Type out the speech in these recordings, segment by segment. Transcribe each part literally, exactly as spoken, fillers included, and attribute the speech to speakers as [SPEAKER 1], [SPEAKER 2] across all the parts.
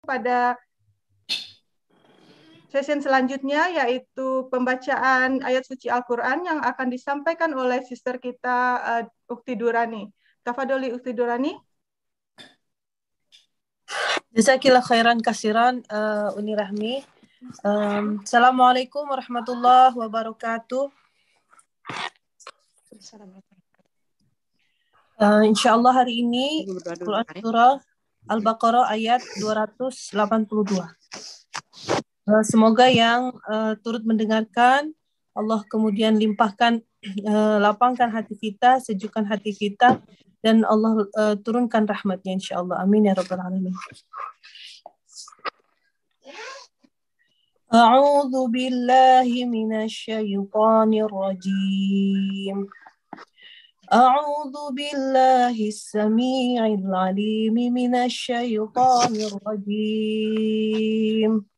[SPEAKER 1] pada sesi selanjutnya, yaitu pembacaan ayat suci Al-Quran yang akan disampaikan oleh sister kita uh, Ukti Durani. Tafadholi Ukti Durani.
[SPEAKER 2] Jazakillah khairan kasiran uh, Uni Rahmi. Um, Assalamualaikum warahmatullahi wabarakatuh. Uh, InsyaAllah hari ini Quran Surah Al-Baqarah ayat dua ratus delapan puluh dua. Uh, semoga yang uh, turut mendengarkan Allah kemudian limpahkan, uh, lapangkan hati kita, sejukkan hati kita, dan Allah uh, turunkan rahmatnya insyaAllah. Amin ya rabbal alamin. A'udzu billahi minasy syaithanir rajim. A'udzu billahi as-sami'il 'alim minasy syaithanir rajim.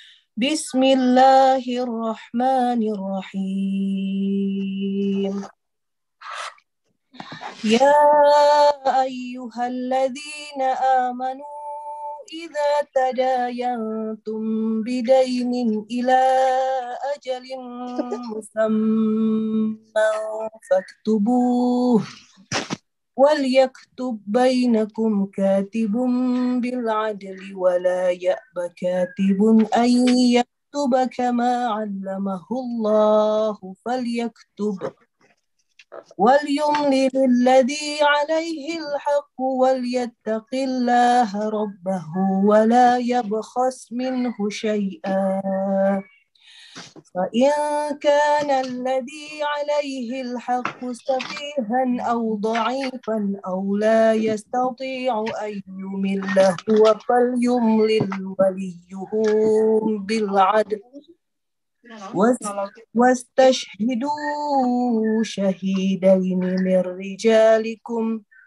[SPEAKER 2] Bismillahirrahmanirrahim. Ya ayyuhalladzina amanu idza tadayantum bidainin ila ajalin musamman faktubuh wal yaktub bainakum katibun bil adli wa la ya'ba katibun an yaktuba kama 'allamahu Allahu falyaktub وليملل الذي عليه الحق وليتق الله ربه ولا يبخس منه شيئا فإن كان الذي عليه الحق سفيها أو ضعيفا أو لا يستطيع أن يمل هو فليملل وليه بالعدل واستشهدوا شهيدين من رجالكم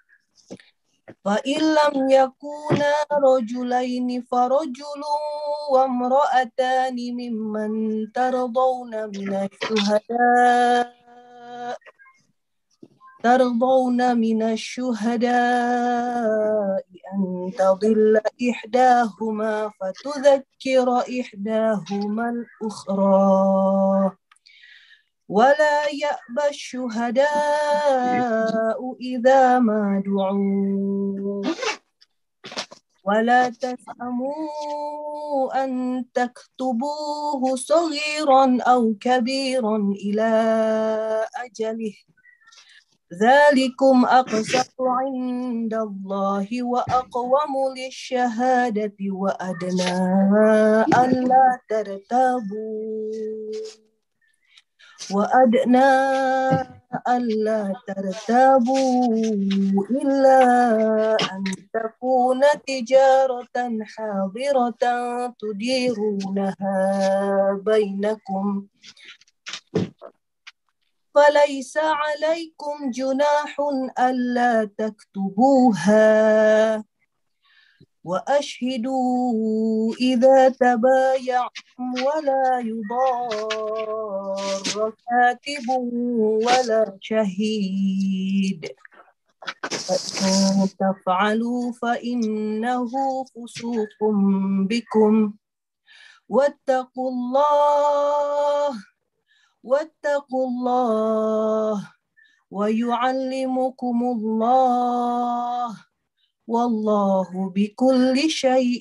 [SPEAKER 2] فإن لم يكونا رجلين فرجل وامرأتان ممن ترضون من الشهداء ترضون من الشهداء أن تضل إحداهما فتذكر إحداهما الأخرى ولا يأبى الشهداء إذا ما دعوا ولا تسأموا أن تكتبوه صغيرا أو كبيرا إلى أجله ذلكم أقسط عند الله وأقوم للشهادة وأدنى ألا ترتابوا وأدنى ألا ترتابوا إلا أن تكون تجارة حاضرة تديرونها بينكم فليس عليكم جناح ألا تكتبوها وأشهدوا إذا تبايعتم ولا يضار كاتب ولا شهيد فإن تفعلوا فإنه فسوق بكم واتقوا الله واتقوا الله ويعلمكم الله والله بكل شيء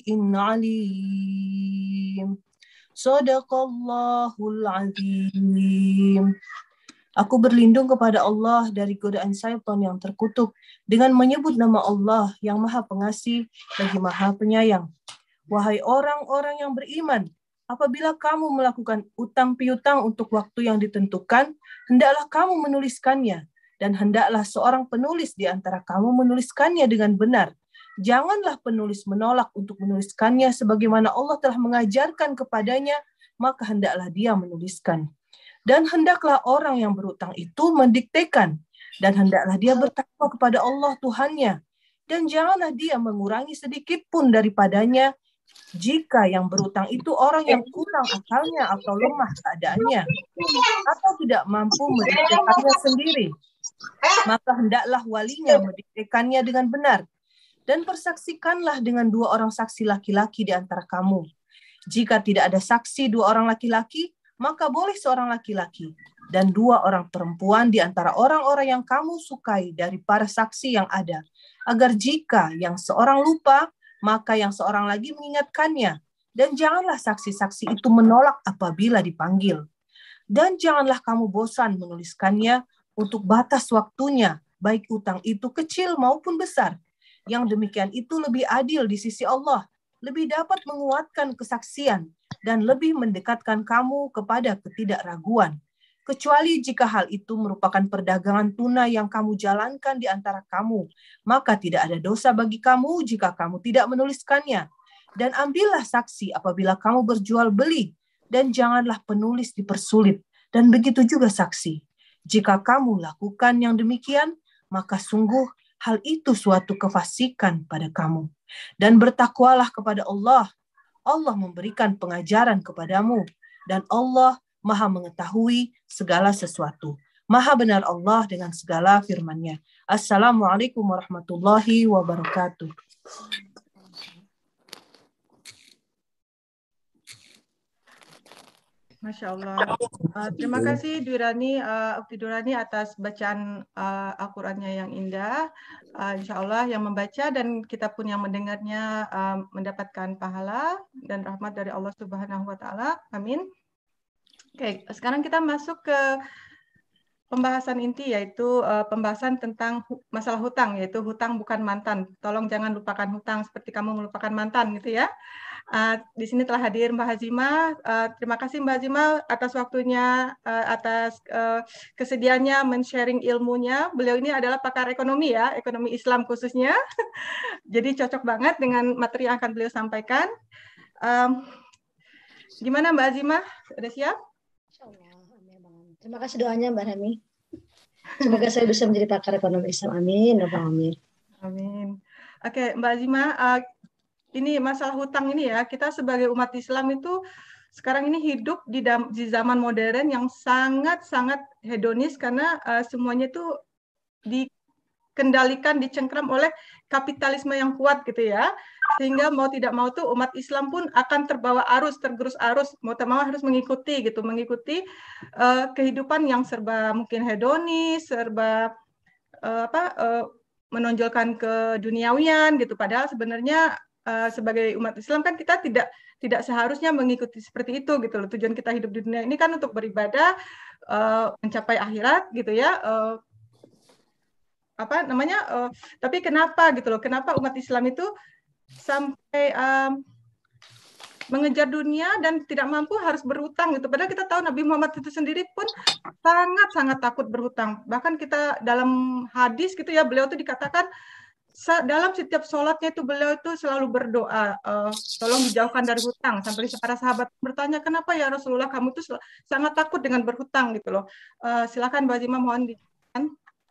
[SPEAKER 2] عليم Sadaqallahul azim. Aku berlindung kepada Allah dari godaan syaitan yang terkutuk dengan menyebut nama Allah yang Maha Pengasih lagi Maha Penyayang. Wahai orang-orang yang beriman, apabila kamu melakukan utang piutang untuk waktu yang ditentukan, hendaklah kamu menuliskannya, dan hendaklah seorang penulis di antara kamu menuliskannya dengan benar. Janganlah penulis menolak untuk menuliskannya sebagaimana Allah telah mengajarkan kepadanya, maka hendaklah dia menuliskan. Dan hendaklah orang yang berutang itu mendiktekan, dan hendaklah dia bertakwa kepada Allah Tuhannya, dan janganlah dia mengurangi sedikit pun daripadanya, jika yang berutang itu orang yang kurang akalnya atau lemah keadaannya, atau tidak mampu mendiktekannya sendiri, maka hendaklah walinya mendiktekannya dengan benar. Dan persaksikanlah dengan dua orang saksi laki-laki di antara kamu. Jika tidak ada saksi dua orang laki-laki, maka boleh seorang laki-laki dan dua orang perempuan di antara orang-orang yang kamu sukai dari para saksi yang ada, agar jika yang seorang lupa, maka yang seorang lagi mengingatkannya. Dan janganlah saksi-saksi itu menolak apabila dipanggil. Dan janganlah kamu bosan menuliskannya untuk batas waktunya, baik utang itu kecil maupun besar. Yang demikian itu lebih adil di sisi Allah, lebih dapat menguatkan kesaksian, dan lebih mendekatkan kamu kepada ketidakraguan. Kecuali jika hal itu merupakan perdagangan tunai yang kamu jalankan di antara kamu, maka tidak ada dosa bagi kamu jika kamu tidak menuliskannya. Dan ambillah saksi apabila kamu berjual beli, dan janganlah penulis dipersulit, dan begitu juga saksi. Jika kamu lakukan yang demikian, maka sungguh hal itu suatu kefasikan pada kamu. Dan bertakwalah kepada Allah. Allah memberikan pengajaran kepadamu, dan Allah Maha mengetahui segala sesuatu. Maha benar Allah dengan segala firman-Nya. Assalamualaikum warahmatullahi wabarakatuh.
[SPEAKER 1] Masya Allah. Uh, terima kasih Dwirani, uh, Ukti Dwirani atas bacaan uh, Al-Qur'annya yang indah. Uh, insya Allah yang membaca dan kita pun yang mendengarnya uh, mendapatkan pahala dan rahmat dari Allah Subhanahu wa Ta'ala. Amin. Oke, sekarang kita masuk ke pembahasan inti, yaitu uh, pembahasan tentang hu masalah hutang, yaitu hutang bukan mantan. Tolong jangan lupakan hutang seperti kamu melupakan mantan, gitu ya. Uh, di sini telah hadir Mbak Hazimah. Uh, terima kasih Mbak Hazimah atas waktunya, uh, atas uh, kesediaannya men-sharing ilmunya. Beliau ini adalah pakar ekonomi ya, ekonomi Islam khususnya. Jadi cocok banget dengan materi yang akan beliau sampaikan. Um, gimana Mbak Hazimah? Sudah siap?
[SPEAKER 3] Terima kasih doanya Mbak Hami. Semoga saya bisa menjadi pakar ekonomi Islam. Amin. Amin.
[SPEAKER 1] Amin. Oke, Mbak Hazimah, uh, ini masalah hutang ini ya, kita sebagai umat Islam itu sekarang ini hidup di, di zaman modern yang sangat-sangat hedonis karena uh, semuanya itu dikendalikan, dicengkram oleh kapitalisme yang kuat gitu ya. Sehingga mau tidak mau tuh umat Islam pun akan terbawa arus, tergerus arus, mau tak mau harus mengikuti gitu, mengikuti uh, kehidupan yang serba mungkin hedonis, serba uh, apa uh, menonjolkan keduniawian gitu. Padahal sebenarnya Uh, sebagai umat Islam kan kita tidak tidak seharusnya mengikuti seperti itu gitu loh. Tujuan kita hidup di dunia ini kan untuk beribadah, uh, mencapai akhirat gitu ya. Uh, apa namanya? Uh, tapi kenapa gitu loh? Kenapa umat Islam itu sampai um, mengejar dunia dan tidak mampu harus berhutang gitu. Padahal kita tahu Nabi Muhammad itu sendiri pun sangat-sangat takut berhutang. Bahkan kita dalam hadis gitu ya, beliau itu dikatakan dalam setiap sholatnya itu beliau itu selalu berdoa, uh, tolong dijauhkan dari hutang. Sampai para sahabat bertanya, kenapa ya Rasulullah kamu itu sangat takut dengan berhutang gitu loh. Uh, silakan Mbak Hazimah, mohon dijelaskan.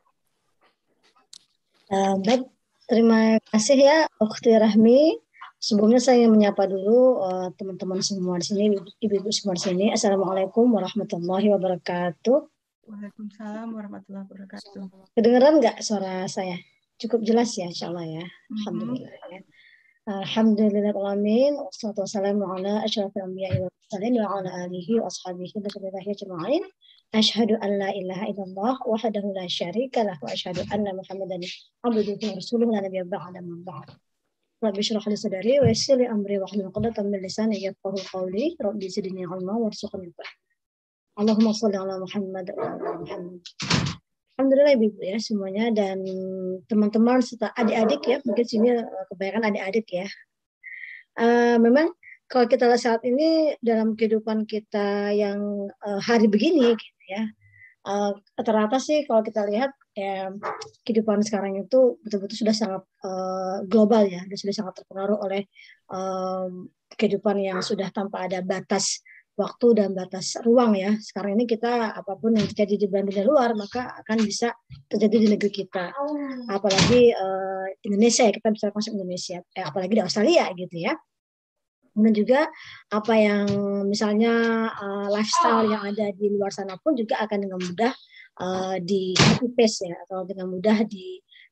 [SPEAKER 3] Uh, baik, terima kasih ya Ukti Rahmi. Sebelumnya saya ingin menyapa dulu uh, teman-teman semua di sini, ibu-ibu semua di sini. Assalamualaikum warahmatullahi wabarakatuh.
[SPEAKER 1] Waalaikumsalam warahmatullahi wabarakatuh.
[SPEAKER 3] Kedengeran nggak suara saya? Cukup jelas ya, insyaallah ya. Alhamdulillah. Ya. Alhamdulillahirrahmanirrahim. Wassalatu wassalamu ala asyrafil anbiya'i wal mursalin wa ala alihi wa ashabihi wa sallallahu ajma'in. Asyhadu an la ilaha illallah wahdahu la syarika lah wa asyhadu anna Muhammadan abduhu wa rasuluhu la nabiyya ba'da ma ba'd. Rabbi shrah li sadri wa yassir li amri wa hlul 'uqdatam min lisani yafqahu qawli. Rabbi zidni 'ilma warzuqni fahma. Allahumma shalli ala Muhammad wa ala Muhammad. Alhamdulillah Ibu ya semuanya dan teman-teman serta adik-adik ya, mungkin sini kebanyakan adik-adik ya. Uh, memang kalau kita lihat saat ini dalam kehidupan kita yang uh, hari begini gitu ya, uh, rata-rata sih kalau kita lihat ya, kehidupan sekarang itu betul-betul sudah sangat uh, global ya, dan sudah sangat terpengaruh oleh um, kehidupan yang sudah tanpa ada batas waktu dan batas ruang ya. Sekarang ini kita apapun yang terjadi di dunia luar maka akan bisa terjadi di negeri kita. Apalagi uh, Indonesia ya, kita bisa masuk Indonesia. Eh, apalagi di Australia gitu ya. Kemudian juga apa yang misalnya uh, lifestyle yang ada di luar sana pun juga akan dengan mudah uh, di copy paste ya, atau dengan mudah di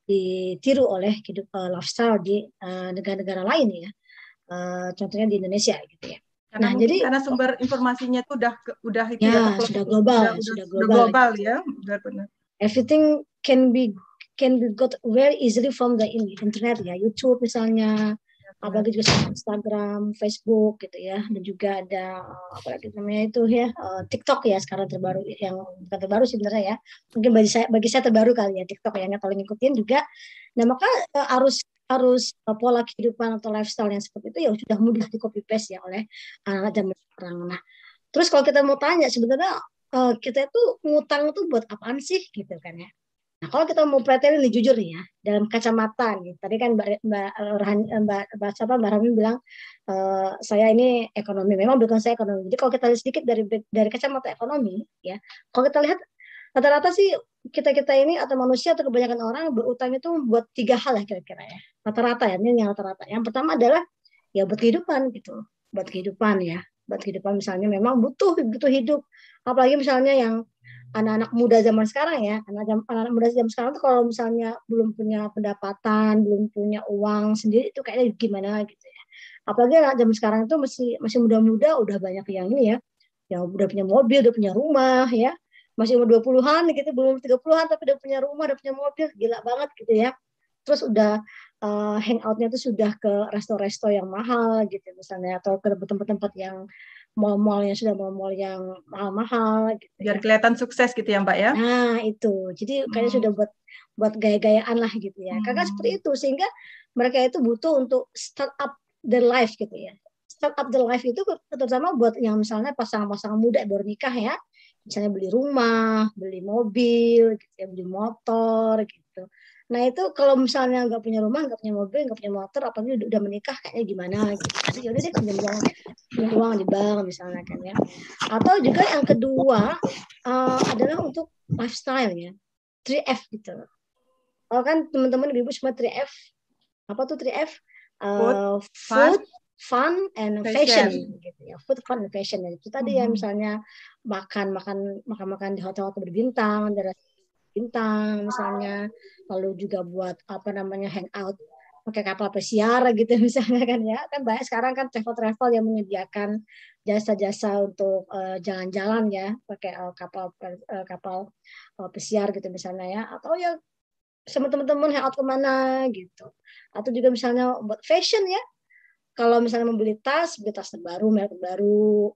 [SPEAKER 3] ditiru oleh hidup uh, lifestyle di uh, negara-negara lain ya. Uh, contohnya di Indonesia gitu ya.
[SPEAKER 1] Karena
[SPEAKER 3] Nah,
[SPEAKER 1] mungkin
[SPEAKER 3] jadi
[SPEAKER 1] karena sumber informasinya itu udah udah itu
[SPEAKER 3] ya,
[SPEAKER 1] ya,
[SPEAKER 3] ya sudah global,
[SPEAKER 1] udah,
[SPEAKER 3] ya,
[SPEAKER 1] udah,
[SPEAKER 3] sudah
[SPEAKER 1] udah
[SPEAKER 3] global,
[SPEAKER 1] global ya, benar-benar.
[SPEAKER 3] Everything can be can be got very easily from the internet ya, YouTube misalnya, apalagi juga Instagram, Facebook gitu ya, dan juga ada apa lagi namanya itu ya, uh, TikTok ya sekarang terbaru, yang bukan terbaru sih sebenarnya ya, mungkin bagi saya bagi saya terbaru kali ya TikTok ya, nggak terlalu ngikutin juga. Nah maka uh, harus harus uh, pola kehidupan atau lifestyle yang seperti itu ya sudah mudah di copy paste ya oleh anak-anak zaman sekarang. Nah terus kalau kita mau tanya sebenarnya uh, kita itu ngutang itu buat apaan sih gitu kan ya. Nah, kalau kita mau perhatiin nih jujur nih ya, dalam kacamata nih, tadi kan Mbak Mbak Rohan, Mbak Mbak siapa Mbak Rami bilang e, saya ini ekonomi, memang bukan saya ekonomi. Jadi kalau kita lihat sedikit dari dari kacamata ekonomi, ya, kalau kita lihat rata-rata sih kita kita ini atau manusia atau kebanyakan orang berutang itu buat tiga hal ya kira-kira ya, rata-rata ya, ini yang rata-rata. Yang pertama adalah ya buat kehidupan gitu, buat kehidupan ya, buat kehidupan misalnya memang butuh butuh hidup, apalagi misalnya yang anak-anak muda zaman sekarang ya, anak-anak anak muda zaman sekarang tuh kalau misalnya belum punya pendapatan, belum punya uang sendiri itu kayaknya gimana gitu ya. Apalagi anak zaman sekarang itu masih masih muda-muda udah banyak yang ini ya, yang udah punya mobil, udah punya rumah ya. Masih umur dua puluhan gitu, belum tiga puluhan tapi udah punya rumah, udah punya mobil, gila banget gitu ya. Terus udah uh, hangoutnya tuh sudah ke resto-resto yang mahal gitu misalnya, atau ke tempat-tempat yang mall-mall yang sudah mall-mall yang mahal-mahal gitu.
[SPEAKER 1] Biar
[SPEAKER 3] ya.
[SPEAKER 1] kelihatan sukses gitu ya Mbak ya.
[SPEAKER 3] Nah itu, jadi kayaknya hmm. sudah buat buat gaya-gayaan lah gitu ya. Karena hmm. seperti itu sehingga mereka itu butuh untuk start up the life gitu ya. Start up the life itu terutama buat yang misalnya pasangan-pasangan muda baru nikah ya, misalnya beli rumah, beli mobil, gitu ya, beli motor gitu. Nah itu kalau misalnya nggak punya rumah, nggak punya mobil, nggak punya motor, apalagi udah menikah kayaknya gimana gitu. Jadi yaudah deh pinjam uang, pinjam uang di bank misalnya kan ya. Atau juga yang kedua uh, adalah untuk lifestyle ya, three F gitu. Kalau kan teman-teman ibu semua three F, apa tuh three F? Uh, food, fun, and fashion, fashion gitu ya. Food, fun, and fashion. Itu tadi mm-hmm. ya misalnya makan makan makan makan di hotel-hotel berbintang, daerah bintang misalnya, lalu juga buat apa namanya hangout pakai kapal pesiar gitu misalnya kan ya, kan banyak sekarang kan travel-travel yang menyediakan jasa-jasa untuk uh, jalan-jalan ya pakai uh, kapal uh, kapal uh, pesiar gitu misalnya ya, atau ya sama teman-teman hangout kemana gitu, atau juga misalnya buat fashion ya, kalau misalnya membeli tas, beli tas terbaru, merek terbaru,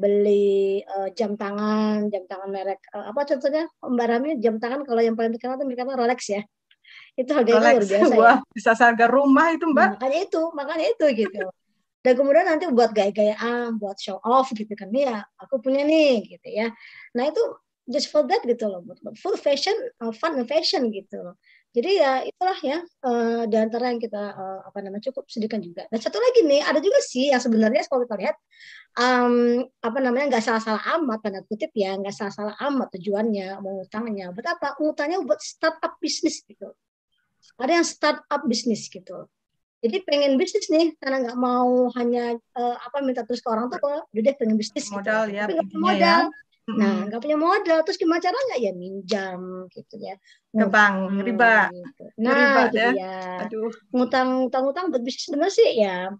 [SPEAKER 3] beli uh, jam tangan, jam tangan merek uh, apa contohnya Mbak Rami, jam tangan kalau yang paling terkenal itu mereka Rolex ya. Itu harganya Rolex, luar biasa. Wah, ya.
[SPEAKER 1] Bisa harga rumah itu Mbak.
[SPEAKER 3] Nah, makanya itu, makanya itu gitu. Dan kemudian nanti buat gaya-gayaan, buat show off gitu kan. Nih ya, aku punya nih gitu ya. Nah, itu just for that gitu loh, buat full fashion, uh, fun and fashion gitu loh. Jadi ya itulah ya uh, di antara yang kita uh, apa namanya cukup sedihkan juga. Dan satu lagi nih, ada juga sih yang sebenarnya kalau kita lihat um, apa namanya nggak salah-salah amat tanda kutip ya, nggak salah-salah amat tujuannya mau ngutangnya. Buat apa? Ngutangnya buat startup bisnis gitu. Ada yang startup bisnis gitu. Jadi pengen bisnis nih karena nggak mau hanya uh, apa minta terus ke orang tuh, udah deh pengen bisnis
[SPEAKER 1] modal
[SPEAKER 3] gitu.
[SPEAKER 1] Ya,
[SPEAKER 3] tapi nggak punya modal. Ya. Nah, nggak punya modal, terus gimana caranya ya minjam gitu ya.
[SPEAKER 1] Ke bank, hmm, riba.
[SPEAKER 3] Gitu. Nah,
[SPEAKER 1] riba
[SPEAKER 3] itu
[SPEAKER 1] deh.
[SPEAKER 3] dia.
[SPEAKER 1] Aduh.
[SPEAKER 3] Ngutang-ngutang buat bisnis sebenarnya sih ya.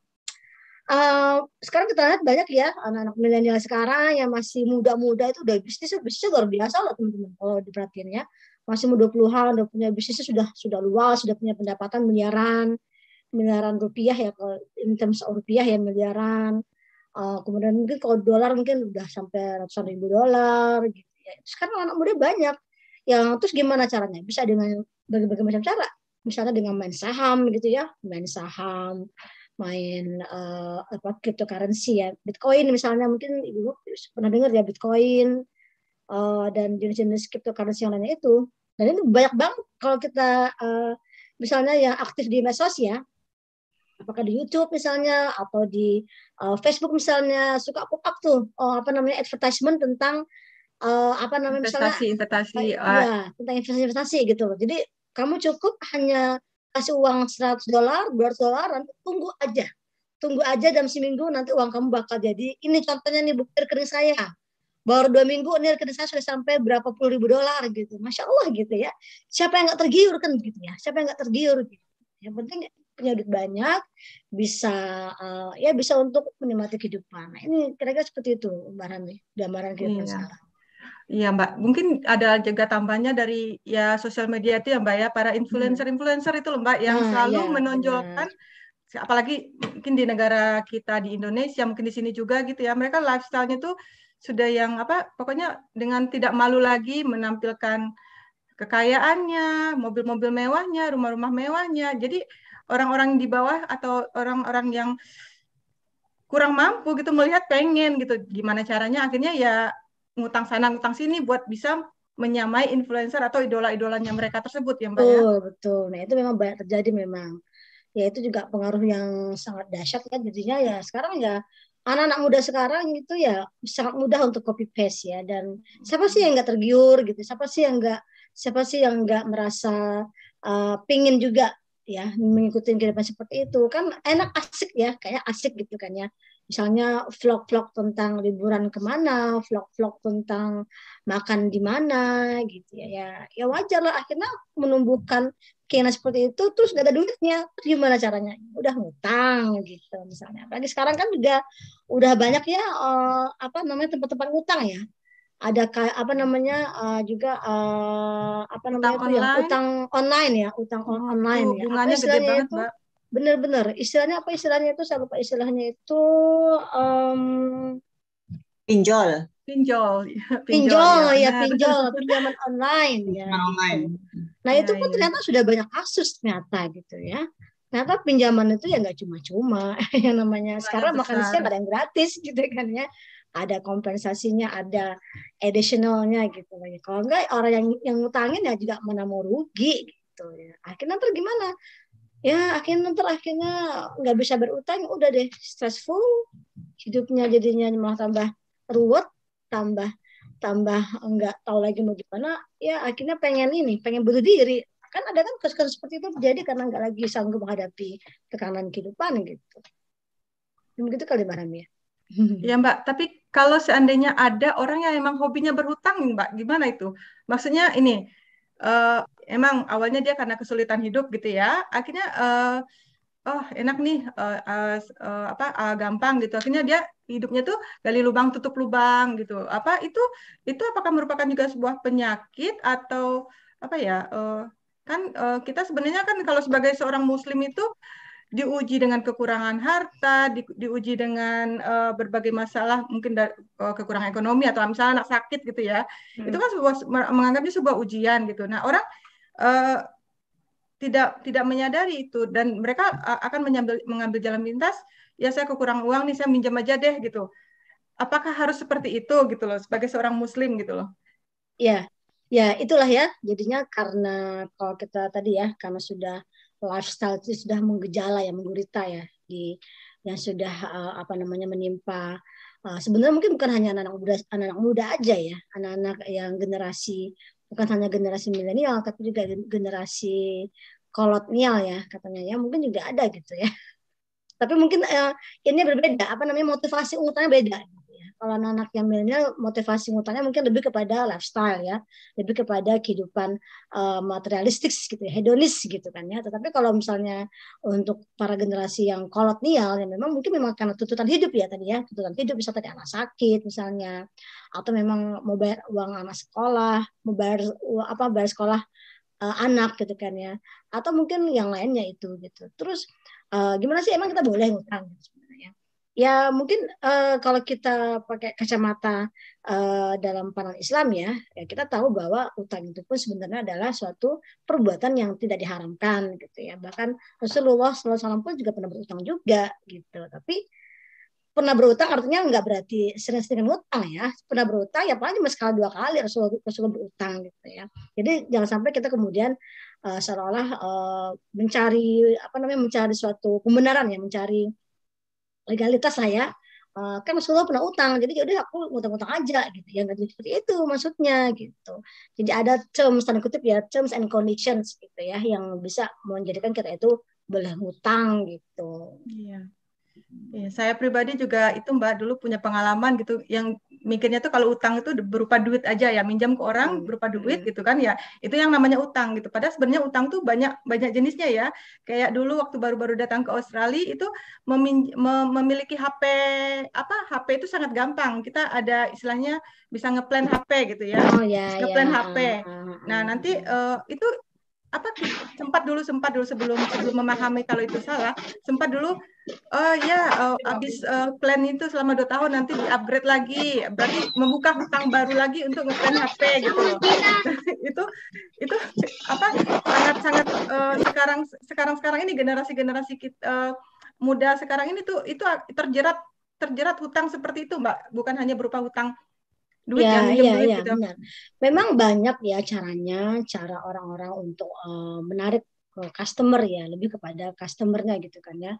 [SPEAKER 3] Uh, sekarang kita lihat banyak ya anak-anak milenial sekarang yang masih muda-muda itu udah bisnis, bisnisnya luar biasa loh teman-teman kalau diperhatiin ya. Masih umur dua puluhan udah punya bisnisnya sudah sudah luas, sudah punya pendapatan miliaran, miliaran rupiah ya, kalau in terms of rupiah ya miliaran. Uh, kemudian mungkin kalau dolar mungkin udah sampai ratusan ribu dolar gitu ya. Sekarang anak muda banyak yang terus gimana caranya? Bisa dengan berbagai macam cara. Misalnya dengan main saham gitu ya, main saham, main uh, apa cryptocurrency ya, Bitcoin misalnya, mungkin ibu pernah dengar ya Bitcoin uh, dan jenis-jenis cryptocurrency yang lainnya itu. Dan ini banyak banget kalau kita uh, misalnya yang aktif di medsos ya, apakah di YouTube misalnya atau di uh, Facebook misalnya, suka pop up tuh oh, apa namanya advertisement tentang uh, apa namanya
[SPEAKER 1] investasi,
[SPEAKER 3] misalnya
[SPEAKER 1] investasi
[SPEAKER 3] uh, ya tentang investasi-investasi gitu loh. Jadi kamu cukup hanya kasih uang seratus dolar, dua ratus dolar, nanti tunggu aja. Tunggu aja dalam seminggu nanti uang kamu bakal jadi ini, contohnya nih bukti rekening saya. baru dua minggu ini rekening saya sudah sampai berapa puluh ribu dolar gitu, masya Allah gitu ya. Siapa yang nggak tergiur kan gitu ya? Siapa yang nggak tergiur? Gitu. Yang penting punya duit banyak, bisa uh, ya bisa untuk menikmati kehidupan. Nah, ini kira-kira seperti itu Mbak Rani, gambaran kehidupan
[SPEAKER 1] Iya.
[SPEAKER 3] sekarang.
[SPEAKER 1] Iya Mbak, mungkin ada juga tambahnya dari ya sosial media itu ya Mbak ya, para influencer-influencer itu loh Mbak yang
[SPEAKER 3] Nah,
[SPEAKER 1] selalu
[SPEAKER 3] ya,
[SPEAKER 1] menonjolkan,
[SPEAKER 3] benar.
[SPEAKER 1] apalagi mungkin di negara kita di Indonesia, mungkin di sini juga gitu ya, mereka lifestyle-nya tuh sudah yang apa, pokoknya dengan tidak malu lagi menampilkan kekayaannya, mobil-mobil mewahnya, rumah-rumah mewahnya. Jadi orang-orang di bawah atau orang-orang yang kurang mampu gitu melihat pengen gitu, gimana caranya akhirnya ya ngutang sana ngutang sini buat bisa menyamai influencer atau idola-idolanya mereka tersebut ya Mbak ya.
[SPEAKER 3] Betul, betul. Nah, itu memang banyak terjadi memang. Ya, itu juga pengaruh yang sangat dahsyat kan. Jadinya ya sekarang ya anak-anak muda sekarang itu ya sangat mudah untuk copy paste ya. Dan siapa sih yang nggak tergiur gitu? Siapa sih yang nggak siapa sih yang nggak merasa uh, pingin juga ya mengikuti kehidupan seperti itu? Kan enak, asik ya, kayak asik gitu kan ya. Misalnya vlog-vlog tentang liburan kemana, vlog-vlog tentang makan di mana gitu ya. Ya, ya wajar lah akhirnya menumbuhkan keinginan seperti itu, terus gak ada duitnya, terus gimana caranya? Udah ngutang gitu misalnya. Apalagi sekarang kan juga udah banyak ya uh, apa namanya tempat-tempat ngutang ya. Ada kayak apa namanya uh, juga uh, apa
[SPEAKER 1] Utang
[SPEAKER 3] namanya itu yang
[SPEAKER 1] online,
[SPEAKER 3] utang online ya, utang
[SPEAKER 1] oh, itu
[SPEAKER 3] online ya. Apa
[SPEAKER 1] bunganya gede
[SPEAKER 3] istilahnya
[SPEAKER 1] banget
[SPEAKER 3] itu?
[SPEAKER 1] Mbak.
[SPEAKER 3] Bener-bener istilahnya apa istilahnya itu? Saya lupa istilahnya itu. Um,
[SPEAKER 4] Pinjol.
[SPEAKER 1] Pinjol, pinjol,
[SPEAKER 3] pinjol
[SPEAKER 1] ya
[SPEAKER 3] ya,
[SPEAKER 1] benar.
[SPEAKER 3] pinjol, pinjaman online ya
[SPEAKER 4] Pinjaman
[SPEAKER 3] gitu.
[SPEAKER 4] online.
[SPEAKER 3] Nah,
[SPEAKER 1] Ya,
[SPEAKER 3] itu pun
[SPEAKER 1] ya.
[SPEAKER 3] ternyata sudah banyak kasus ternyata gitu ya. Ternyata pinjaman itu ya nggak cuma-cuma. Yang namanya
[SPEAKER 1] Bunganya
[SPEAKER 3] sekarang makan
[SPEAKER 1] besar.
[SPEAKER 3] siang ada yang gratis gitu kan ya. Ada kompensasinya, ada additionalnya gitu. Kalau enggak orang yang yang ngutangin ya juga mana mau rugi gitu ya. Akhirnya ntar gimana? Ya akhirnya ntar akhirnya nggak bisa berutang, udah deh stressful. Hidupnya jadinya malah tambah ruwet, tambah tambah nggak tahu lagi mau gimana, ya akhirnya pengen ini, pengen bunuh diri. Kan ada kan kasus-kasus seperti itu terjadi karena nggak lagi sanggup menghadapi tekanan kehidupan gitu. Begitu kali Mbak Rami ya.
[SPEAKER 1] Ya Mbak, tapi kalau seandainya ada orang yang emang hobinya berhutang Mbak, gimana itu? Maksudnya ini, uh, emang awalnya dia karena kesulitan hidup gitu ya, akhirnya uh, oh enak nih uh, uh, uh, apa uh, gampang gitu, akhirnya dia hidupnya tuh gali lubang tutup lubang gitu. Apa itu itu apakah merupakan juga sebuah penyakit atau apa ya? Uh, kan uh, kita sebenarnya kan kalau sebagai seorang muslim itu diuji dengan kekurangan harta, di, diuji dengan uh, berbagai masalah, mungkin da, uh, kekurangan ekonomi atau misalnya anak sakit gitu ya, hmm. itu kan sebuah, menganggapnya sebuah ujian gitu. Nah orang uh, tidak tidak menyadari itu dan mereka uh, akan mengambil, mengambil jalan pintas, ya saya kekurangan uang nih, saya minjam aja deh gitu. Apakah harus seperti itu gitu loh sebagai seorang muslim gitu loh?
[SPEAKER 3] Ya, ya itulah ya. Jadinya karena kalau kita tadi ya karena sudah lifestyle itu sudah menggejala ya, menggurita ya di yang sudah uh, apa namanya menimpa. Uh, sebenarnya mungkin bukan hanya anak-anak muda, anak-anak muda aja ya, anak-anak yang generasi bukan hanya generasi milenial, tapi juga generasi kolonial ya katanya ya, mungkin juga ada gitu ya. Tapi mungkin uh, ini berbeda, apa namanya motivasi utangnya beda. Kalau anak-anak yang milenial motivasi ngutangnya mungkin lebih kepada lifestyle ya, lebih kepada kehidupan uh, materialistik gitu, ya, hedonis gitu kan ya. Tetapi kalau misalnya untuk para generasi yang kolonial ya memang mungkin memang karena tuntutan hidup ya tadi ya, tuntutan hidup bisa tadi anak sakit misalnya, atau memang mau bayar uang anak sekolah, mau bayar apa bayar sekolah uh, anak gitu kan ya, atau mungkin yang lainnya itu gitu. Terus uh, gimana sih emang kita boleh ngutang gitu? Ya mungkin uh, kalau kita pakai kacamata uh, dalam pandangan Islam ya, ya kita tahu bahwa utang itu pun sebenarnya adalah suatu perbuatan yang tidak diharamkan gitu ya. Bahkan Rasulullah shallallahu alaihi wasallam pun juga pernah berutang juga gitu. Tapi pernah berutang artinya nggak berarti sering-sering ngutang ya. Pernah berutang ya paling cuma sekali dua kali Rasulullah, Rasulullah berutang gitu ya. Jadi jangan sampai kita kemudian uh, seolah-olah uh, mencari apa namanya mencari suatu pembenaran ya, mencari legalitas lah ya, uh, kan Rasulullah pernah utang, jadi yaudah aku utang-utang aja gitu, ya nggak seperti itu maksudnya gitu. Jadi ada terms tanda kutip ya, terms and conditions gitu ya, yang bisa menjadikan kita itu boleh ngutang gitu.
[SPEAKER 1] Iya. Ya, saya pribadi juga itu Mbak dulu punya pengalaman gitu, yang mikirnya tuh kalau utang itu berupa duit aja ya, minjam ke orang
[SPEAKER 3] Hmm.
[SPEAKER 1] berupa duit
[SPEAKER 3] Hmm.
[SPEAKER 1] gitu kan ya, itu yang namanya utang gitu. Padahal sebenarnya utang tuh banyak banyak jenisnya ya. Kayak dulu waktu baru-baru datang ke Australia itu memin- mem- memiliki H P apa H P itu sangat gampang. Kita ada istilahnya bisa ngeplan H P gitu ya,
[SPEAKER 3] Oh ya ya.
[SPEAKER 1] ngeplan H P.
[SPEAKER 3] Ah, ah,
[SPEAKER 1] Nah
[SPEAKER 3] ah,
[SPEAKER 1] nanti
[SPEAKER 3] ah.
[SPEAKER 1] eh, itu apa sempat dulu sempat dulu sebelum sebelum memahami kalau itu salah, sempat dulu oh ya uh, habis uh, plan itu selama dua tahun nanti di-upgrade lagi, berarti membuka hutang baru lagi untuk ngeplan H P gitu loh. itu itu apa sangat-sangat uh, sekarang sekarang sekarang ini generasi-generasi kita uh, muda sekarang ini tuh itu terjerat terjerat hutang seperti itu, Mbak, bukan hanya berupa hutang duit ya,
[SPEAKER 3] Ya,
[SPEAKER 1] minjem
[SPEAKER 3] ya,
[SPEAKER 1] duit
[SPEAKER 3] ya,
[SPEAKER 1] gitu.
[SPEAKER 3] benar. Memang banyak ya caranya, cara orang-orang untuk uh, menarik ke customer ya, lebih kepada customernya gitu kan ya.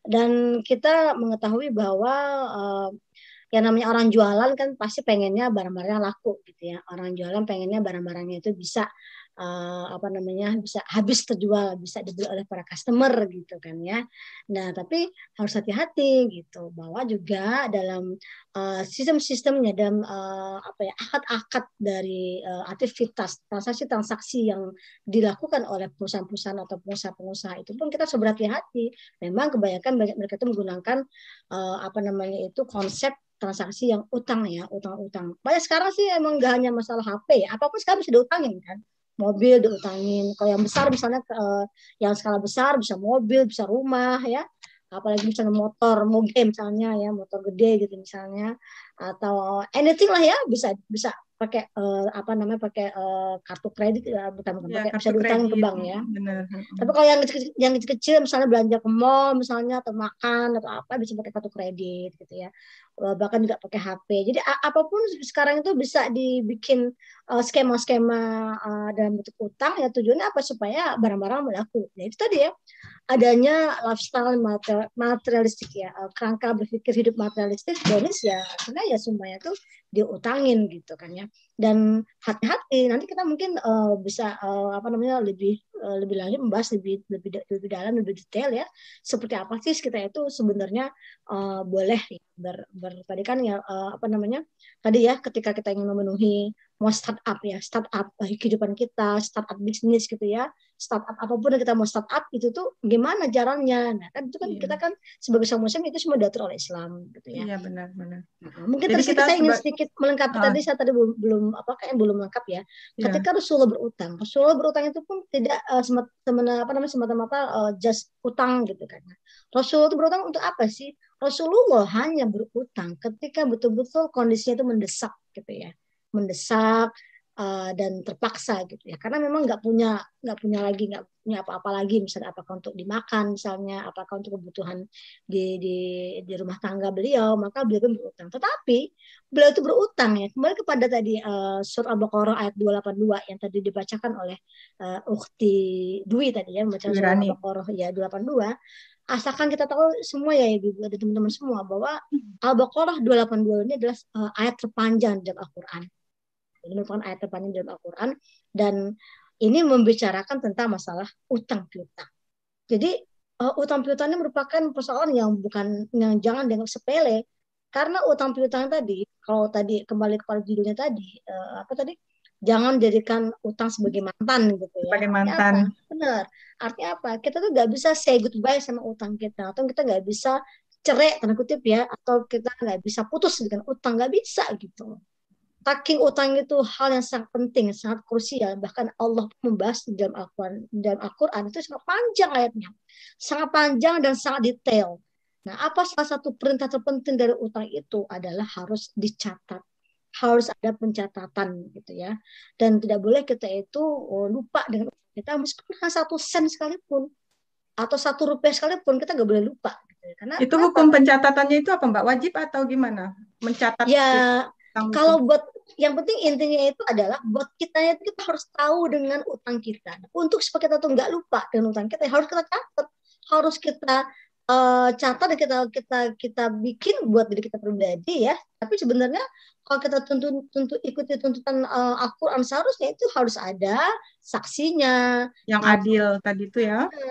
[SPEAKER 3] Dan kita mengetahui bahwa uh, yang namanya orang jualan kan pasti pengennya barang-barangnya laku gitu ya. Orang jualan pengennya barang-barangnya itu bisa uh, apa namanya bisa habis terjual, bisa dibeli oleh para customer gitu kan ya. Nah, tapi harus hati-hati gitu bahwa juga dalam uh, sistem-sistemnya dalam uh, apa ya akad-akad dari uh, aktivitas transaksi-transaksi yang dilakukan oleh perusahaan-perusahaan atau pengusaha-pengusaha itu pun kita harus berhati-hati. Memang kebanyakan banyak mereka itu menggunakan uh, apa namanya itu konsep transaksi yang utang ya, utang-utang. Banyak sekarang sih emang nggak hanya masalah H P ya, apapun sekarang bisa diutangin kan. Mobil diutangin. Kalau yang besar misalnya uh, yang skala besar bisa mobil, bisa rumah ya. Apalagi misalnya motor, moge misalnya ya, motor gede gitu misalnya atau anything lah ya, bisa bisa pakai uh, apa namanya pakai uh, kartu kredit ya, bukan bukan
[SPEAKER 1] Ya,
[SPEAKER 3] pakai bisa
[SPEAKER 1] kartu
[SPEAKER 3] diutangin ke
[SPEAKER 1] kredit,
[SPEAKER 3] bank ya.
[SPEAKER 1] benar.
[SPEAKER 3] Tapi kalau yang kecil, yang kecil-kecil misalnya belanja ke mall misalnya atau makan atau apa bisa pakai kartu kredit gitu ya. Bahkan juga pakai H P. Jadi apapun sekarang itu bisa dibikin uh, skema-skema uh, dalam bentuk utang ya tujuannya apa supaya barang-barang melaku. Nah itu tadi ya adanya lifestyle materialistik ya, kerangka berpikir hidup materialistik, bonus ya sebenarnya ya semuanya tuh diutangin gitu kan ya. Dan hati-hati nanti kita mungkin uh, bisa uh, apa namanya lebih uh, lebih lanjut membahas lebih lebih lebih dalam lebih detail ya seperti apa sih kita itu sebenarnya uh, boleh ber, ber tadi kan ya uh, apa namanya tadi ya ketika kita ingin memenuhi mau startup ya startup uh, kehidupan kita startup bisnis gitu ya startup apapun yang kita mau startup itu tuh gimana caranya. Nah kan itu kan
[SPEAKER 1] Iya.
[SPEAKER 3] kita kan sebagai seorang muslim itu semua diatur oleh Islam gitu ya.
[SPEAKER 1] Iya benar-benar.
[SPEAKER 3] Nah, mungkin
[SPEAKER 1] Jadi
[SPEAKER 3] terus
[SPEAKER 1] kita
[SPEAKER 3] saya ingin
[SPEAKER 1] seba-
[SPEAKER 3] sedikit melengkapi
[SPEAKER 1] ah,
[SPEAKER 3] tadi saya tadi belum, belum apa kayak belum lengkap ya.
[SPEAKER 1] iya.
[SPEAKER 3] Ketika Rasulullah berutang, Rasulullah berutang itu pun tidak uh, semata apa namanya semata-mata uh, just utang gitu kan. Rasulullah itu berutang untuk apa sih? Rasulullah hanya berutang ketika betul-betul kondisinya itu mendesak gitu ya. Mendesak uh, dan terpaksa gitu ya. Karena memang nggak punya nggak punya lagi nggak punya apa-apa lagi misalnya apakah untuk dimakan misalnya apakah untuk kebutuhan di di di rumah tangga beliau maka beliau pun berutang. Tetapi beliau itu berutang ya kembali kepada tadi uh, surat Al-Baqarah ayat dua ratus delapan puluh dua yang tadi dibacakan oleh uh, Ukhti Dwi tadi ya membaca surat
[SPEAKER 1] Wirani.
[SPEAKER 3] Al-Baqarah ya dua ratus delapan puluh dua. Asalkan kita tahu semua ya ibu ada teman-teman semua bahwa Al-Baqarah dua ratus delapan puluh dua ini adalah uh, ayat terpanjang dalam Al-Qur'an. Ini merupakan ayat terpanjang dalam Al-Qur'an dan ini membicarakan tentang masalah utang piutang. Jadi uh, utang piutang ini merupakan persoalan yang bukan yang jangan dianggap sepele karena utang piutang tadi kalau tadi kembali kepada judulnya tadi uh, apa tadi jangan jadikan utang sebagai mantan gitu ya.
[SPEAKER 1] Sebagai
[SPEAKER 3] Artinya
[SPEAKER 1] mantan.
[SPEAKER 3] apa? Benar. Artinya apa? Kita tuh nggak bisa say goodbye sama utang kita atau kita nggak bisa cerai tanda kutip ya atau kita nggak bisa putus dengan utang nggak bisa gitu. Taking utang itu hal yang sangat penting, sangat krusial. Bahkan Allah membahas di dalam Al-Quran, dalam Al-Quran itu sangat panjang ayatnya, sangat panjang dan sangat detail. Nah, apa salah satu perintah terpenting dari utang itu adalah harus dicatat, harus ada pencatatan gitu ya. Dan tidak boleh kita itu oh, lupa dengan utang kita meskipun hanya satu sen sekalipun atau satu rupiah sekalipun kita nggak boleh lupa. Gitu. Karena
[SPEAKER 1] itu
[SPEAKER 3] kenapa?
[SPEAKER 1] hukum pencatatannya itu apa Mbak? Wajib atau gimana? Mencatat
[SPEAKER 3] ya.
[SPEAKER 1] utang
[SPEAKER 3] Kalau
[SPEAKER 1] itu.
[SPEAKER 3] buat yang penting intinya itu adalah buat kita itu kita harus tahu dengan utang kita. Untuk supaya kita tuh nggak lupa dengan utang kita, harus kita catat, harus kita uh, catat dan kita kita kita bikin buat diri kita pribadi ya. Tapi sebenarnya kalau kita tuntut tuntut ikuti tuntutan uh, Al-Quran seharusnya itu harus ada saksinya.
[SPEAKER 1] Yang adil tadi itu ya.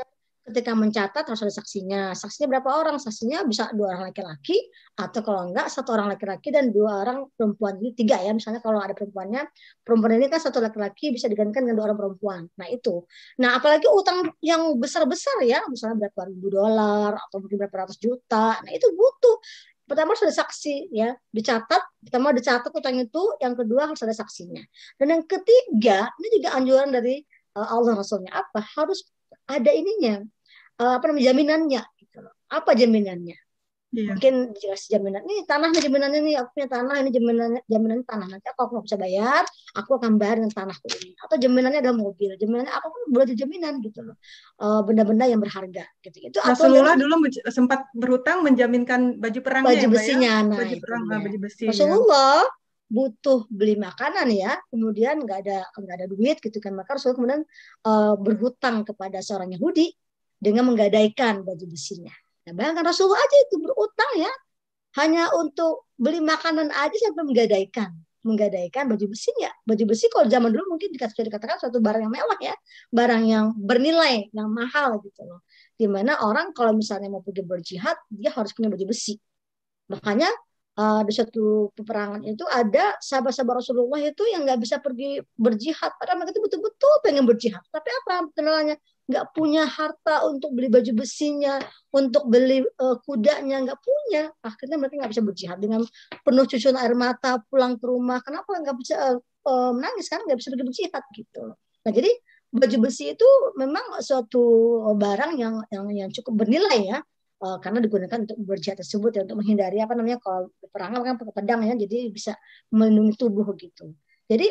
[SPEAKER 3] ketika mencatat harus ada saksinya. Saksinya berapa orang? Saksinya bisa dua orang laki-laki, atau kalau enggak satu orang laki-laki dan dua orang perempuan. Jadi tiga ya. Misalnya kalau ada perempuannya, perempuan ini kan satu laki-laki bisa digantikan dengan dua orang perempuan. Nah itu. Nah apalagi utang yang besar-besar ya, misalnya berapa ribu dolar atau mungkin berapa ratus juta. Nah itu butuh. Pertama harus ada saksi ya, dicatat. Pertama dicatat utang itu, yang kedua harus ada saksinya. Dan yang ketiga, ini juga anjuran dari uh, Allah Rasulnya apa? Harus ada ininya. Uh, apa namanya jaminannya gitu loh. Apa jaminannya? Iya. Mungkin jelas jaminan ini tanah nih jaminannya nih, aku punya tanah ini jaminannya jaminannya tanah, nanti aku nggak bisa bayar aku akan bayar dengan tanahku ini, atau jaminannya adalah mobil, jaminannya apa pun boleh dijaminan gitu loh, uh, benda-benda yang berharga gitu. Itu
[SPEAKER 1] Rasulullah dulu sempat berhutang menjaminkan baju perangnya,
[SPEAKER 3] baju besinya, ya, nah,
[SPEAKER 1] baju perang,
[SPEAKER 3] ya.
[SPEAKER 1] baju besi.
[SPEAKER 3] Rasulullah ya. butuh beli makanan ya, kemudian nggak ada nggak ada duit gitu kan, maka Rasulullah kemudian uh, berhutang kepada seorang Yahudi dengan menggadaikan baju besinya. Nah, bayangkan Rasulullah aja itu berutang ya, hanya untuk beli makanan aja sampai menggadaikan, menggadaikan baju besinya. Baju besi kalau zaman dulu mungkin bisa dikatakan suatu barang yang mewah ya, barang yang bernilai, yang mahal gitu loh. Dimana orang kalau misalnya mau pergi berjihad, dia harus punya baju besi. Makanya uh, di suatu peperangan itu ada sahabat-sahabat Rasulullah itu yang nggak bisa pergi berjihad, padahal mereka itu betul-betul pengen berjihad. Tapi apa kendalanya? Nggak punya harta untuk beli baju besinya, untuk beli uh, kudanya, nggak punya. Akhirnya mereka nggak bisa berjihad, dengan penuh cucuran air mata pulang ke rumah. Kenapa nggak bisa uh, uh, menangis kan? Nggak bisa pergi berjihad gitu. Nah jadi baju besi itu memang suatu barang yang yang, yang cukup bernilai ya, uh, karena digunakan untuk berjihad tersebut ya, untuk menghindari apa namanya kalau peperangan kan pakai pedang ya, jadi bisa melindungi tubuh gitu. Jadi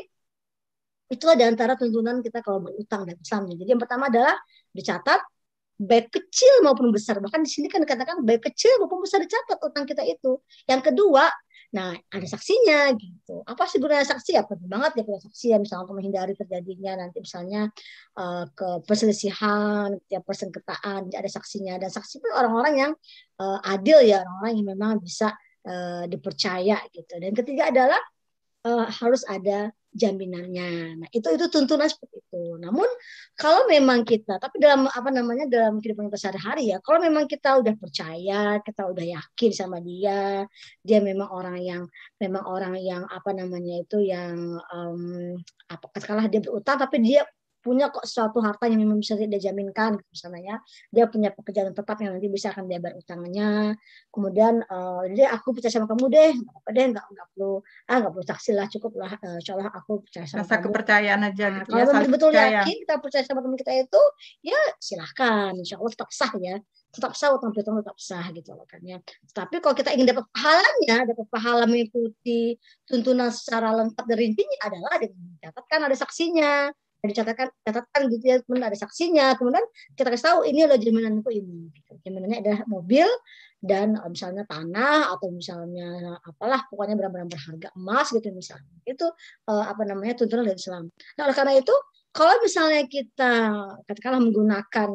[SPEAKER 3] itu ada antara tuntunan kita kalau berutang dan Islamnya. Jadi yang pertama adalah dicatat, baik kecil maupun besar. Bahkan di sini kan dikatakan baik kecil maupun besar dicatat utang kita itu. Yang kedua, nah ada saksinya gitu. Apa sih gunanya saksi? Ya penting banget ya punya saksi ya, misalnya untuk menghindari terjadinya nanti misalnya uh, ke perselisihan, ya persengketaan, ada saksinya. Dan saksi pun orang-orang yang uh, adil ya, orang-orang yang memang bisa uh, dipercaya gitu. Dan ketiga adalah uh, harus ada jaminannya. Nah, itu itu tuntunan seperti itu. Namun kalau memang kita, tapi dalam apa namanya dalam kehidupan kita sehari-hari ya, kalau memang kita udah percaya, kita udah yakin sama dia, dia memang orang yang memang orang yang apa namanya itu yang um, apa katakanlah dia berutang tapi dia punya kok suatu harta yang memang bisa dia jaminkan misalnya ya, dia punya pekerjaan tetap yang nanti bisa akan dia bayar utangnya, kemudian uh, jadi aku percaya sama kamu deh, nggak apa deh, nggak nggak perlu ah nggak perlu saksi lah, cukup lah, uh, insya Allah aku percaya sama
[SPEAKER 1] rasa
[SPEAKER 3] kamu.
[SPEAKER 1] kepercayaan aja
[SPEAKER 3] Nah,
[SPEAKER 1] gitu
[SPEAKER 3] kalau
[SPEAKER 1] ya,
[SPEAKER 3] betul-betul yakin kita percaya sama teman kita itu, ya silahkan, insya Allah tetap sah ya, tetap sah utang piutang tetap sah gitu loh kan ya. Tapi kalau kita ingin dapat pahalanya, dapat pahala mengikuti tuntunan secara lengkap dan rincinya adalah dengan mencatatkan ada saksinya. Dicatatkan, catatkan gitu ya, kemudian ada saksinya, kemudian kita kasih tahu ini loh jaminan itu ini, gitu. Jaminannya adalah mobil dan misalnya tanah atau misalnya apalah, pokoknya barang-barang berharga, emas gitu misalnya, itu uh, apa namanya tuntunan dari Islam. Nah oleh karena itu kalau misalnya kita katakanlah menggunakan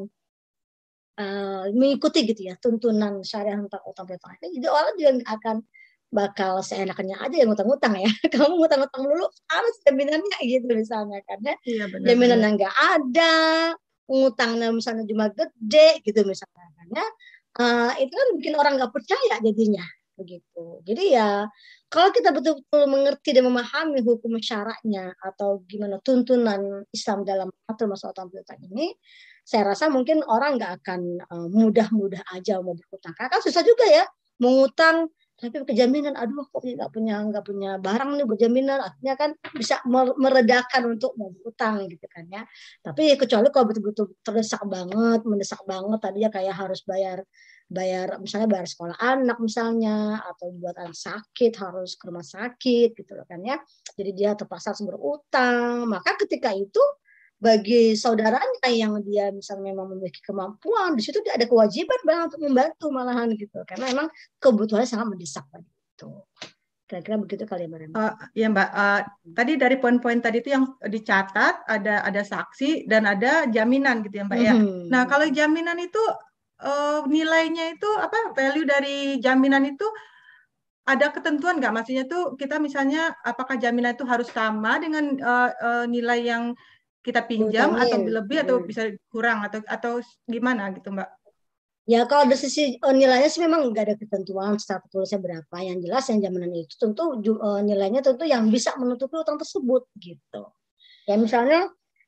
[SPEAKER 3] uh, mengikuti gitu ya tuntunan syariah tentang utang piutang ini, jadi orang juga akan bakal seenaknya aja yang ngutang-ngutang ya. Kamu ngutang-ngutang dulu harus jaminannya gitu misalnya, karena iya, jaminan yang nggak ada, ngutangnya misalnya cuma gede gitu misalnya, karena uh, itu kan bikin orang nggak percaya jadinya begitu. Jadi ya kalau kita betul-betul mengerti dan memahami hukum syaraknya atau gimana tuntunan Islam dalam atur masalah utang piutang ini, saya rasa mungkin orang nggak akan uh, mudah-mudah aja mau berhutang. Karena kan susah juga ya mengutang tapi kejaminan, aduh kok nggak punya nggak punya barang nih berjaminan, artinya kan bisa meredakan untuk mau berutang gitu kan ya. Tapi kecuali kalau betul-betul terdesak banget, mendesak banget, tadinya kayak harus bayar bayar misalnya bayar sekolah anak misalnya, atau buat anak sakit harus ke rumah sakit gitu loh kan ya. Jadi dia terpaksa harus berutang, maka ketika itu bagi saudaranya yang dia misalnya memang memiliki kemampuan, di situ dia ada kewajiban banget untuk membantu malahan gitu, karena memang kebutuhannya sangat mendesak gitu. Kira-kira begitu kali ya Mbak.
[SPEAKER 1] Uh, ya Mbak, uh, tadi dari poin-poin tadi itu yang dicatat ada ada saksi dan ada jaminan gitu ya Mbak ya. Mm-hmm. Nah kalau jaminan itu uh, nilainya itu apa, value dari jaminan itu ada ketentuan nggak? Maksudnya tuh kita misalnya apakah jaminan itu harus sama dengan uh, uh, nilai yang kita pinjam atau
[SPEAKER 3] Diutangin.
[SPEAKER 1] lebih atau
[SPEAKER 3] Hmm.
[SPEAKER 1] bisa kurang atau atau gimana gitu Mbak?
[SPEAKER 3] Ya kalau dari sisi uh, nilainya sih memang nggak ada ketentuan secara tertulisnya berapa. Yang jelas yang jaminan itu tentu uh, nilainya tentu yang bisa menutupi utang tersebut gitu. Ya misalnya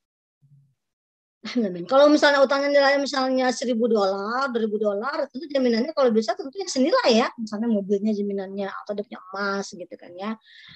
[SPEAKER 3] kalau misalnya utangnya nilainya misalnya seribu dolar, dua ribu dolar, tentu jaminannya kalau bisa tentu yang senilai ya. Misalnya mobilnya jaminannya atau dia punya emas gitu kan ya.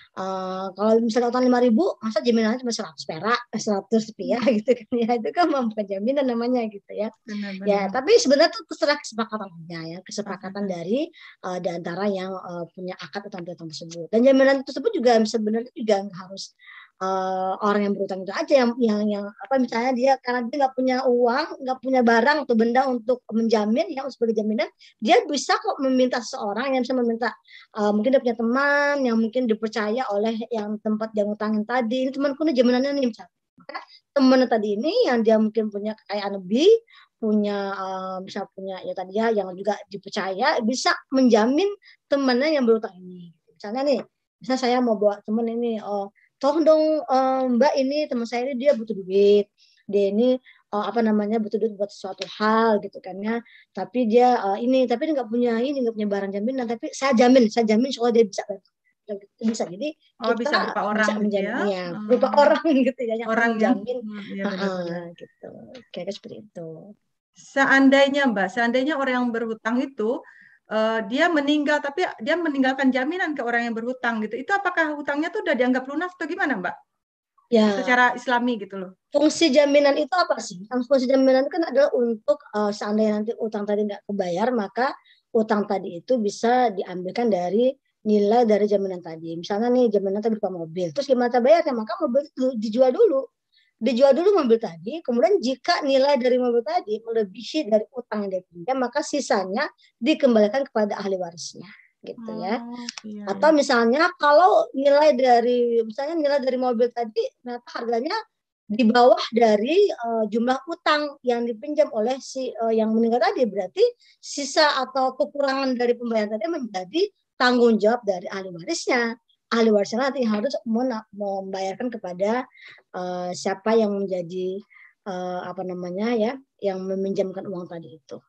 [SPEAKER 3] Uh, kalau misalnya utang lima ribu, masa jaminannya cuma seratus perak, seratus rupiah gitu kan ya. Itu kan bukan jaminan namanya gitu ya.
[SPEAKER 1] Benar-benar.
[SPEAKER 3] Ya, tapi sebenarnya itu terserah kesepakatan aja ya, kesepakatan
[SPEAKER 1] Oke.
[SPEAKER 3] dari uh, di antara yang uh, punya akad utang piutang tersebut. Dan jaminan tersebut juga sebenarnya juga nggak harus uh, orang yang berutang itu aja yang yang yang apa misalnya dia karena dia nggak punya uang, nggak punya barang atau benda untuk menjamin ya sebagai jaminan, dia bisa kok meminta seseorang yang bisa meminta uh, mungkin dia punya teman yang mungkin dipercaya oleh yang tempat dia ngutangin tadi. Ini temanku nih jaminannya nih misalnya. Maka teman tadi ini yang dia mungkin punya kekayaan lebih, punya uh, bisa punya ya tadi ya yang juga dipercaya bisa menjamin temannya yang berutang ini. Misalnya nih, misalnya saya mau bawa teman ini, oh tolong dong uh, Mbak ini teman saya ini dia butuh duit, dia ini uh, apa namanya butuh duit buat sesuatu hal gitu kan ya. Tapi dia uh, ini tapi dia nggak punya ini nggak punya barang jaminan, tapi saya jamin, saya jamin soal dia bisa bisa jadi
[SPEAKER 1] Oh,
[SPEAKER 3] kita
[SPEAKER 1] bisa berupa orang
[SPEAKER 3] bisa
[SPEAKER 1] gitu
[SPEAKER 3] menjamin
[SPEAKER 1] ya?
[SPEAKER 3] ya
[SPEAKER 1] Hmm.
[SPEAKER 3] berupa orang gitu ya yang
[SPEAKER 1] Orang yang
[SPEAKER 3] menjamin
[SPEAKER 1] hmm, ya
[SPEAKER 3] uh,
[SPEAKER 1] benar-benar.
[SPEAKER 3] gitu kayak seperti itu.
[SPEAKER 1] Seandainya Mbak, seandainya orang yang berhutang itu uh, dia meninggal tapi dia meninggalkan jaminan ke orang yang berhutang gitu. Itu apakah hutangnya tuh udah dianggap lunas atau gimana Mbak?
[SPEAKER 3] Ya.
[SPEAKER 1] Secara Islami gitu loh.
[SPEAKER 3] Fungsi jaminan itu apa sih? Fungsi jaminan itu kan adalah untuk uh, seandainya nanti utang tadi nggak kebayar, maka utang tadi itu bisa diambilkan dari nilai dari jaminan tadi. Misalnya nih jaminan tadi berupa mobil, terus gimana bayarnya? Maka mobil itu dijual dulu. Dijual dulu mobil tadi, kemudian jika nilai dari mobil tadi melebihi dari utang yang dia pinjam, maka sisanya dikembalikan kepada ahli warisnya, gitu ya.
[SPEAKER 1] Oh, iya,
[SPEAKER 3] Atau
[SPEAKER 1] iya.
[SPEAKER 3] misalnya kalau nilai dari misalnya nilai dari mobil tadi ternyata harganya di bawah dari uh, jumlah utang yang dipinjam oleh si uh, yang meninggal tadi, berarti sisa atau kekurangan dari pembayaran tadi menjadi tanggung jawab dari ahli warisnya. Ahli warisnya nanti harus membayarkan kepada uh, siapa yang menjadi uh, apa namanya ya, yang meminjamkan uang tadi itu.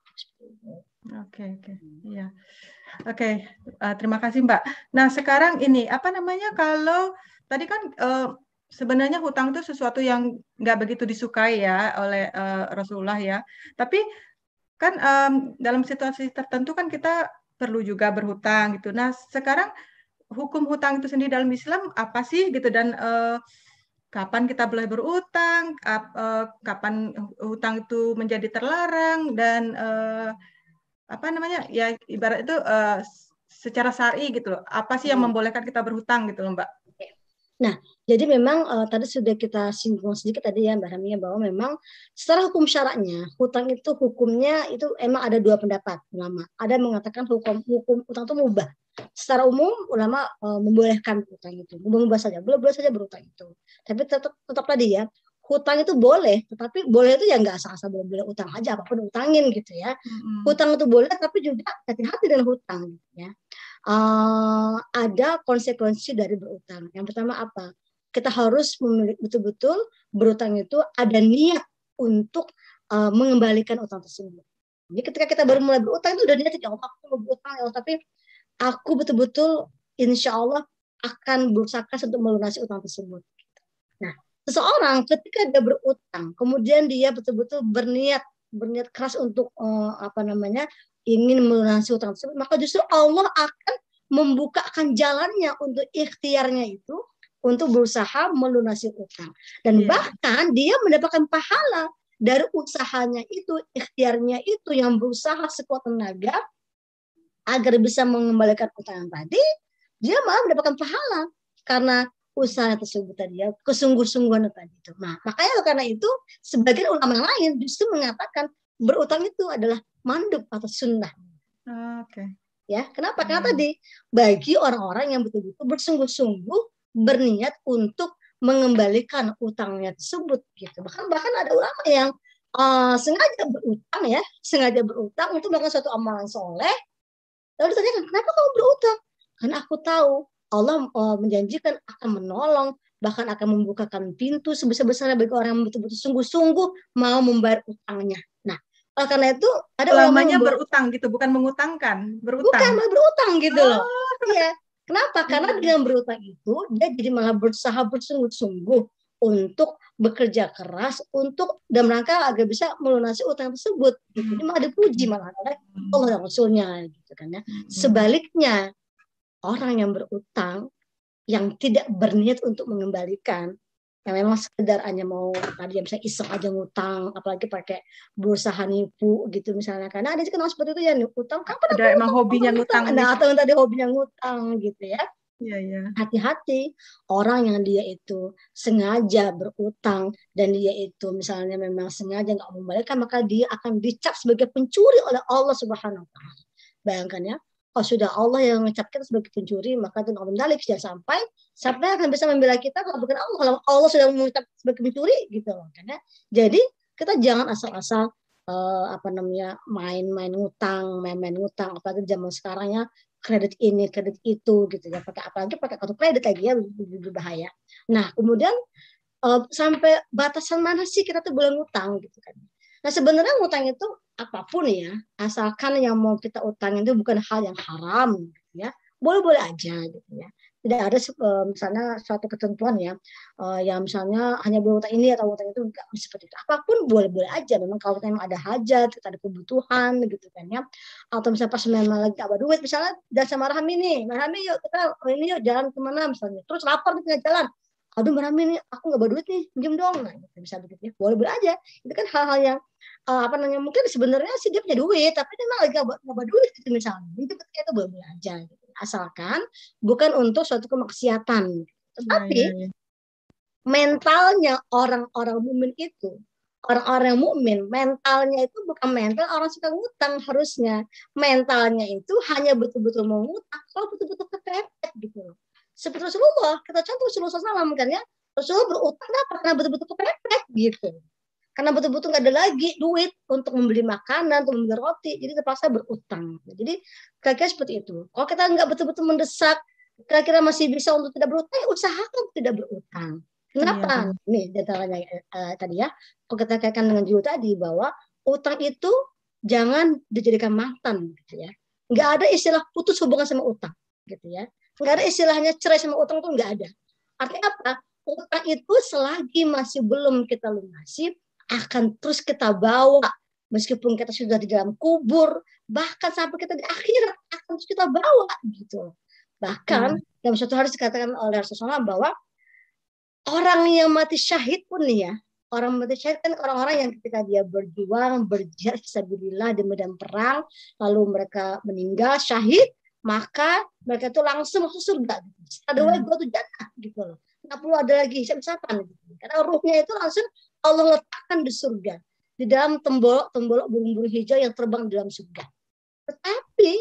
[SPEAKER 1] Oke, oke, iya. Oke, uh, terima kasih Mbak. Nah sekarang ini apa namanya kalau tadi kan uh, sebenarnya hutang itu sesuatu yang nggak begitu disukai ya oleh uh, Rasulullah ya. Tapi kan um, dalam situasi tertentu kan kita perlu juga berhutang gitu. Nah sekarang hukum hutang itu sendiri dalam Islam apa sih gitu dan uh, kapan kita boleh berutang, ap, uh, kapan hutang itu menjadi terlarang dan uh, apa namanya ya ibarat itu uh, secara syar'i gitu loh. Apa sih yang membolehkan kita berhutang gitu loh Mbak?
[SPEAKER 3] Nah, jadi memang uh, tadi sudah kita singgung sedikit tadi ya Mbak Hamia bahwa memang secara hukum syaraknya hutang itu hukumnya itu emang ada dua pendapat ulama. Ada yang mengatakan hukum hukum hutang itu mubah. Secara umum ulama uh, membolehkan hutang itu, mubah saja, boleh boleh saja berhutang itu. Tapi tetap tetap tadi ya hutang itu boleh, tetapi boleh itu ya nggak asal-asal boleh boleh utang aja apapun utangin gitu ya. Mm-hmm. Hutang itu boleh, tapi juga hati-hati dengan hutang gitu ya. Uh, ada konsekuensi dari berutang. Yang pertama apa? Kita harus memiliki betul-betul berutang itu ada niat untuk uh, mengembalikan utang tersebut. Jadi ketika kita baru mulai berutang itu udah niat, ya Allah aku mau berutang ya Allah, tapi aku betul-betul insya Allah akan berusaha untuk melunasi utang tersebut. Nah, seseorang ketika dia berutang, kemudian dia betul-betul berniat berniat keras untuk uh, apa namanya ingin melunasi utang tersebut, maka justru Allah akan membukakan jalannya untuk ikhtiarnya itu untuk berusaha melunasi utang. Dan yeah. bahkan dia mendapatkan pahala dari usahanya itu, ikhtiarnya itu yang berusaha sekuat tenaga agar bisa mengembalikan utang yang tadi, dia malah mendapatkan pahala karena usaha tersebut tadi ya, kesungguh-sungguhan tadi itu. Nah, makanya karena itu sebagian ulama lain justru mengatakan berutang itu adalah mandub atau sunnah.
[SPEAKER 1] Oke. Okay.
[SPEAKER 3] Ya, kenapa? Karena hmm. tadi bagi orang-orang yang betul-betul bersungguh-sungguh berniat untuk mengembalikan utangnya tersebut gitu. Bahkan bahkan ada ulama yang uh, sengaja berutang ya, sengaja berutang untuk melakukan suatu amalan soleh. Lalu ditanyakan, kenapa kamu berutang? Karena aku tahu Allah uh, menjanjikan akan menolong, bahkan akan membukakan pintu sebesar-besarnya bagi orang yang betul-betul sungguh-sungguh mau membayar utangnya. Nah, oleh karena itu ada ulama
[SPEAKER 1] Selamanya
[SPEAKER 3] membuat,
[SPEAKER 1] berutang gitu, bukan mengutangkan,
[SPEAKER 3] bukan
[SPEAKER 1] berutang.
[SPEAKER 3] malah berutang gitu loh.
[SPEAKER 1] Oh.
[SPEAKER 3] Iya. Kenapa? Karena
[SPEAKER 1] Iya.
[SPEAKER 3] dengan berutang itu dia jadi malah berusaha bersungguh-sungguh untuk bekerja keras untuk dalam rangka agar bisa melunasi utang tersebut. Gitu. Jadi malah dipuji malah oleh Allah dan Rasulnya gitu kan ya. Sebaliknya orang yang berutang yang tidak berniat untuk mengembalikan, yang memang sekedar hanya mau tadi yang misalnya iseng aja ngutang, apalagi pakai berusaha nipu gitu misalnya, karena ada kenal seperti itu ya, utang kapan
[SPEAKER 1] ada emang hobinya ngutang.
[SPEAKER 3] Nah, atau yang tadi hobinya ngutang gitu ya.
[SPEAKER 1] Iya, iya.
[SPEAKER 3] Hati-hati orang yang dia itu sengaja berutang dan dia itu misalnya memang sengaja nggak membalikkan, maka dia akan dicap sebagai pencuri oleh Allah Subhanahu wa taala. Bayangkan ya, kalau sudah Allah yang ngecap kita sebagai pencuri, maka itu nggak mendalik jangan sampai sampai akan bisa membela kita kalau bukan Allah, kalau Allah sudah mengucap sebagai pencuri gitu loh. Karena jadi kita jangan asal-asal uh, apa namanya main-main ngutang, main-main ngutang, apalagi zaman sekarang ya kredit ini, kredit itu gitu ya, pakai apalagi pakai kartu kredit lagi ya, berbahaya. Nah, kemudian uh, sampai batasan mana sih kita tuh boleh ngutang gitu kan. Nah, sebenarnya ngutang itu apapun ya, asalkan yang mau kita utangin itu bukan hal yang haram gitu ya. Boleh-boleh aja gitu ya. Tidak ada uh, misalnya suatu ketentuan ya, uh, yang misalnya hanya boleh utang ini atau utang itu, enggak seperti itu. Apapun boleh-boleh aja. Memang kalau memang ada hajat, kita ada kebutuhan gitu kan ya. Atau misalnya pas memang lagi ada duit, misalnya dan sama Rahmi nih, Rahmi yuk kita ini yuk jalan kemana misalnya. Terus lapar di tengah jalan. Aduh Rahmi nih, aku nggak bawa duit nih, pinjam dong. Nah, bisa begitu ya. Boleh-boleh aja. Itu kan hal-hal yang uh, apa namanya mungkin sebenarnya sih dia punya duit, tapi dia malah lagi nggak bawa duit gitu misalnya. Itu itu boleh-boleh aja. Gitu. Asalkan bukan untuk suatu kemaksiatan. Tetapi ya, ya, ya. mentalnya orang-orang mukmin itu, orang-orang mukmin, mentalnya itu bukan mental orang suka ngutang harusnya. Mentalnya itu hanya betul-betul mau ngutang kalau betul-betul kepepet gitu loh. Seperti Rasulullah, kita contoh Rasulullah shallallahu alaihi wasallam kan ya, Rasulullah berutang apa? Karena betul-betul kepepet gitu. Karena betul-betul nggak ada lagi duit untuk membeli makanan, untuk membeli roti, jadi terpaksa berutang. Jadi kira-kira seperti itu. Kalau kita nggak betul-betul mendesak, kira-kira masih bisa untuk tidak berutang, usahakan tidak berutang. Kenapa? Iya, nih datanya uh, tadi ya, kalau kita kaitkan dengan judul tadi bahwa utang itu jangan dijadikan mantan, gitu ya. Nggak ada istilah putus hubungan sama utang, gitu ya. Nggak ada istilahnya cerai sama utang tuh nggak ada. Artinya apa? Utang itu selagi masih belum kita lunasi, akan terus kita bawa meskipun kita sudah di dalam kubur, bahkan sampai kita di akhirat akan terus kita bawa gitu. Bahkan hmm. dalam suatu hari dikatakan oleh Rasulullah bahwa orang yang mati syahid pun nih ya, orang mati syahid kan orang-orang yang ketika dia berjuang, berjihad fisabilillah di medan perang, lalu mereka meninggal syahid, maka mereka itu langsung masuk surga. Ada hmm. gue tuh jannah gitu loh. Nggak perlu ada lagi hisab-hisaban gitu. Karena ruhnya itu langsung Allah letakkan di surga, di dalam tembolok-tembolok burung-burung hijau yang terbang di dalam surga. Tetapi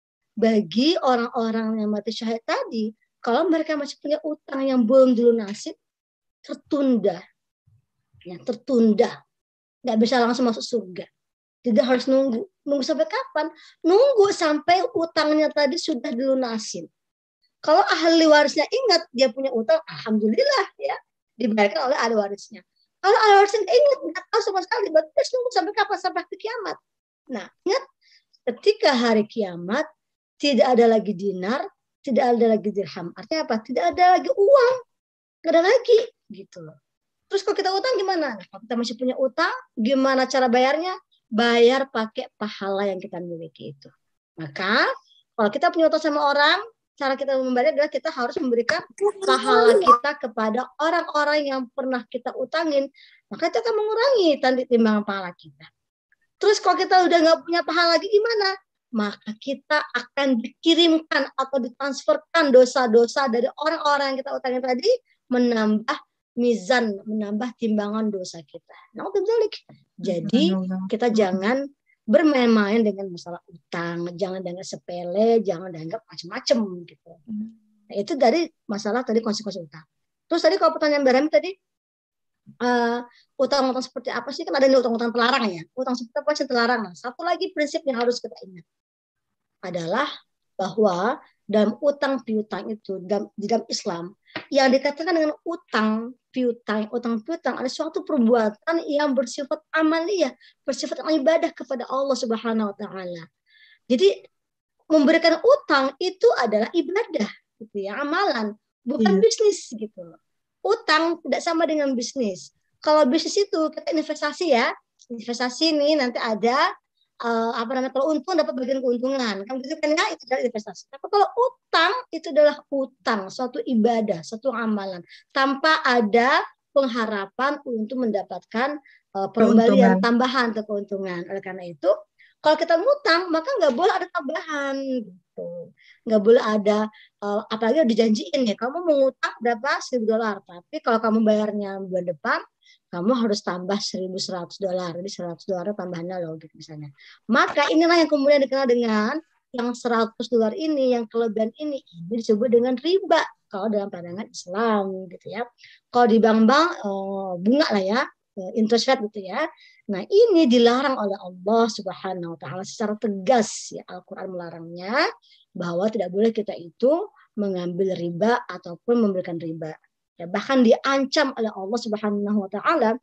[SPEAKER 3] bagi orang-orang yang mati syahid tadi, kalau mereka masih punya utang yang belum dilunasi, tertunda, ya tertunda, nggak bisa langsung masuk surga. Tidak harus nunggu, nunggu sampai kapan? Nunggu sampai utangnya tadi sudah dilunasin. Kalau ahli warisnya ingat dia punya utang, alhamdulillah ya dibayarkan oleh ahli warisnya. Kalau ahli warisnya ingat nggak tahu sama sekali, berarti dia nunggu sampai kapan? Sampai hari kiamat. Nah, ingat ketika hari kiamat tidak ada lagi dinar, tidak ada lagi dirham. Artinya apa? Tidak ada lagi uang, nggak ada lagi gitu loh. Terus kalau kita utang gimana? Nah, kalau kita masih punya utang, gimana cara bayarnya? Bayar pakai pahala yang kita miliki itu. Maka kalau kita punya utang sama orang, cara kita membayar adalah kita harus memberikan pahala kita kepada orang-orang yang pernah kita utangin. Maka itu akan mengurangi timbangan pahala kita. Terus kalau kita udah nggak punya pahala lagi gimana? Maka kita akan dikirimkan atau ditransferkan dosa-dosa dari orang-orang yang kita utangin tadi, menambah mizan, menambah timbangan dosa kita. Nah, jadi kita jangan bermain-main dengan masalah utang, jangan dianggap sepele, jangan dianggap macam-macam gitu. Nah, itu dari masalah tadi konsekuensi utang. Terus tadi kalau pertanyaan Mbak Rami tadi, uh, utang-utang seperti apa sih? Kan ada utang-utang terlarang ya. Utang seperti apa sih terlarang? Nah, satu lagi prinsip yang harus kita ingat adalah bahwa dalam utang piutang itu dalam, di dalam Islam yang dikatakan dengan utang piutang, utang piutang ada suatu perbuatan yang bersifat amaliyah, bersifat ibadah kepada Allah Subhanahu wa taala. Jadi memberikan utang itu adalah ibadah gitu ya, amalan, bukan
[SPEAKER 1] Iya.
[SPEAKER 3] bisnis gitu loh. Utang tidak sama dengan bisnis. Kalau bisnis itu kita investasi ya, investasi nih nanti ada uh, apa namanya, kalau untung dapat bagian keuntungan, kan gitu kan ya, itu adalah investasi. Tapi kalau utang itu adalah utang, suatu ibadah, suatu amalan tanpa ada pengharapan untuk mendapatkan uh, pengembalian
[SPEAKER 1] Keuntungan.
[SPEAKER 3] tambahan atau keuntungan. Oleh karena itu, kalau kita ngutang maka nggak boleh ada tambahan gitu, nggak boleh ada uh, apalagi udah dijanjiin ya kamu mengutang berapa seribu dolar, tapi kalau kamu bayarnya bulan depan kamu harus tambah seribu seratus dolar, jadi seratus dolar tambahannya loh gitu misalnya. Maka inilah yang kemudian dikenal dengan yang seratus dolar ini, yang kelebihan ini, ini disebut dengan riba kalau dalam pandangan Islam gitu ya. Kalau di bank-bank uh, bunga lah ya, interest rate gitu ya. Nah, ini dilarang oleh Allah Subhanahu wa taala secara tegas ya, Al-Qur'an melarangnya bahwa tidak boleh kita itu mengambil riba ataupun memberikan riba. Ya, bahkan diancam oleh Allah Subhanahu wa taala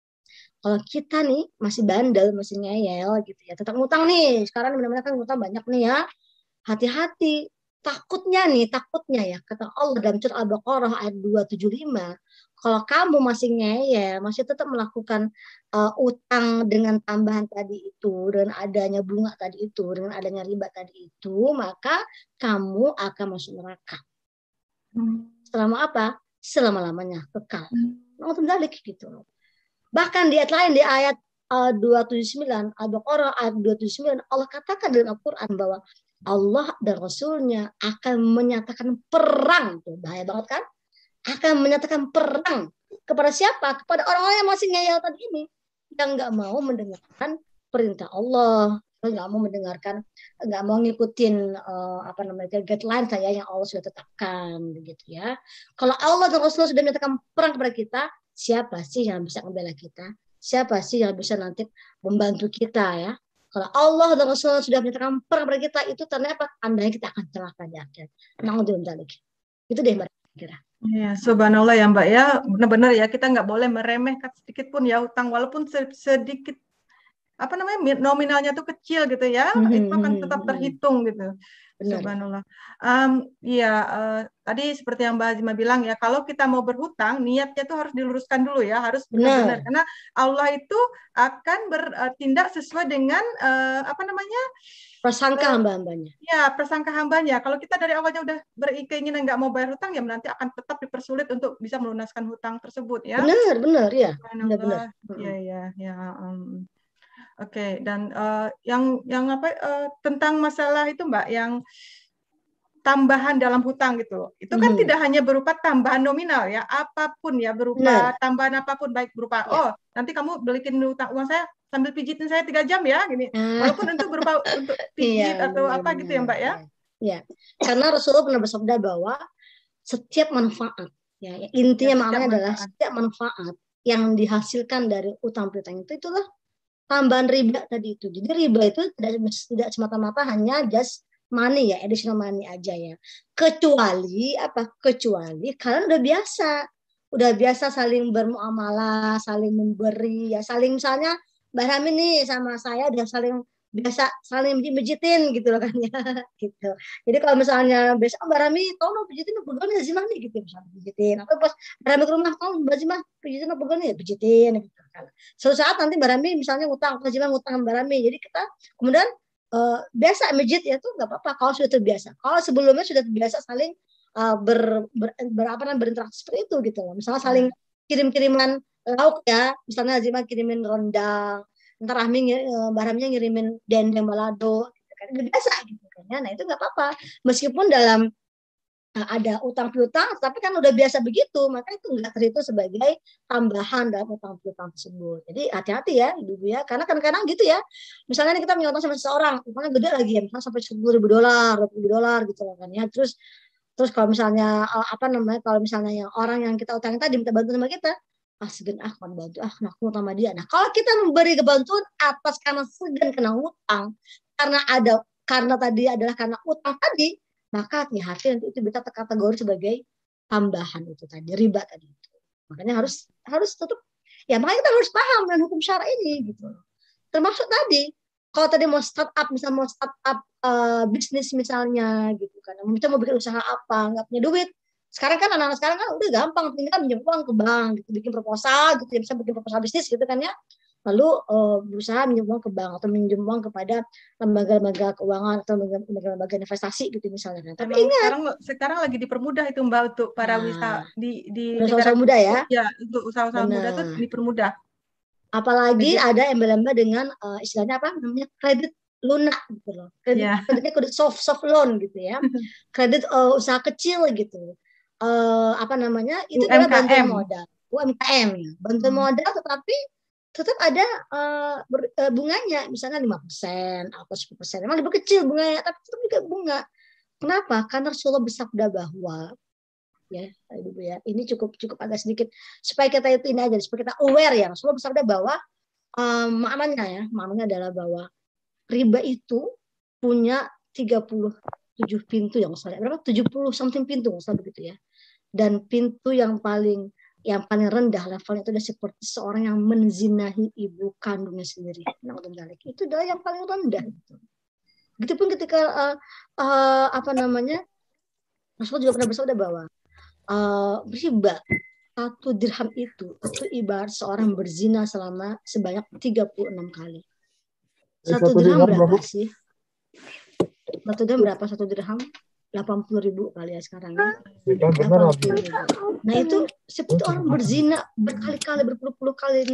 [SPEAKER 3] kalau kita nih masih bandel, masih ngeyel gitu ya, tetap ngutang nih. Sekarang benar-benar kan ngutang banyak nih ya. Hati-hati. Takutnya nih, takutnya ya, kata Allah dalam surah Al-Baqarah ayat dua ratus tujuh puluh lima, kalau kamu masih ngeyel, masih tetap melakukan uh, utang dengan tambahan tadi itu, dengan adanya bunga tadi itu, dengan adanya riba tadi itu, maka kamu akan masuk neraka. Hmm. Selama apa? Selama-lamanya, kekal. Nah, terbalik gitu. Bahkan di ayat lain, di ayat uh, dua ratus tujuh puluh sembilan, Al-Baqarah ayat dua ratus tujuh puluh sembilan, Allah katakan dalam Al-Quran bahwa Allah dan Rasulnya akan menyatakan perang. Tuh, bahaya banget kan? Akan menyatakan perang kepada siapa? Kepada orang-orang yang masih ngeyel tadi ini, yang nggak mau mendengarkan perintah Allah, nggak mau mendengarkan, nggak mau ngikutin uh, apa namanya guideline saya yang Allah sudah tetapkan, begitu ya. Kalau Allah dan Rasul sudah menyatakan perang kepada kita, siapa sih yang bisa membela kita? Siapa sih yang bisa nanti membantu kita ya? Kalau Allah dan Rasul sudah menyatakan perang kepada kita, itu tanda apa? Tandanya kita akan celaka di akhirat. Nah, itu deh Mbak kira.
[SPEAKER 1] Ya, subhanallah ya Mbak ya, benar-benar ya kita nggak boleh meremehkan sedikit pun ya hutang, walaupun sedikit apa namanya nominalnya tuh kecil gitu ya, hmm, itu akan tetap terhitung gitu. Benar. Subhanallah. Um, ya uh, tadi seperti yang Mbak Azima bilang ya, kalau kita mau berhutang niatnya tuh harus diluruskan dulu ya, harus benar-benar, karena Allah itu akan bertindak sesuai dengan uh, apa namanya
[SPEAKER 3] prasangka hamba-hambanya.
[SPEAKER 1] Ya, prasangka hambanya. Kalau kita dari awalnya udah berkeinginan nggak mau bayar hutang, ya nanti akan tetap dipersulit untuk bisa melunaskan hutang tersebut ya.
[SPEAKER 3] Benar, benar ya. Benar-benar.
[SPEAKER 1] Iya, iya, ya. Um, Oke, okay. Dan uh, yang yang apa uh, tentang masalah itu Mbak, yang tambahan dalam hutang gitu. Itu kan hmm. tidak hanya berupa tambahan nominal ya, apapun ya, berupa benar. Tambahan apapun, baik berupa ya. Oh, nanti kamu belikin utang uang saya sambil pijitin saya tiga jam ya, gini. Walaupun itu berupa untuk pijit ya, atau benar, apa gitu ya Mbak ya.
[SPEAKER 3] Ya, karena Rasulullah pernah bersabda bahwa setiap manfaat, ya, intinya ya, maknanya manfaat. adalah setiap manfaat yang dihasilkan dari utang piutang itu itulah tambahan riba tadi itu. Jadi riba itu tidak tidak semata-mata hanya just money ya, additional money aja ya. Kecuali apa? Kecuali kalian udah biasa, udah biasa saling bermuamalah, saling memberi ya, saling misalnya Mbak Rami nih sama saya udah saling biasa saling pijitin gitu loh kan ya, gitu. Jadi kalau misalnya besok Mbak Rami kamu mau pijitin apa pegel nih Zima nih gitu, misalnya pijitin. Atau pas Mbak Rami ke rumah kamu Mbak Zima pijitin apa pegel nih, pijitin gitu. Suatu saat nanti Mbak Rami misalnya ngutang, Mbak Zima ngutang Mbak Rami. Jadi kita kemudian uh, biasa mijit ya tuh nggak apa-apa kalau sudah terbiasa. Kalau sebelumnya sudah terbiasa saling uh, ber, ber, ber apa namanya berinteraksi seperti itu gitu loh. Misalnya saling kirim-kiriman lauk ya, misalnya Zima kirimin rendang, ntar Rahmi Mbak Rami ngirimin dendeng balado gitu kan, udah biasa gitu kan ya. Nah itu nggak apa-apa meskipun dalam uh, ada utang piutang, tapi kan udah biasa begitu, maka itu nggak terhitung sebagai tambahan dalam utang piutang tersebut. Jadi hati-hati ya ibu ya, karena kadang-kadang gitu ya, misalnya kita punya utang sama seseorang, utangnya gede lagi ya, misalnya sampai sepuluh ribu dolar, dua puluh ribu dolar gitu loh kan ya. Terus terus kalau misalnya uh, apa namanya kalau misalnya yang orang yang kita utangin tadi minta bantuan sama kita, ah segan ah kan bantu ah aku sama dia. Nah kalau kita memberi kebantuan atas karena segan kena utang, karena ada karena tadi adalah karena utang tadi, maka hati-hati nanti itu bisa terkategori sebagai tambahan itu tadi, riba tadi itu. Makanya harus harus tetap ya, makanya kita harus paham dengan hukum syara ini gitu. Termasuk tadi kalau tadi mau startup, misalnya mau startup uh, bisnis misalnya gitu kan, kita mau bikin usaha apa, nggak punya duit. Sekarang kan anak-anak sekarang kan udah gampang, tinggal minjem uang ke bank, gitu, bikin proposal, gitu ya, bisa bikin proposal bisnis gitu kan ya. Lalu uh, berusaha minjem uang ke bank atau minjem uang kepada lembaga-lembaga keuangan atau lembaga-lembaga investasi gitu misalnya kan. Tapi
[SPEAKER 1] Emang
[SPEAKER 3] ingat,
[SPEAKER 1] sekarang sekarang lagi dipermudah itu Mbak untuk para
[SPEAKER 3] nah,
[SPEAKER 1] wisata di di
[SPEAKER 3] usaha-usaha
[SPEAKER 1] negara
[SPEAKER 3] muda ya.
[SPEAKER 1] ya, untuk usaha-usaha muda itu dipermudah.
[SPEAKER 3] Apalagi
[SPEAKER 1] Jadi,
[SPEAKER 3] ada embel-embel dengan uh, istilahnya apa namanya kredit lunak gitu loh. Kredit,
[SPEAKER 1] ya.
[SPEAKER 3] Kreditnya kredit soft soft loan gitu ya. Kredit uh, usaha kecil gitu. Uh, apa namanya? Itu
[SPEAKER 1] U M K M.
[SPEAKER 3] adalah bantuan modal. U M K M ya. Bantuan hmm. modal tetapi tetap ada uh, ber, uh, bunganya, misalnya lima persen atau sepuluh persen. Memang lebih kecil bunganya, tapi tetap juga bunga. Kenapa? Karena Rasulullah bersabda bahwa ya Ibu ya, ini cukup cukup agak sedikit supaya kita itu ini aja, supaya kita aware ya. Rasulullah bersabda bahwa um, maknanya ya, maknanya adalah bahwa riba itu punya tiga puluh tujuh pintu yang salah, berapa? tujuh puluh something pintu salah begitu ya. Dan pintu yang paling yang paling rendah levelnya itu adalah seperti seorang yang menzinahi ibu kandungnya sendiri. Nah, itu adalah yang paling rendah. Begitupun ketika uh, uh, apa namanya, Rasulullah juga pernah bersabda bahwa Uh, riba satu dirham itu itu ibarat seorang berzina selama sebanyak tiga puluh enam kali. Satu dirham berapa sih? Satu dirham berapa? Satu dirham delapan puluh ribu kali ya sekarang ya. delapan puluh ribu. Nah itu seperti orang berzina berkali-kali, berpuluh-puluh kali.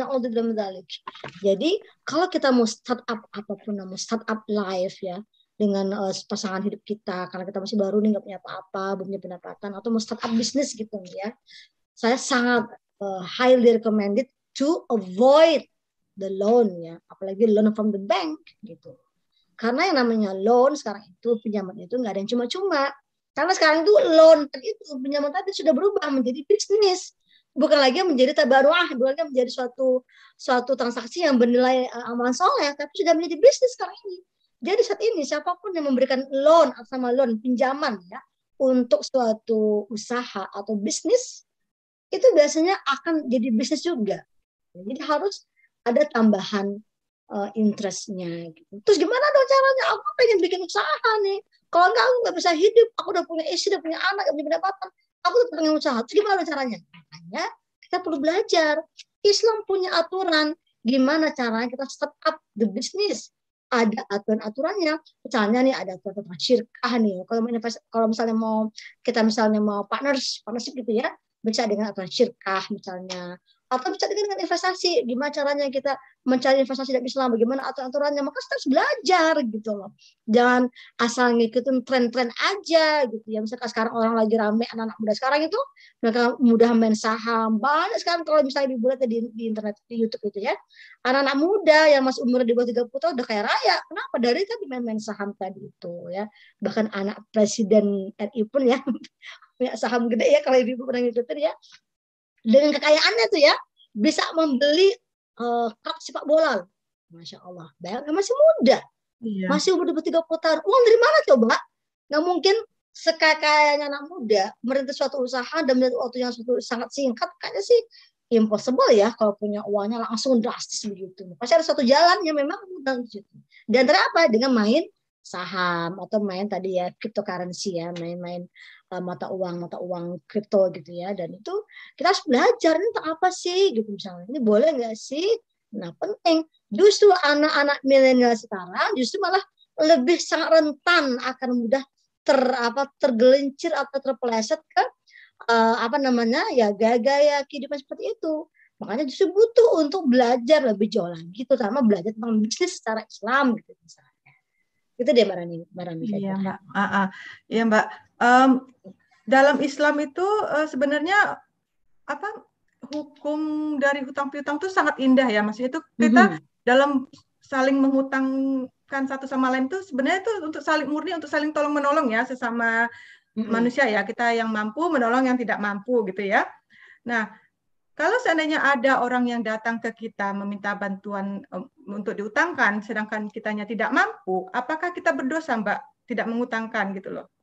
[SPEAKER 3] Jadi kalau kita mau startup apapun, mau startup life ya, dengan uh, pasangan hidup kita, karena kita masih baru nih, nggak punya apa-apa, belum punya pendapatan, atau mau start up bisnis gitu ya, saya sangat uh, highly recommended to avoid the loan ya, apalagi loan from the bank gitu. Karena yang namanya loan sekarang itu, pinjaman itu nggak ada yang cuma-cuma. Karena sekarang itu loan itu pinjaman tadi sudah berubah menjadi bisnis, bukan lagi menjadi tabaruah, bukan lagi menjadi suatu suatu transaksi yang bernilai uh, amalan soleh, tapi sudah menjadi bisnis sekarang ini. Jadi saat ini siapapun yang memberikan loan sama loan pinjaman ya untuk suatu usaha atau bisnis itu biasanya akan jadi bisnis juga. Jadi harus ada tambahan uh, interestnya. Gitu. Terus gimana dong caranya? Aku pengen bikin usaha nih. Kalau enggak aku nggak bisa hidup. Aku udah punya istri, udah punya anak, udah punya pendapatan. Aku tuh pengen usaha. Terus gimana caranya? Makanya kita perlu belajar. Islam punya aturan gimana caranya kita start up the business. Ada aturan-aturannya, misalnya nih ada aturan tentang syirkah nih. Kalau kalau misalnya mau kita misalnya mau partners, partnership gitu ya, bisa dengan aturan syirkah misalnya, atau bisa dengan investasi. Gimana caranya kita mencari investasi dalam Islam? Bagaimana aturan-aturannya? Maka kita harus belajar gitu loh. Jangan asal ngikutin tren-tren aja gitu ya. Misalkan sekarang orang lagi rame anak-anak muda sekarang itu mereka mudah main saham. Banyak sekarang kalau misalnya dibuat di, di internet, di YouTube gitu ya. Anak-anak muda yang masih umur di bawah tiga puluh tahun udah kaya raya. Kenapa? Dari tadi main-main saham tadi itu ya. Bahkan anak presiden R I pun ya punya saham gede ya, kalau ibu pernah ngikutin ya. Dengan kekayaannya tuh ya bisa membeli uh, klub sepak bola. Masya Allah. Bayangkan masih muda. Iya. Masih umur di bawah tiga puluh tahun. Uang dari mana coba? Nggak mungkin sekaya-kayanya anak muda merintis suatu usaha dan melihat waktu yang sangat singkat. Kayaknya sih impossible ya kalau punya uangnya langsung drastis begitu. Pasti ada satu jalan yang memang mudah gitu. Dan terapa? Dengan main saham atau main tadi ya cryptocurrency ya, main-main uh, mata uang mata uang kripto gitu ya. Dan itu kita harus belajar ini tentang apa sih gitu misalnya. Ini boleh nggak sih? Nah penting. Justru anak-anak milenial sekarang justru malah lebih sangat rentan akan mudah ter apa tergelincir atau terpeleset ke uh, apa namanya ya gaya-gaya kehidupan seperti itu. Makanya justru butuh untuk belajar lebih jauh lagi, terutama belajar tentang bisnis secara Islam gitu misalnya. Itu dia Mbak Rani. Mbak Rani
[SPEAKER 1] iya Mbak. Uh, uh. Iya Mbak. Um, dalam Islam itu uh, sebenarnya apa hukum dari hutang piutang itu sangat indah ya. Maksudnya itu kita mm-hmm. dalam saling menghutangkan satu sama lain itu sebenarnya itu untuk saling murni untuk saling tolong menolong ya sesama mm-hmm. manusia ya. Kita yang mampu menolong yang tidak mampu gitu ya. Nah, kalau seandainya ada orang yang datang ke kita meminta bantuan um, untuk diutangkan, sedangkan kitanya tidak mampu, apakah kita berdosa, Mbak, tidak mengutangkan gitu loh?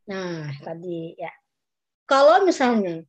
[SPEAKER 3] Nah, tadi ya. Kalau misalnya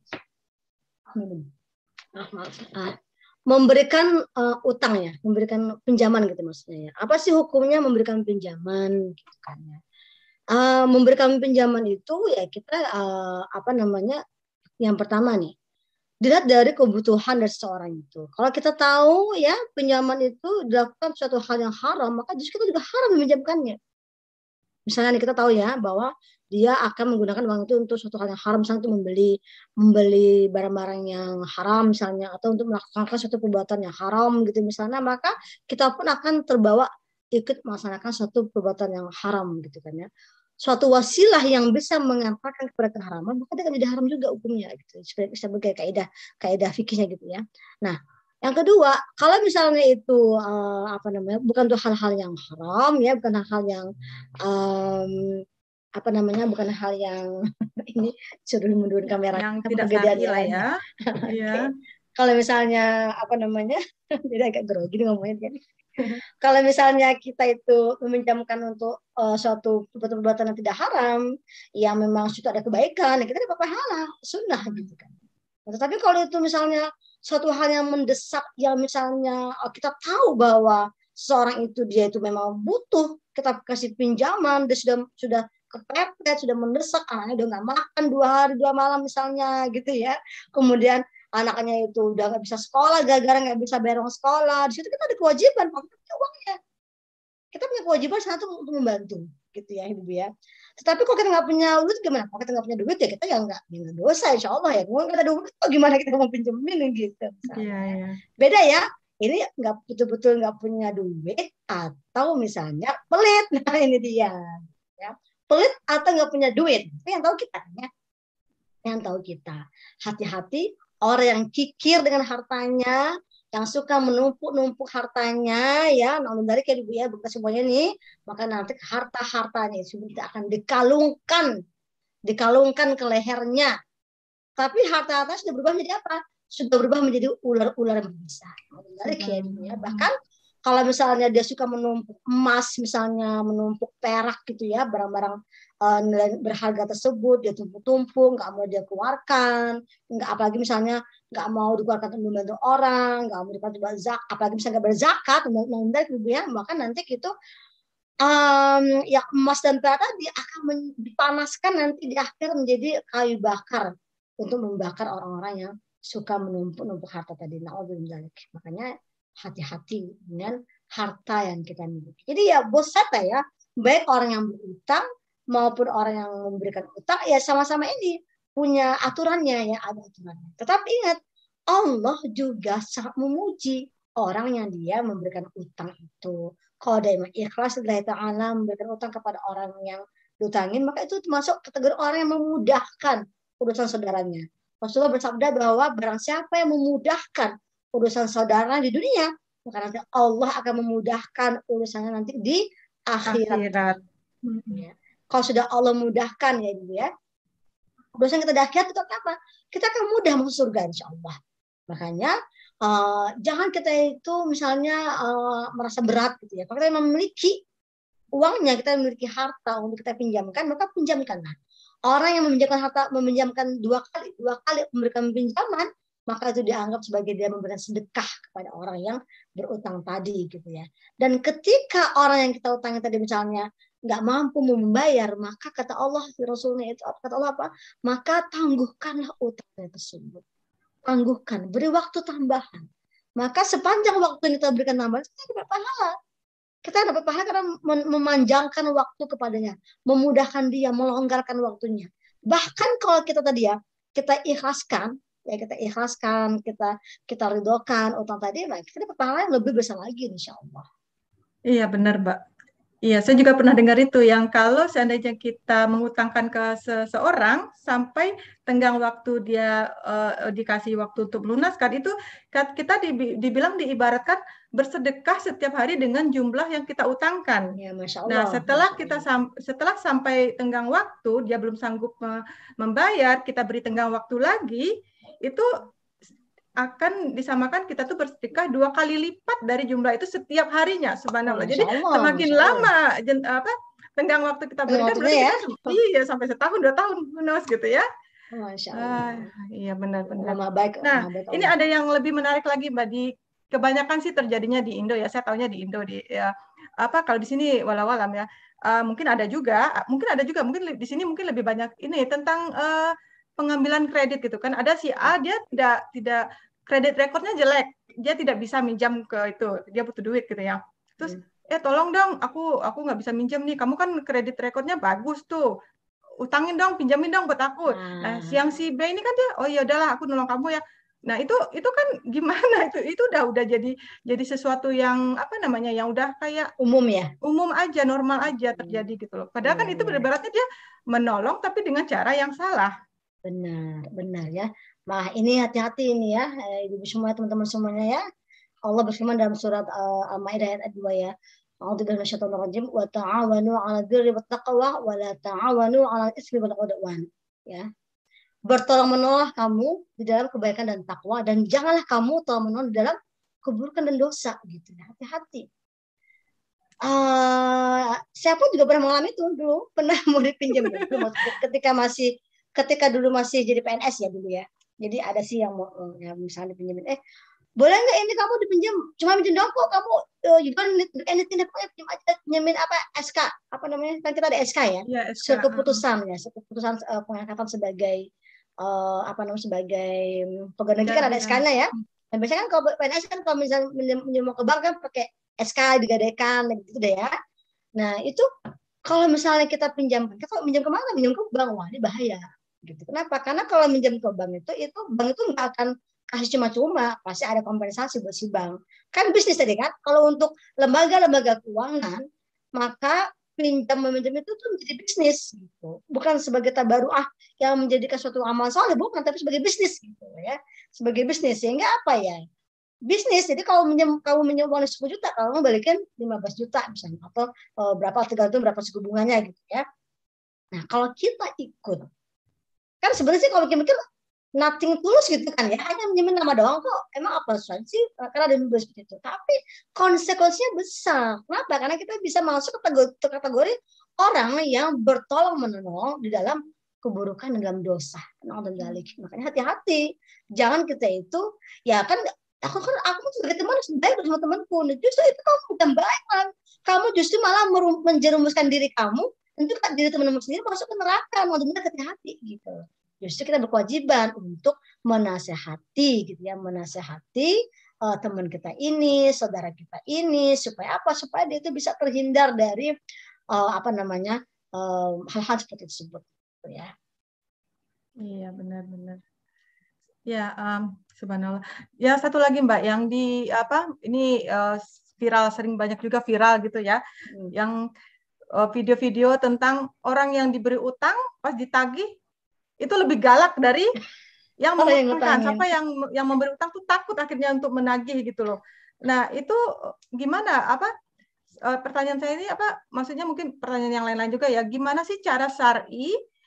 [SPEAKER 3] memberikan uh, utang ya, memberikan pinjaman gitu maksudnya ya. Apa sih hukumnya memberikan pinjaman gitu kan ya. Uh, memberikan pinjaman itu ya kita uh, apa namanya? Yang pertama nih, dilihat dari kebutuhan dari seseorang itu. Kalau kita tahu ya pinjaman itu dilakukan suatu hal yang haram, maka justru kita juga haram meminjamkannya. Misalnya nih kita tahu ya bahwa dia akan menggunakan uang itu untuk suatu hal yang haram, misalnya untuk membeli membeli barang-barang yang haram misalnya, atau untuk melakukan suatu perbuatan yang haram gitu misalnya, maka kita pun akan terbawa ikut melaksanakan suatu perbuatan yang haram gitu kan ya. Suatu wasilah yang bisa mengantarkan kepada keharaman, maka dia akan jadi haram juga hukumnya gitu. Sebagai kaidah kaidah fikihnya gitu ya. Nah, yang kedua, kalau misalnya itu uh, apa namanya, bukan tuh hal-hal yang haram ya, bukan hal-hal yang um, apa namanya, bukan hal yang ini suruh mundurin kamera
[SPEAKER 1] yang tidak syar'i lah ya. Iya.
[SPEAKER 3] Kalau misalnya apa namanya, jadi agak grogi ngomongin kan. Kalau misalnya kita itu meminjamkan untuk uh, suatu perbuatan yang tidak haram, yang memang sudah ada kebaikan, ya kita dapat pahala, sunnah gitu kan. Nah, tetapi kalau itu misalnya suatu hal yang mendesak, yang misalnya uh, kita tahu bahwa seorang itu dia itu memang butuh, kita kasih pinjaman, dia sudah sudah kepepet, sudah mendesak, anaknya udah nggak makan dua hari dua malam misalnya gitu ya. Kemudian anaknya itu udah nggak bisa sekolah, gara-gara nggak bisa bayar uang sekolah. Di situ kita ada kewajiban, kita punya uangnya. Kita punya kewajiban satu untuk membantu, gitu ya ibu ya. Tetapi kalau kita nggak punya duit gimana? Kalau kita nggak punya duit ya kita ya nggak nggak dosa, insya Allah ya. Kalau kita ada duit, oh gimana kita mau pinjemin gitu?
[SPEAKER 1] Iya, iya.
[SPEAKER 3] Beda ya. Ini nggak betul-betul nggak punya duit atau misalnya pelit. Nah ini dia. Ya. Pelit atau nggak punya duit. Itu yang tahu kita ya. Yang tahu kita. Hati-hati. Orang yang kikir dengan hartanya, yang suka menumpuk-numpuk hartanya, ya, namun dari kayak ibu ya, bukan semuanya nih, maka nanti harta-hartanya sudah akan dikalungkan, dikalungkan ke lehernya. Tapi harta-harta sudah berubah menjadi apa? Sudah berubah menjadi ular-ular yang besar. Namun dari kayak ibu ya, bahkan kalau misalnya dia suka menumpuk emas, misalnya menumpuk perak gitu ya, barang-barang uh, nilai berharga tersebut, dia tumpuk-tumpuk, nggak mau dia keluarkan, nggak apalagi misalnya nggak mau dikeluarkan untuk membantu orang, nggak mau dikeluarkan zakat, apalagi misalnya nggak berzakat, nanti gitu ya, maka nanti gitu um, ya emas dan perak tadi akan dipanaskan nanti di akhir menjadi kayu bakar untuk membakar orang-orang yang suka menumpuk-numpuk harta tadi. Na'udzubillah. Makanya hati-hati dengan harta yang kita miliki. Jadi ya bos saya ya, baik orang yang berutang maupun orang yang memberikan utang ya sama-sama ini punya aturannya ya, ada aturannya. Tetapi ingat, Allah juga sangat memuji orang yang dia memberikan utang itu. Kalau dia ikhlas lillahi ta'ala memberikan utang kepada orang yang diutangin, maka itu termasuk kategori orang yang memudahkan urusan saudaranya. Rasulullah bersabda bahwa barang siapa yang memudahkan urusan saudara di dunia, maka nanti Allah akan memudahkan urusannya nanti di akhirat. akhirat. Ya. Kalau sudah Allah mudahkan ya ibu ya, urusan kita di akhirat itu apa? Kita akan mudah masuk surga insya Allah. Makanya uh, jangan kita itu misalnya uh, merasa berat gitu ya. Kalau kita memiliki uangnya, kita memiliki harta untuk kita pinjamkan, maka pinjamkanlah. Orang yang meminjamkan harta, meminjamkan dua kali, dua kali memberikan pinjaman, maka itu dianggap sebagai dia memberikan sedekah kepada orang yang berutang tadi gitu ya. Dan ketika orang yang kita utangi tadi misalnya nggak mampu membayar, maka kata Allah, Rasulnya itu kata Allah apa? Maka tangguhkanlah utangnya tersebut. Tangguhkan, beri waktu tambahan. Maka sepanjang waktu yang kita berikan tambahan, kita dapat pahala. Kita dapat pahala karena memanjangkan waktu kepadanya, memudahkan dia, melonggarkan waktunya. Bahkan kalau kita tadi ya, kita ikhlaskan, ya kita ikhlaskan, kita kita ridhokan utang tadi, nah kita dapat pahala yang lebih besar lagi insya Allah.
[SPEAKER 1] Iya benar Mbak. Iya, saya juga pernah dengar itu yang kalau seandainya kita mengutangkan ke seseorang sampai tenggang waktu dia uh, dikasih waktu untuk melunaskan itu kita dibilang diibaratkan bersedekah setiap hari dengan jumlah yang kita utangkan.
[SPEAKER 3] Ya, Masya Allah.
[SPEAKER 1] Nah, setelah
[SPEAKER 3] Masya
[SPEAKER 1] kita sam- setelah sampai tenggang waktu dia belum sanggup membayar, kita beri tenggang waktu lagi, itu akan disamakan kita tuh bersedekah dua kali lipat dari jumlah itu setiap harinya. Subhanallah. Jadi semakin lama jen, apa tenggang waktu kita
[SPEAKER 3] Tenggang
[SPEAKER 1] berikan
[SPEAKER 3] waktunya
[SPEAKER 1] berarti kita
[SPEAKER 3] ya.
[SPEAKER 1] iya sampai setahun dua tahun bonus gitu ya.
[SPEAKER 3] Masya
[SPEAKER 1] Ah,
[SPEAKER 3] Allah.
[SPEAKER 1] iya benar-benar.
[SPEAKER 3] Maha baik,
[SPEAKER 1] Nah,
[SPEAKER 3] maha baik
[SPEAKER 1] ini
[SPEAKER 3] Allah.
[SPEAKER 1] ada yang lebih menarik lagi Mbak, di kebanyakan sih terjadinya di Indo ya. Saya taunya di Indo di ya apa kalau di sini walau-walam ya. Uh, mungkin ada juga, mungkin ada juga, mungkin di sini mungkin lebih banyak ini tentang uh, pengambilan kredit gitu kan. Ada si A dia tidak tidak kredit rekornya jelek, dia tidak bisa minjam ke itu, dia butuh duit gitu ya. Terus eh tolong dong, aku aku nggak bisa minjam nih. Kamu kan kredit rekornya bagus tuh, utangin dong, pinjamin dong buat aku. Nah, siang si B ini kan dia, oh ya udahlah, aku nolong kamu ya. Nah, itu itu kan gimana itu? Itu udah udah jadi jadi sesuatu yang apa namanya? Yang udah kayak
[SPEAKER 3] umum ya.
[SPEAKER 1] Umum aja, normal aja terjadi gitu loh. Padahal kan itu benar-benar dia menolong tapi dengan cara yang salah.
[SPEAKER 3] Benar, benar ya. Nah, ini hati-hati ini ya, ibu semua, teman-teman semuanya ya. Allah berfirman dalam surat uh, Al-Maidah ayat dua ya. A'udzubillahi minasyaitonir rajim wa ta'awanu 'alal birri wat taqwa wa la ta'awanu 'alal itsmi wal 'udwan. Ya. Bertolong-menolong kamu di dalam kebaikan dan takwa, dan janganlah kamu tolong-menolong di dalam keburukan dan dosa gitu. Hati-hati. Uh, saya pun juga pernah mengalami itu dulu, pernah mau dipinjam dulu ketika masih ketika dulu masih jadi P N S ya dulu ya. Jadi ada sih yang mau ya misalnya dipinjemin, eh boleh nggak ini kamu dipinjam, cuma pinjam dong kok kamu, uh, you don't need anything, pinjam aja, pinjamin apa S K apa namanya, kan kita ada S K ya, ya S K, surat keputusan uh. ya, surat keputusan uh, pengangkatan sebagai uh, apa namanya sebagai pegawai negeri kan ada S K-nya ya. Dan biasanya kan kalau P N S kan kalau misalnya minjem ke bank kan pakai S K digadaikan gitu deh ya. Nah itu kalau misalnya kita pinjamkan, kita kalau minjam kemana? Minjam ke bank, wah ini bahaya. Gitu. Kenapa? Karena kalau minjam ke bank itu, itu bank itu nggak akan kasih cuma-cuma, pasti ada kompensasi buat si bank. Kan bisnis tadi kan. Kalau untuk lembaga-lembaga keuangan, maka pinjam meminjam itu tuh menjadi bisnis, gitu. Bukan sebagai tabaruah yang menjadikan suatu amal soleh, bukan, tapi sebagai bisnis, gitu ya. Sebagai bisnis, sehingga apa ya? Bisnis. Jadi kalau minjem kamu minjem uang sepuluh juta, kalau kamu balikin lima belas juta misalnya, atau uh, berapa tergantung berapa suku bunganya gitu ya. Nah, kalau kita ikut, kan sebenarnya sih kalau mikir-mikir nothing tulus gitu kan ya, hanya minjemin nama doang kok. Emang apa susah sih? Karena ada dua seperti itu. Tapi konsekuensinya besar. Kenapa? Karena kita bisa masuk ke kategori, kategori orang yang bertolong menolong di dalam keburukan dan dalam dosa. Makanya hati-hati. Jangan kita itu, ya kan aku kan aku sebagai teman harus baik sama temanku. Justru itu kamu bukan baik kan. Kamu justru malah menjerumuskan diri kamu, tentu kan diri teman-teman sendiri masuk ke neraka. Makanya hati-hati gitu. Justru kita berkewajiban untuk menasehati gitu ya, menasehati uh, teman kita ini, saudara kita ini, supaya apa? Supaya dia itu bisa terhindar dari uh, apa namanya uh, hal-hal seperti tersebut ya.
[SPEAKER 1] Iya, benar-benar. Ya, um, subhanallah. Ya, satu lagi Mbak, yang di apa? Ini uh, viral, sering banyak juga viral gitu ya. Hmm. Yang uh, video-video tentang orang yang diberi utang pas ditagih itu lebih galak dari yang
[SPEAKER 3] oh,
[SPEAKER 1] mengutangkan. Siapa yang yang memberi utang tuh takut akhirnya untuk menagih gitu loh. Nah, itu gimana? Apa uh, pertanyaan saya ini apa? Maksudnya mungkin pertanyaan yang lain-lain juga ya. Gimana sih cara syar'i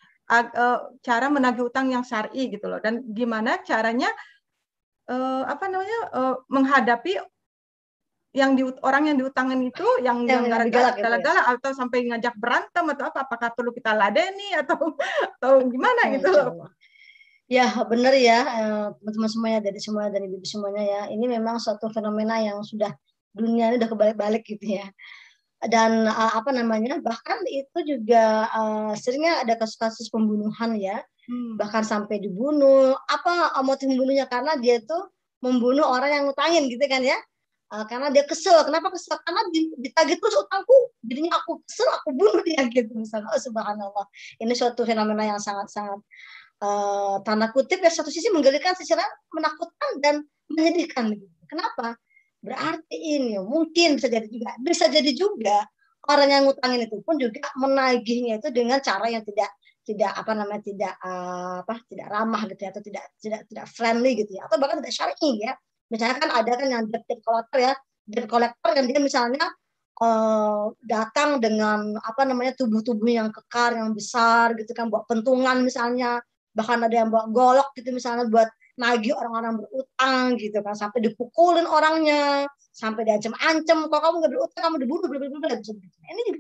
[SPEAKER 1] cara menagih utang yang syar'i gitu loh, dan gimana caranya uh, apa namanya uh, menghadapi yang di, orang yang diutangin itu yang yang galak-galak gitu ya? Atau sampai ngajak berantem atau apa? Apakah perlu kita ladeni atau atau gimana gitu loh?
[SPEAKER 3] Ya benar ya teman-teman semuanya, dari semua dan ibu semuanya ya, ini memang suatu fenomena yang sudah dunia ini udah kebalik-balik gitu ya. Dan uh, apa namanya, bahkan itu juga uh, seringnya ada kasus-kasus pembunuhan ya, hmm. bahkan sampai dibunuh. Apa motif membunuhnya? Karena dia tuh membunuh orang yang ngutangin gitu kan ya, uh, karena dia kesel. Kenapa kesel? Karena ditagih terus utangku, jadinya aku kesel, aku bunuh dia gitu misalnya. Oh, subhanallah, ini suatu fenomena yang sangat-sangat uh, tanda kutip ya, satu sisi menggelikan, sisi lain menakutkan dan menyedihkan gitu. Kenapa? Berarti ini mungkin bisa jadi juga, bisa jadi juga orang yang ngutangin itu pun juga menagihnya itu dengan cara yang tidak tidak apa namanya tidak uh, apa tidak ramah gitu ya, atau tidak tidak tidak friendly gitu ya, atau bahkan tidak syar'i ya. Misalnya kan ada kan yang debt collector ya, debt collector yang dia misalnya uh, datang dengan apa namanya tubuh-tubuh yang kekar, yang besar gitu kan, buat pentungan misalnya, bahkan ada yang bawa golok gitu misalnya buat nagih orang-orang berutang gitu kan, sampai dipukulin orangnya, sampai diancam-ancam, kalau kamu nggak berutang kamu dibunuh, blablabla. Ini juga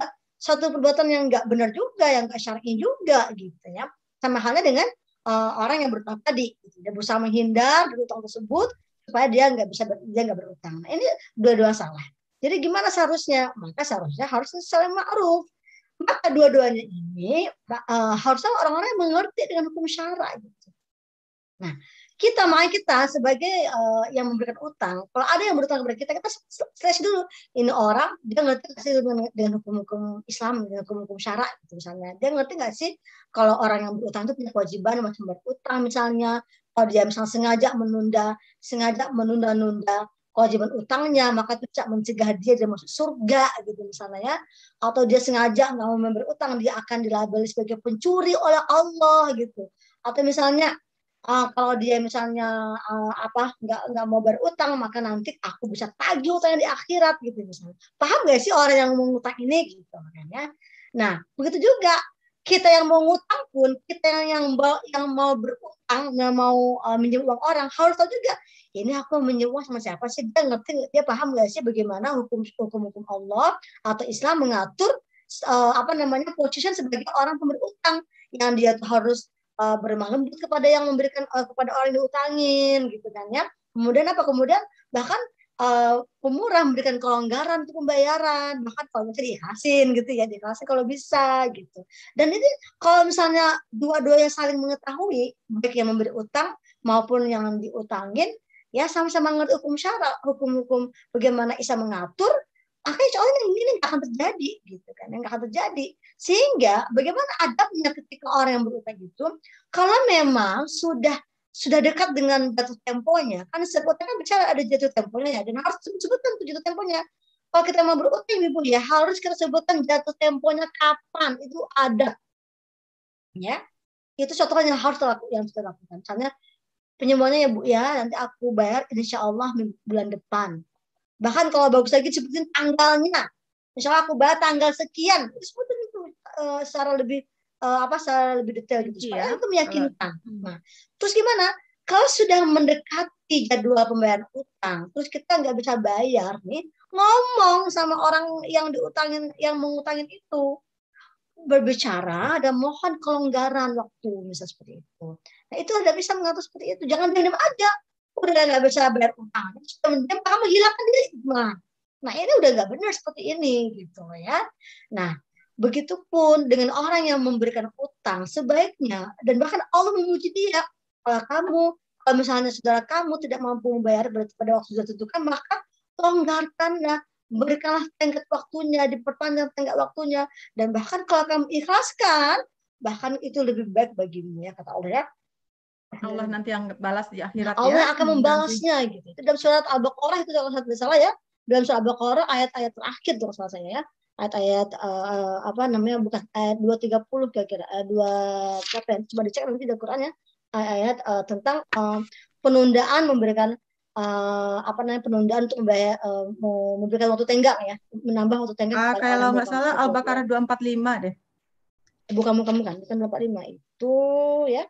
[SPEAKER 3] suatu perbuatan yang nggak benar juga, yang nggak syar'i juga gitu ya. Sama halnya dengan uh, orang yang berutang tadi, gitu. Dia berusaha menghindar dari utang tersebut supaya dia nggak bisa ber, dia nggak berutang. Nah, ini dua-dua salah. Jadi gimana seharusnya? Maka seharusnya harus saling ma'ruf. Maka dua-duanya ini uh, harusnya orang-orang yang mengerti dengan hukum syara gitu. Nah, kita makanya kita sebagai uh, yang memberikan utang, kalau ada yang berutang kepada kita, kita seleksi dulu. Ini orang dia ngerti nggak sih dengan, dengan hukum-hukum Islam, dengan hukum-hukum syara gitu misalnya. Dia ngerti nggak sih kalau orang yang berutang itu punya kewajiban macam berutang misalnya. Kalau dia misalnya sengaja menunda, sengaja menunda-nunda kewajiban utangnya, maka itu bisa mencegah dia dari masuk surga gitu misalnya ya. Atau dia sengaja nggak mau memberi utang, dia akan dilabeli sebagai pencuri oleh Allah gitu. Atau misalnya Uh, kalau dia misalnya uh, apa nggak nggak mau berutang, maka nanti aku bisa tagih utangnya di akhirat gitu misalnya. Paham nggak sih orang yang mau ngutang ini gitu makanya. Nah begitu juga kita yang mau ngutang pun, kita yang yang, yang mau berutang, yang mau uh, minjem uang orang harus tahu juga ini aku minjem uang sama siapa sih, dia ngerti, dia paham nggak sih bagaimana hukum hukum hukum Allah atau Islam mengatur uh, apa namanya position sebagai orang pemberi utang yang dia harus Uh, berlemah lembut kepada yang memberikan uh, kepada orang yang diutangin gitu kan ya. Kemudian apa kemudian bahkan uh, pemurah memberikan kelonggaran untuk pembayaran, bahkan kalau bisa diikhlasin gitu ya, diikhlasin kalau bisa gitu. Dan ini kalau misalnya dua-duanya saling mengetahui, baik yang memberi utang maupun yang diutangin ya sama-sama ngerti hukum syara, hukum-hukum bagaimana Islam mengatur, akhirnya soalnya ini nggak akan terjadi gitu kan, nggak akan terjadi. Sehingga bagaimana adabnya ketika orang yang berutang itu, kalau memang sudah sudah dekat dengan jatuh temponya, kan setiap utang kan bicara ada jatuh temponya ya, dan harus disebutkan tuh jatuh temponya. Kalau kita mau berutang ibu ya harus kita sebutkan jatuh temponya kapan, itu ada, ya. Itu suatu hal yang harus yang kita lakukan. Misalnya penyembuhannya ya bu ya, nanti aku bayar insya Allah bulan depan. Bahkan kalau bagus lagi sebutin tanggalnya. Misalnya aku bayar tanggal sekian, sebutin itu uh, secara lebih uh, apa secara lebih detail gitu supaya ya, itu meyakinkan. Uh, nah, terus gimana? Kalau sudah mendekati jadwal pembayaran utang, terus kita nggak bisa bayar nih, ngomong sama orang yang diutangin, yang mengutangin itu, berbicara dan mohon kelonggaran waktu, misalnya seperti itu. Nah itu ada bisa mengatur seperti itu. Jangan diam aja. Udah nggak bisa bayar utang, sudah kamu hilangkan diri. Nah, nah ini udah nggak benar seperti ini gitu ya. Nah, begitupun dengan orang yang memberikan utang sebaiknya, dan bahkan Allah memuji dia. Kalau kamu, kalau misalnya saudara kamu tidak mampu membayar pada waktu sudah tentukan, maka longgarkanlah, berikanlah tenggat waktunya, diperpanjang tenggat waktunya, dan bahkan kalau kamu ikhlaskan, bahkan itu lebih baik bagimu ya kata Allah ya.
[SPEAKER 1] Allah nanti yang balas di akhirat
[SPEAKER 3] nah, Allah
[SPEAKER 1] ya.
[SPEAKER 3] akan membalasnya gitu. Itu dalam surat Al-Baqarah itu kalau tidak salah ya. Dalam surat Al-Baqarah ayat-ayat terakhir tuh salah saya ya. Ayat-ayat uh, apa namanya bukan ayat dua tiga puluh kira-kira uh, dua berapa? Coba dicek nanti di Quran ya. Ayat uh, tentang uh, penundaan memberikan uh, apa namanya penundaan untuk membayar uh, memberikan waktu tenggang ya, menambah waktu tenggang.
[SPEAKER 1] Ah, kalau nggak salah Al-Baqarah dua empat lima deh.
[SPEAKER 3] Bukan bukan bukan, bukan dua empat lima itu ya.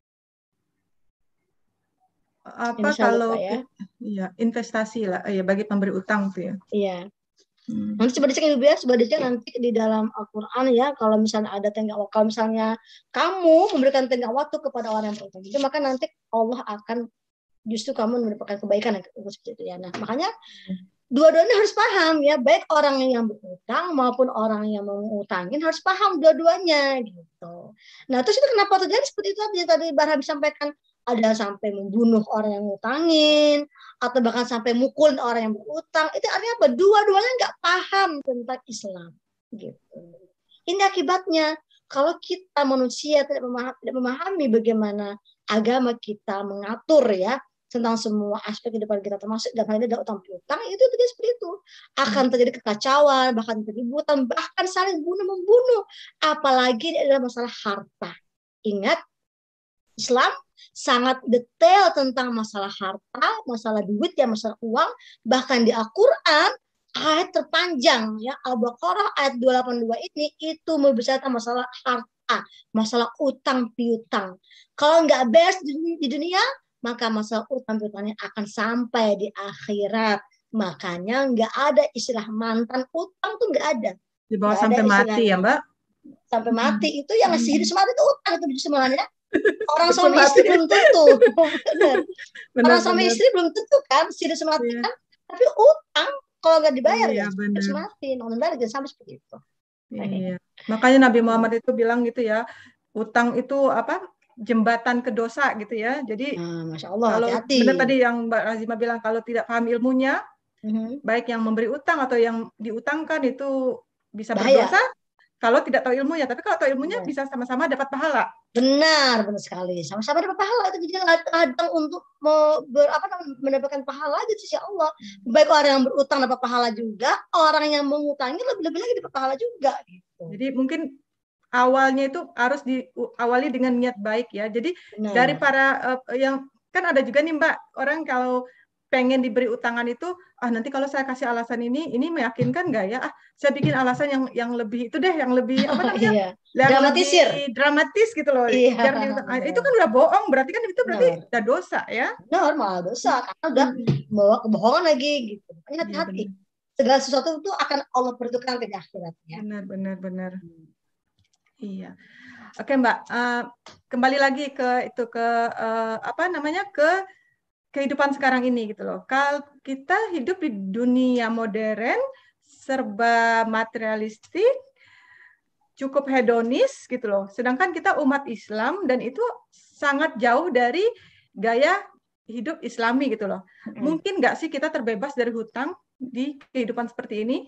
[SPEAKER 1] Apa kalau ya? Ya, investasi lah ya bagi pemberi utang tuh ya.
[SPEAKER 3] Iya.
[SPEAKER 1] Hmm.
[SPEAKER 3] Nanti coba dicek Ibu ya, coba dicek nanti di dalam Al-Qur'an ya, kalau misalnya ada tenggat waktu, kalau misalnya kamu memberikan tenggat waktu kepada orang yang berutang, itu maka nanti Allah akan justru kamu mendapatkan kebaikan seperti itu ya. Nah, makanya dua-duanya harus paham ya, baik orang yang berutang maupun orang yang mengutangin harus paham dua-duanya gitu. Nah, terus itu kenapa terjadi seperti itu tadi tadi Barham sampaikan, ada sampai membunuh orang yang ngutangin atau bahkan sampai mukul orang yang berutang. Itu artinya apa? Dua-duanya nggak paham tentang Islam gitu. Ini akibatnya kalau kita manusia tidak memahami, tidak memahami bagaimana agama kita mengatur ya tentang semua aspek kehidupan kita, termasuk dalam hal ini ada utang piutang, itu terjadi seperti itu. Akan terjadi kekacauan, bahkan keributan, bahkan saling bunuh membunuh. Apalagi adalah masalah harta. Ingat, Islam sangat detail tentang masalah harta, masalah duit ya, masalah uang. Bahkan di Al-Quran ayat terpanjang ya Al-Baqarah ayat dua delapan dua ini itu membicarakan masalah harta, masalah utang piutang. Kalau nggak beres di dunia, maka masalah utang piutangnya akan sampai di akhirat. Makanya nggak ada istilah mantan utang tuh nggak ada.
[SPEAKER 1] Di bawah
[SPEAKER 3] Nggak ada
[SPEAKER 1] sampai mati
[SPEAKER 3] istilahnya.
[SPEAKER 1] ya, Mbak?
[SPEAKER 3] Sampai mati
[SPEAKER 1] Hmm.
[SPEAKER 3] itu yang ngasih hidup semati itu utang itu sebenarnya. Orang
[SPEAKER 1] Betul
[SPEAKER 3] suami
[SPEAKER 1] mati.
[SPEAKER 3] istri belum tentu. Benar.
[SPEAKER 1] Benar,
[SPEAKER 3] Orang suami
[SPEAKER 1] benar.
[SPEAKER 3] istri belum tentu kan hidup semati
[SPEAKER 1] Iya.
[SPEAKER 3] kan. Tapi utang kalau nggak dibayar
[SPEAKER 1] Iya,
[SPEAKER 3] ya hidup
[SPEAKER 1] benar.
[SPEAKER 3] semati. Nonton jangan sampai seperti itu.
[SPEAKER 1] Iya. Makanya Nabi Muhammad itu bilang gitu ya, utang itu apa? Jembatan ke dosa gitu ya. Jadi
[SPEAKER 3] Nah, Masya Allah,
[SPEAKER 1] kalau
[SPEAKER 3] hati-hati.
[SPEAKER 1] benar tadi yang Mbak Razima bilang, kalau tidak paham ilmunya,
[SPEAKER 3] Mhm.
[SPEAKER 1] baik yang memberi utang atau yang diutangkan itu bisa
[SPEAKER 3] Bahaya.
[SPEAKER 1] berdosa kalau tidak tahu ilmunya. Tapi kalau tahu ilmunya
[SPEAKER 3] Benar.
[SPEAKER 1] bisa sama-sama dapat pahala.
[SPEAKER 3] Benar, benar sekali. Sama-sama dapat pahala itu jadi ladang untuk mau ber, apa, namanya, mendapatkan pahala di sisi Allah. Baik orang yang berutang dapat pahala juga, orang yang mengutangi lebih-lebih lagi dapat pahala juga. Gitu.
[SPEAKER 1] Jadi mungkin awalnya itu harus diawali dengan niat baik ya. Jadi
[SPEAKER 3] Benar.
[SPEAKER 1] dari para uh, yang kan ada juga nih Mbak, orang kalau pengen diberi utangan itu, ah nanti kalau saya kasih alasan ini, ini meyakinkan nggak ya? Ah saya bikin alasan yang yang lebih itu deh, yang lebih apa namanya?
[SPEAKER 3] Iya.
[SPEAKER 1] Yang
[SPEAKER 3] Dramatisir.
[SPEAKER 1] lebih dramatis gitu loh.
[SPEAKER 3] Iya.
[SPEAKER 1] Biar di, ah, itu kan udah bohong, berarti kan itu berarti
[SPEAKER 3] Benar.
[SPEAKER 1] udah dosa ya?
[SPEAKER 3] Benar, malah dosa karena udah bawa kebohongan lagi gitu. Makanya hati-hati.
[SPEAKER 1] Iya,
[SPEAKER 3] segala sesuatu itu akan Allah perhitungkan di akhirat ya.
[SPEAKER 1] Benar, benar, benar. Hmm. Iya. Oke Mbak, uh, kembali lagi ke itu ke uh, apa namanya ke kehidupan sekarang ini gitu loh. Kalau kita hidup di dunia modern, serba materialistik, cukup hedonis gitu loh. Sedangkan kita umat Islam dan itu sangat jauh dari gaya hidup Islami gitu loh. Hmm. Mungkin nggak sih kita terbebas dari hutang di kehidupan seperti ini?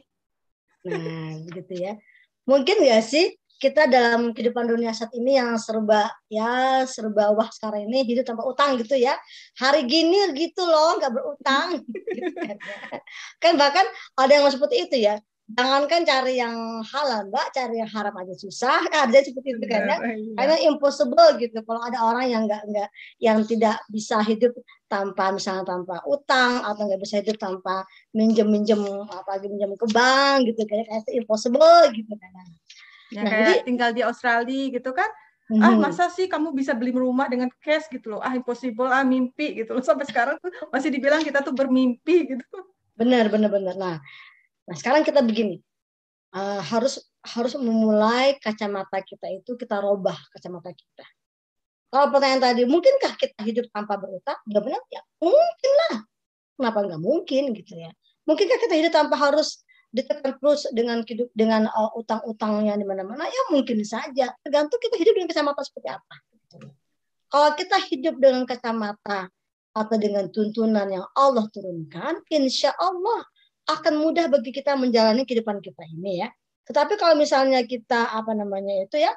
[SPEAKER 3] Nah, gitu ya. Mungkin nggak sih kita dalam kehidupan dunia saat ini yang serba ya serba wah sekarang ini hidup tanpa utang gitu ya, hari gini gitu loh nggak berutang gitu kan, ya. Kan bahkan ada yang seperti itu ya, jangankan cari yang halal Mbak, cari yang haram aja susah, ada seperti itu kan ya, karena impossible gitu kalau ada orang yang nggak nggak yang tidak bisa hidup tanpa misalnya tanpa utang atau nggak bisa hidup tanpa minjem minjem apa minjem ke bank gitu kayak kayak impossible gitu kan.
[SPEAKER 1] Ya,
[SPEAKER 3] nah,
[SPEAKER 1] kayak
[SPEAKER 3] jadi,
[SPEAKER 1] tinggal di Australia gitu kan, mm-hmm. ah masa sih kamu bisa beli rumah dengan cash gitu loh, ah impossible, ah mimpi gitu loh, sampai sekarang tuh masih dibilang kita tuh bermimpi gitu.
[SPEAKER 3] Benar, benar, benar. Nah, nah sekarang kita begini, uh, harus harus memulai kacamata kita itu kita robah kacamata kita. Kalau pertanyaan tadi, mungkinkah kita hidup tanpa berutang? Jawabannya ya mungkin lah. Kenapa nggak mungkin gitu ya? Mungkinkah kita hidup tanpa harus ditekan terus dengan hidup dengan uh, utang-utangnya di mana-mana? Ya mungkin saja. Tergantung kita hidup dengan kacamata seperti apa. Kalau kita hidup dengan kacamata atau dengan tuntunan yang Allah turunkan, insya Allah akan mudah bagi kita menjalani kehidupan kita ini ya. Tetapi kalau misalnya kita apa namanya itu ya,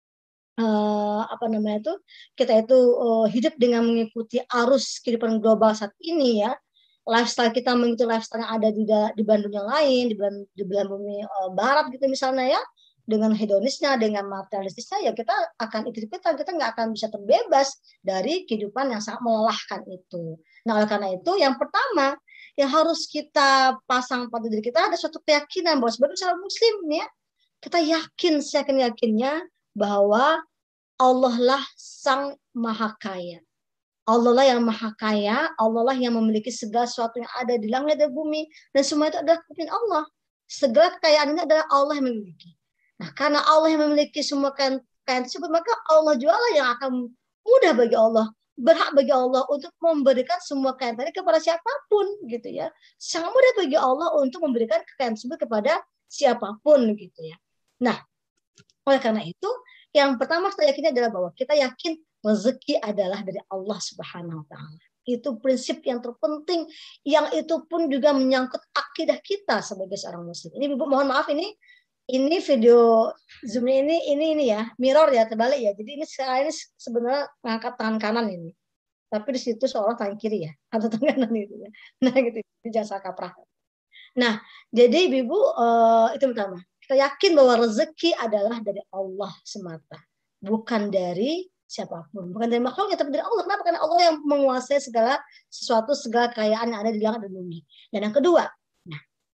[SPEAKER 3] uh, apa namanya itu, kita itu uh, hidup dengan mengikuti arus kehidupan global saat ini ya. Lifestyle kita mengikuti lifestyle yang ada di di Bandung yang lain, di belahan, di belahan bumi uh, barat gitu misalnya ya, dengan hedonisnya, dengan materialistisnya ya kita akan ikut-ikutan, kita nggak akan bisa terbebas dari kehidupan yang sangat melelahkan itu. Nah oleh karena itu yang pertama yang harus kita pasang pada diri kita ada suatu keyakinan bahwa sebagai seorang muslim ya, kita yakin seyakin-yakinnya bahwa Allah lah sang maha kaya. Allah lah yang maha kaya, Allah lah yang memiliki segala sesuatu yang ada di langit dan bumi, dan semua itu adalah milik Allah. Segala kekayaan ini adalah Allah yang memiliki. Nah, karena Allah yang memiliki semua kekayaan tersebut, maka Allah juga lah yang akan mudah bagi Allah, berhak bagi Allah untuk memberikan semua kekayaan tadi kepada siapapun, gitu ya. Sangat mudah bagi Allah untuk memberikan kekayaan tersebut kepada siapapun, gitu ya. Nah, oleh karena itu, yang pertama kita yakin adalah bahwa kita yakin rezeki adalah dari Allah Subhanahu wa taala. Itu prinsip yang terpenting, yang itu pun juga menyangkut akidah kita sebagai seorang muslim. Ini Ibu mohon maaf ini ini video Zoom ini ini ini ya, mirror ya, terbalik ya. Jadi ini saya ini sebenarnya ngangkat tangan kanan ini. Tapi di situ seolah tangan kiri ya, atau tangan kanan itu ya. Nah gitu, jangan salah kaprah. Nah, jadi Ibu uh, itu pertama. Kita yakin bahwa rezeki adalah dari Allah semata, bukan dari siapapun, bukan dari makhluknya, tapi dari Allah. Kenapa? Karena Allah yang menguasai segala sesuatu, segala kekayaan yang ada di langit dan bumi. Dan yang kedua, nah,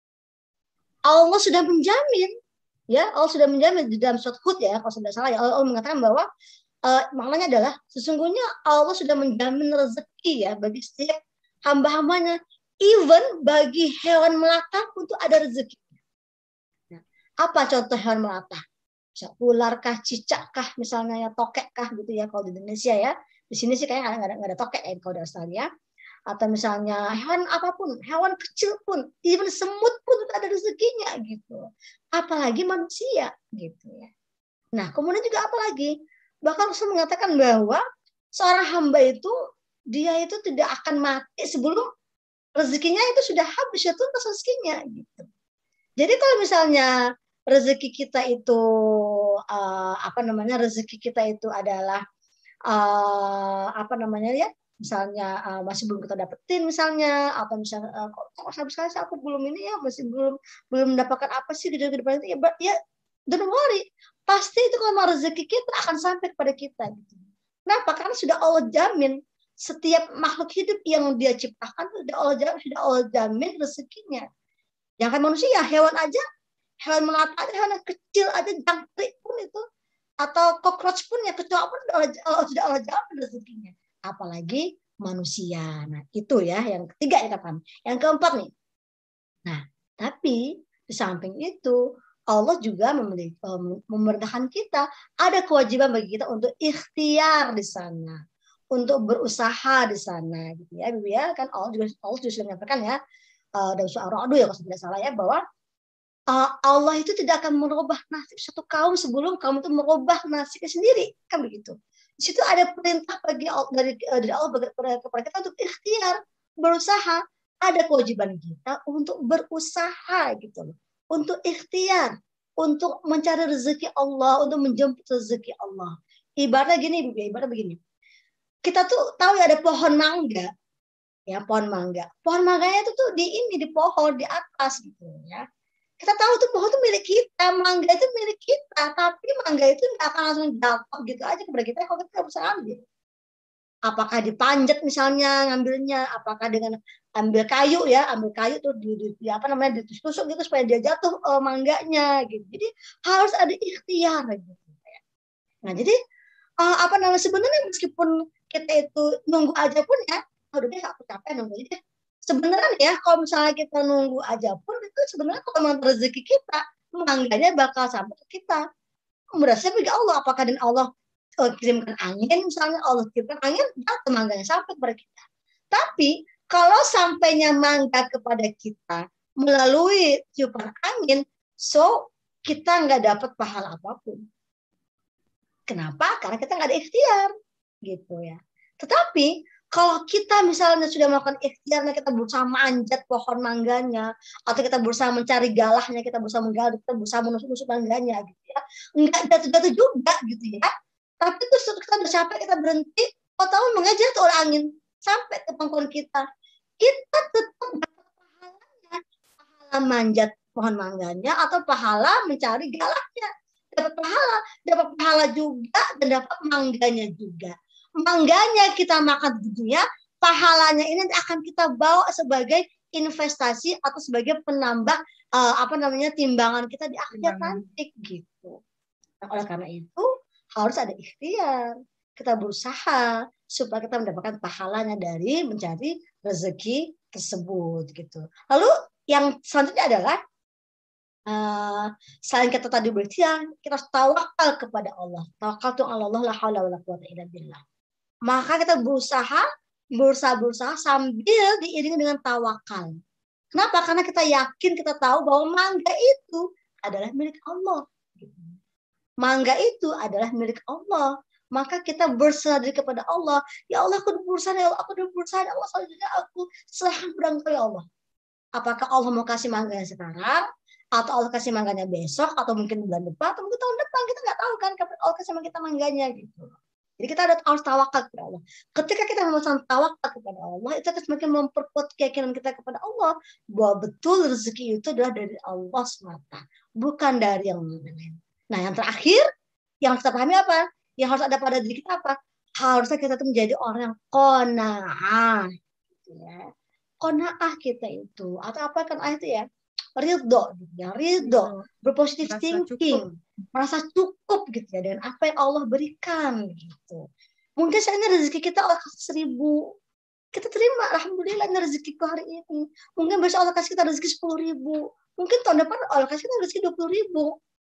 [SPEAKER 3] Allah sudah menjamin, ya, Allah sudah menjamin di dalam surat Hud ya, kalau tidak salah ya, Allah, Allah mengatakan bahwa uh, maknanya adalah sesungguhnya Allah sudah menjamin rezeki ya bagi setiap hamba-hambanya, even bagi hewan melata pun itu ada rezeki. Nah, Apa contoh hewan melata? Bisa ular kah, cicak kah, misalnya ya tokek kah gitu ya kalau di Indonesia ya. Di sini sih kayaknya nggak ada, nggak ada tokek ya kalau di Australia. Atau misalnya hewan apapun, hewan kecil pun, even semut pun ada rezekinya gitu. Apalagi manusia gitu ya. Nah, kemudian juga apalagi? Bahkan Rasul mengatakan bahwa seorang hamba itu dia itu tidak akan mati sebelum rezekinya itu sudah habis, ya tuntas rezekinya gitu. Jadi kalau misalnya rezeki kita itu uh, apa namanya rezeki kita itu adalah uh, apa namanya ya, misalnya uh, masih belum kita dapetin misalnya, atau misalnya uh, kok, kok sampai sekarang aku belum ini ya, masih belum belum mendapatkan apa sih di depan itu ya, ya don't worry, pasti itu kalau rezeki kita akan sampai kepada kita gitu. Kenapa? Karena sudah Allah jamin setiap makhluk hidup yang dia ciptakan sudah Allah jamin, sudah Allah jamin rezekinya. Jangan manusia, hewan aja, hewan melata aja, hewan kecil aja, jangkrik pun itu, atau cockroach pun ya, kecoa pun sudah Allah, sudah Allah jamin rezekinya. Apalagi manusia. Nah, itu ya yang ketiga ya kapan. Yang keempat nih. Nah, tapi di samping itu Allah juga memiliki, memerintahkan kita, ada kewajiban bagi kita untuk ikhtiar di sana, untuk berusaha di sana, gitu ya, Bibi ya. Kan Allah juga Allah juga sudah menyampaikan ya dalam surah Ar-Ra'd ya kalau tidak salah ya, bahwa uh, Allah itu tidak akan merubah nasib satu kaum sebelum kaum itu merubah nasibnya sendiri, kan begitu. Di situ ada perintah bagi dari dari Allah kepada kita untuk ikhtiar, berusaha. Ada kewajiban kita untuk berusaha gitu loh, untuk ikhtiar, untuk mencari rezeki Allah, untuk menjemput rezeki Allah. Ibaratnya gini, Bibi, ibaratnya begini. Kita tuh tahu ya ada pohon mangga, ya pohon mangga. Pohon mangganya itu tuh di ini di pohon di atas gitu ya. Kita tahu tuh pohon itu milik kita, mangga itu milik kita, tapi mangga itu nggak akan langsung jatuh gitu aja kepada kita kalau kita nggak bisa ambil. Apakah dipanjat misalnya ngambilnya, apakah dengan ambil kayu ya, ambil kayu tuh di, di, di apa namanya ditusuk gitu supaya dia jatuh uh, mangganya gitu. Jadi harus ada ikhtiar gitu. Nah jadi uh, apa namanya sebenarnya meskipun kita itu nunggu aja pun ya, udah deh aku capek nunggu aja. Sebenarnya ya kalau misalnya kita nunggu aja pun itu sebenarnya kalau memang rezeki kita, mangganya bakal sampai ke kita. Berasnya bagi Allah, apakah dan Allah uh, kirimkan angin misalnya, Allah kirimkan angin, jatuh mangganya sampai kepada kita. Tapi kalau sampainya mangga kepada kita melalui tiupan angin, so kita nggak dapat pahala apapun. Kenapa? Karena kita nggak ada ikhtiar, gitu ya. Tetapi kalau kita misalnya sudah melakukan ikhtiarnya, kita berusaha manjat pohon mangganya, atau kita berusaha mencari galahnya, kita berusaha menggali, kita berusaha menusuk-nusuk mangganya, gitu ya. Nggak jatuh-jatuh juga, gitu ya. Tapi terus kita udah capek, kita berhenti, oh tahu mengajak tuh oleh angin sampai ke pangkuan kita. Kita tetap dapat pahalanya, pahala manjat pohon mangganya atau pahala mencari galahnya. Dapat pahala, dapat pahala juga dan dapat mangganya juga. Mangganya kita makan di dunia, pahalanya ini akan kita bawa sebagai investasi atau sebagai penambah uh, apa namanya timbangan kita di akhirat nanti gitu. Nah, oleh karena itu harus ada ikhtiar. Kita berusaha supaya kita mendapatkan pahalanya dari mencari rezeki tersebut gitu. Lalu yang selanjutnya adalah uh, selain kita tadi berikhtiar, kita harus tawakal kepada Allah. Tawakal tu Allah, la haula wala quwwata illa billah. Maka kita berusaha, berusaha, berusaha sambil diiringi dengan tawakal. Kenapa? Karena kita yakin, kita tahu bahwa mangga itu adalah milik Allah. Mangga itu adalah milik Allah. Maka kita berserah diri kepada Allah. Ya Allah, aku berusaha, ya Allah, aku berusaha, ya Allah, selanjutnya aku serahkan kepada Engkau, ya Allah. Apakah Allah mau kasih mangganya sekarang, atau Allah kasih mangganya besok, atau mungkin bulan depan, atau mungkin tahun depan, kita nggak tahu kan kapan Allah kasih kita mangganya gitu. Jadi kita harus tawakal kepada Allah. Ketika kita memesan tawakal kepada Allah, itu akan semakin memperkuat keyakinan kita kepada Allah bahwa betul rezeki itu adalah dari Allah semata, bukan dari yang lain. Nah, yang terakhir yang kita pahami apa? Yang harus ada pada diri kita apa? Harusnya kita tuh menjadi orang yang qanaah, gitu ya. Qanaah kita itu atau apa kan ayat itu ya? Ridho, gitu ya. Ridho, berpositif thinking, cukup. Merasa cukup gitu ya dengan apa yang Allah berikan gitu. Mungkin seandainya rezeki kita Allah kasih seribu, kita terima, alhamdulillah ini rezekiku hari ini. Mungkin besok Allah kasih kita rezeki sepuluh ribu, Mungkin tahun depan alokasi kita rezeki dua puluh ribu.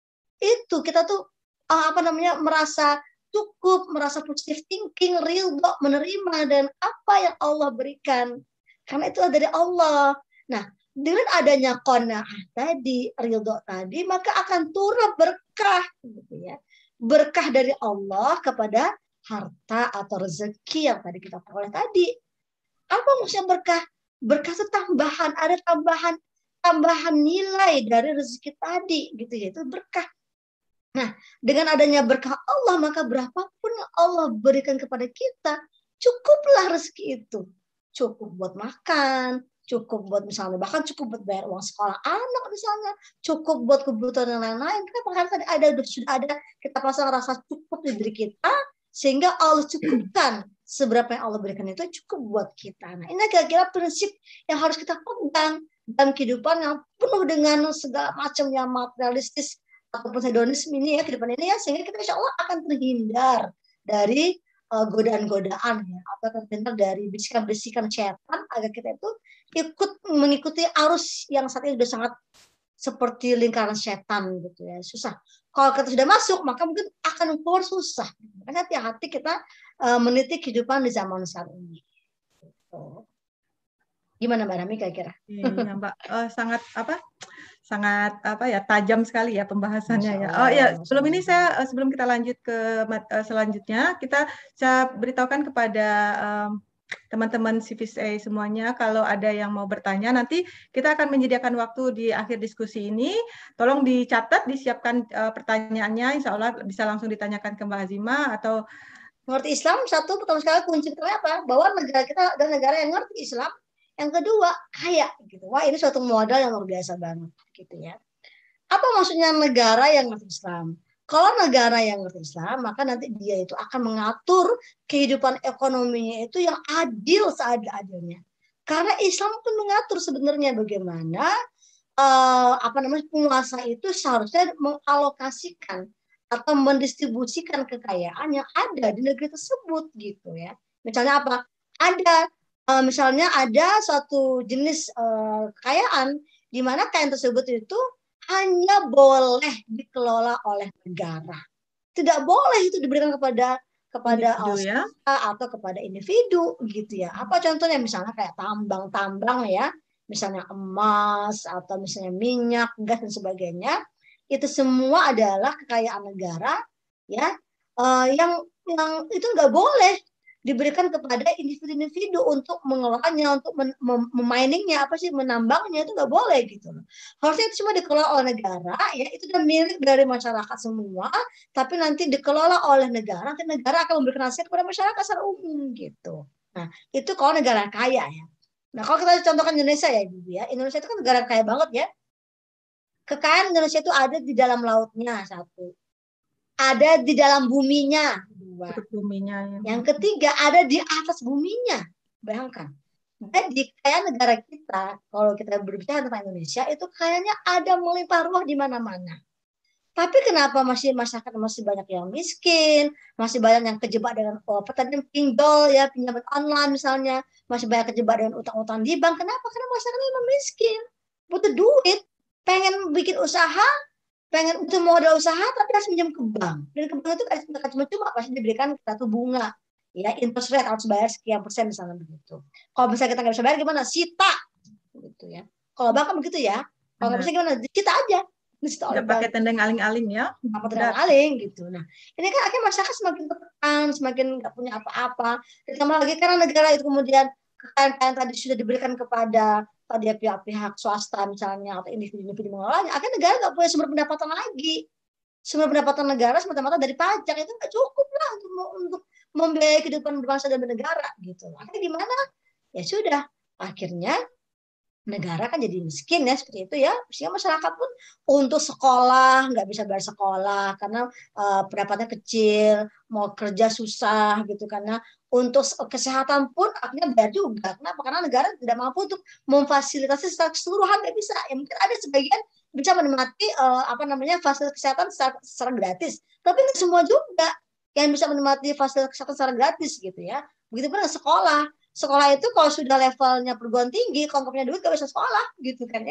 [SPEAKER 3] Itu kita tuh uh, apa namanya merasa cukup, merasa positive thinking, ridho, menerima dan apa yang Allah berikan. Karena itu dari Allah. Nah, dengan adanya qanaah tadi, ridho tadi, maka akan turun berkah gitu ya. Berkah dari Allah kepada harta atau rezeki yang tadi kita peroleh tadi. Apa maksudnya berkah? Berkah itu tambahan, ada tambahan tambahan nilai dari rezeki tadi gitu ya. Itu berkah. Nah, dengan adanya berkah Allah, maka berapapun yang Allah berikan kepada kita, cukuplah rezeki itu. Cukup buat makan, cukup buat misalnya, bahkan cukup buat bayar uang sekolah anak misalnya, cukup buat kebutuhan yang lain-lain. Kenapa? Karena tadi ada, sudah ada, kita pasang rasa cukup di diri kita, sehingga Allah cukupkan. Seberapa yang Allah berikan itu cukup buat kita. Nah, ini kira-kira prinsip yang harus kita pegang dalam kehidupan yang penuh dengan segala macam yang materialistis, ataupun hedonisme ini ya kehidupan ini ya, sehingga kita insya Allah akan terhindar dari uh, godaan-godaan ya, atau terhindar dari bisikan-bisikan setan agar kita itu ikut mengikuti arus yang saat ini sudah sangat seperti lingkaran setan gitu ya, susah. Kalau kita sudah masuk maka mungkin akan keluar susah. Makanya hati-hati kita uh, meniti kehidupan di zaman saat ini. Gitu. Gimana Mbak Rami kira-kira?
[SPEAKER 1] Iya Mbak, uh, sangat apa? sangat apa ya tajam sekali ya pembahasannya ya. Oh ya, sebelum ini saya sebelum kita lanjut ke uh, selanjutnya, kita saya beritahukan kepada um, teman-teman C V S A semuanya, kalau ada yang mau bertanya, nanti kita akan menyediakan waktu di akhir diskusi ini. Tolong dicatat, disiapkan uh, pertanyaannya, insya Allah bisa langsung ditanyakan ke Mbak Azima. Atau
[SPEAKER 3] mengerti Islam, satu pertama sekali kunci pertama apa? Bahwa negara kita adalah negara yang ngerti Islam. Yang kedua, kaya gitu. Wah, ini suatu modal yang luar biasa banget gitu ya. Apa maksudnya negara yang ngerti Islam? Kalau negara yang ngerti Islam, maka nanti dia itu akan mengatur kehidupan ekonominya itu yang adil seadil-adilnya. Karena Islam pun mengatur sebenarnya bagaimana uh, apa namanya penguasa itu seharusnya mengalokasikan atau mendistribusikan kekayaan yang ada di negeri tersebut gitu ya. Misalnya apa? Ada Uh, misalnya ada suatu jenis uh, kekayaan di mana kekayaan tersebut itu hanya boleh dikelola oleh negara. Tidak boleh itu diberikan kepada kepada
[SPEAKER 1] individu, ya?
[SPEAKER 3] atau kepada individu gitu ya. Apa contohnya? Misalnya kayak tambang-tambang ya, misalnya emas atau misalnya minyak, gas dan sebagainya. Itu semua adalah kekayaan negara ya, uh, yang yang itu nggak boleh diberikan kepada individu-individu untuk mengelolanya, untuk meminingnya, apa sih, menambangnya, itu nggak boleh gitu loh. Harusnya itu cuma dikelola oleh negara, ya itu udah milik dari masyarakat semua, tapi nanti dikelola oleh negara, nanti negara akan memberikan hasil kepada masyarakat secara umum gitu. Nah, itu kalau negara kaya ya. Nah, kalau kita contohkan Indonesia ya Ibu ya, Indonesia itu kan negara kaya banget ya. Kekayaan Indonesia itu ada di dalam lautnya, satu. Ada di dalam buminya, dua.
[SPEAKER 1] Buminya, ya.
[SPEAKER 3] Yang ketiga ada di atas buminya. Bayangkan. Jadi kayak negara kita, kalau kita berbicara tentang Indonesia, itu kayaknya ada melimpah ruah di mana-mana. Tapi kenapa masih masyarakat masih banyak yang miskin, masih banyak yang kejebak dengan oh, tadi pinjol ya, pinjaman online misalnya, masih banyak kejebak dengan utang-utang di bank. Kenapa? Karena masyarakat memang miskin, butuh duit, pengen bikin usaha, pengen itu modal usaha tapi harus minjem ke bank, dan ke bank itu kan cuma-cuma pasti diberikan satu bunga ya, interest rate harus bayar sekian persen misalnya begitu. Kalau misalnya kita nggak bisa bayar gimana? Sita gitu ya. Kalau bank kan begitu ya. Kalau nggak bisa gimana? Disita aja. Disita oleh
[SPEAKER 1] bank. Pakai tendang aling-aling ya.
[SPEAKER 3] Apa tendang aling gitu. Nah ini kan akhirnya masyarakat semakin tertekan, semakin nggak punya apa-apa. Ditambah lagi karena negara itu kemudian kekayaan tadi sudah diberikan kepada tadi pihak-pihak swasta misalnya atau individu-individu mengelolanya, akhirnya negara nggak punya sumber pendapatan lagi. Sumber pendapatan negara semata-mata dari pajak itu nggak cukup lah untuk untuk membiayai kehidupan berbangsa dan bernegara gitu. Akhirnya gimana? Ya sudah, akhirnya negara kan jadi miskin ya seperti itu ya. Sehingga masyarakat pun untuk sekolah nggak bisa bayar sekolah karena uh, pendapatnya kecil, mau kerja susah gitu, karena untuk kesehatan pun akhirnya bayar juga. Kenapa? Karena negara tidak mampu untuk memfasilitasi secara keseluruhan, nggak bisa. Ya mungkin ada sebagian bisa menikmati uh, apa namanya fasilitas kesehatan secara, secara gratis, tapi nggak semua juga yang bisa menikmati fasilitas kesehatan secara gratis gitu ya. Begitu pun sekolah. Sekolah itu kalau sudah levelnya perguruan tinggi, kalau nggak punya duit nggak bisa sekolah gitu kan ya.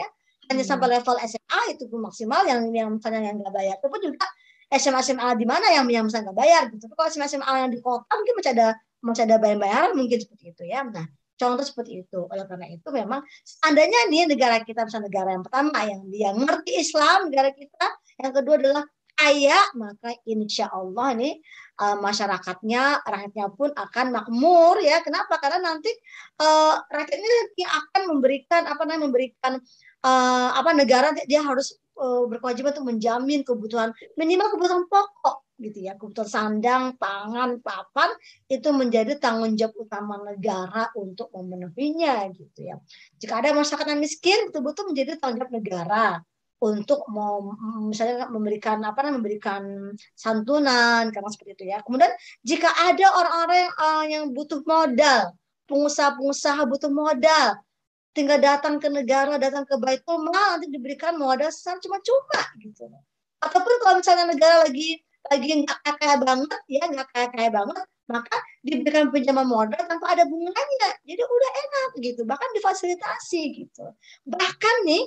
[SPEAKER 3] hanya
[SPEAKER 1] Hmm.
[SPEAKER 3] sampai level S M A itu pun maksimal yang yang misalnya yang nggak bayar. Itu pun juga S M A S M A di mana yang yang misalnya nggak bayar gitu. Tapi kalau S M A S M A yang di kota mungkin masih ada masih ada bayar-bayaran mungkin seperti itu ya. Nah, contoh seperti itu. Oleh karena itu memang seandainya nih negara kita misalnya negara yang pertama yang dia ngerti Islam, negara kita, yang kedua adalah kaya, maka insya Allah nih uh, masyarakatnya, rakyatnya pun akan makmur ya. Kenapa? Karena nanti uh, rakyatnya yang akan memberikan apa namanya memberikan uh, apa negara dia harus uh, berkewajiban untuk menjamin kebutuhan minimal kebutuhan pokok gitu ya, kebutuhan sandang, pangan, papan itu menjadi tanggung jawab utama negara untuk memenuhinya gitu ya. Jika ada masyarakat yang miskin, betul-betul menjadi tanggung jawab negara untuk mau misalnya memberikan apa namanya memberikan santunan karena seperti itu ya. Kemudian jika ada orang-orang yang, uh, yang butuh modal, pengusaha-pengusaha butuh modal, tinggal datang ke negara, datang ke Baitul Mal nanti diberikan modal secara cuma-cuma gitu. Ataupun kalau misalnya negara lagi lagi nggak kaya banget ya nggak kaya kaya banget, maka diberikan pinjaman modal tanpa ada bunganya, jadi udah enak gitu, bahkan difasilitasi gitu. Bahkan nih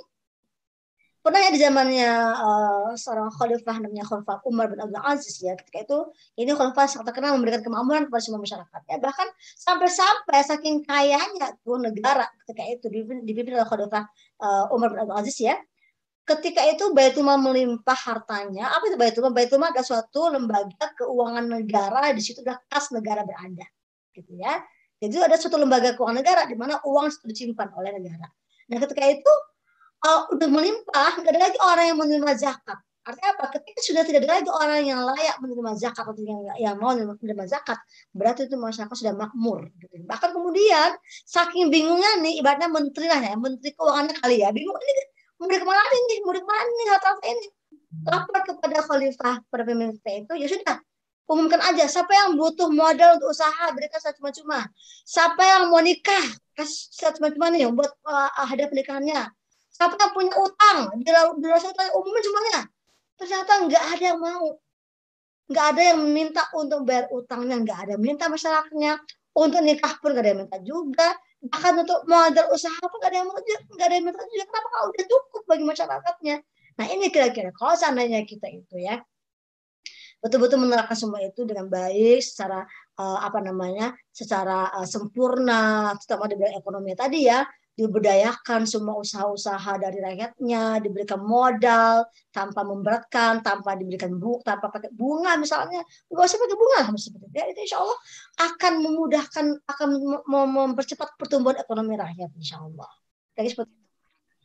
[SPEAKER 3] pernah ya di zamannya uh, seorang khalifah namanya Khalifah Umar bin Abdul Aziz ya, ketika itu ini khalifah sangat terkenal memberikan kemakmuran kepada semua masyarakat ya, bahkan sampai-sampai saking kayanya tuh negara ketika itu dipimpin oleh Khalifah uh, Umar bin Abdul Aziz ya, ketika itu Baitul Mal melimpah hartanya. Apa itu Baitul Mal? Baitul Mal adalah suatu lembaga keuangan negara, di situ adalah kas negara berada gitu ya. Jadi ada suatu lembaga keuangan negara di mana uang sudah disimpan oleh negara. Nah ketika itu uh, udah melimpah, nggak ada lagi orang yang menerima zakat. Artinya apa? Ketika sudah tidak ada lagi orang yang layak menerima zakat atau yang, yang mau menerima zakat, berarti itu masyarakat sudah makmur. Gitu. Bahkan kemudian saking bingungnya nih, ibaratnya menteri lah ya, menteri keuangannya kali ya, bingung ini mau kemana nih, mau kemana nih harta ini. Lapor kepada khalifah pada pemimpin itu, ya sudah, umumkan aja. Siapa yang butuh modal untuk usaha, berikan secara cuma-cuma. Siapa yang mau nikah, kasih secara cuma-cuma nih buat uh, hadiah pernikahannya. Siapa yang punya utang, di luar sana umumnya semuanya. Ternyata nggak ada yang mau, nggak ada yang minta untuk bayar utangnya, nggak ada minta masyarakatnya, untuk nikah pun nggak ada yang minta juga, bahkan untuk modal usaha pun nggak ada yang mau, nggak ada yang minta juga. Kenapa? Kalau udah cukup bagi masyarakatnya. Nah ini kira-kira kalau seandainya kita itu ya betul-betul menerapkan semua itu dengan baik, secara uh, apa namanya, secara uh, sempurna, terutama di bidang ekonomi tadi ya, diberdayakan semua usaha-usaha dari rakyatnya, diberikan modal tanpa memberatkan, tanpa diberikan bunga, tanpa pakai bunga misalnya, nggak usah pakai bunga seperti itu. Ya, itu insya Allah akan memudahkan, akan mempercepat pertumbuhan ekonomi rakyat insya Allah. Jadi seperti itu.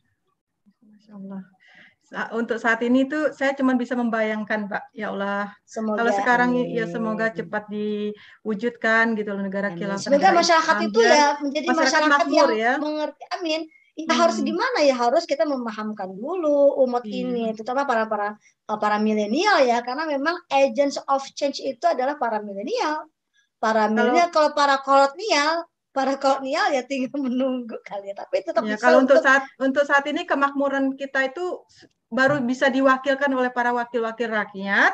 [SPEAKER 1] Masya Allah. Untuk saat ini tuh saya cuma bisa membayangkan, Pak. Ya Allah.
[SPEAKER 3] Semoga,
[SPEAKER 1] kalau sekarang
[SPEAKER 3] amin.
[SPEAKER 1] Ya semoga cepat diwujudkan gitu loh negara khilafah.
[SPEAKER 3] Semoga masyarakat
[SPEAKER 1] Islam,
[SPEAKER 3] itu ya menjadi
[SPEAKER 1] masyarakat,
[SPEAKER 3] masyarakat
[SPEAKER 1] makmur,
[SPEAKER 3] yang
[SPEAKER 1] ya.
[SPEAKER 3] mengerti. Amin. Ya
[SPEAKER 1] Hmm.
[SPEAKER 3] harus gimana ya, harus kita memahamkan dulu umat
[SPEAKER 1] Iya.
[SPEAKER 3] ini, terutama para para para milenial ya, karena memang agents of change itu adalah para milenial. Para milenial, kalau, kalau para kolonial, para kolonial ya tinggal menunggu kali ya, tapi tetap
[SPEAKER 1] ya,
[SPEAKER 3] bisa
[SPEAKER 1] kalau untuk
[SPEAKER 3] untuk
[SPEAKER 1] saat untuk saat ini kemakmuran kita itu baru bisa diwakilkan oleh para wakil-wakil rakyat.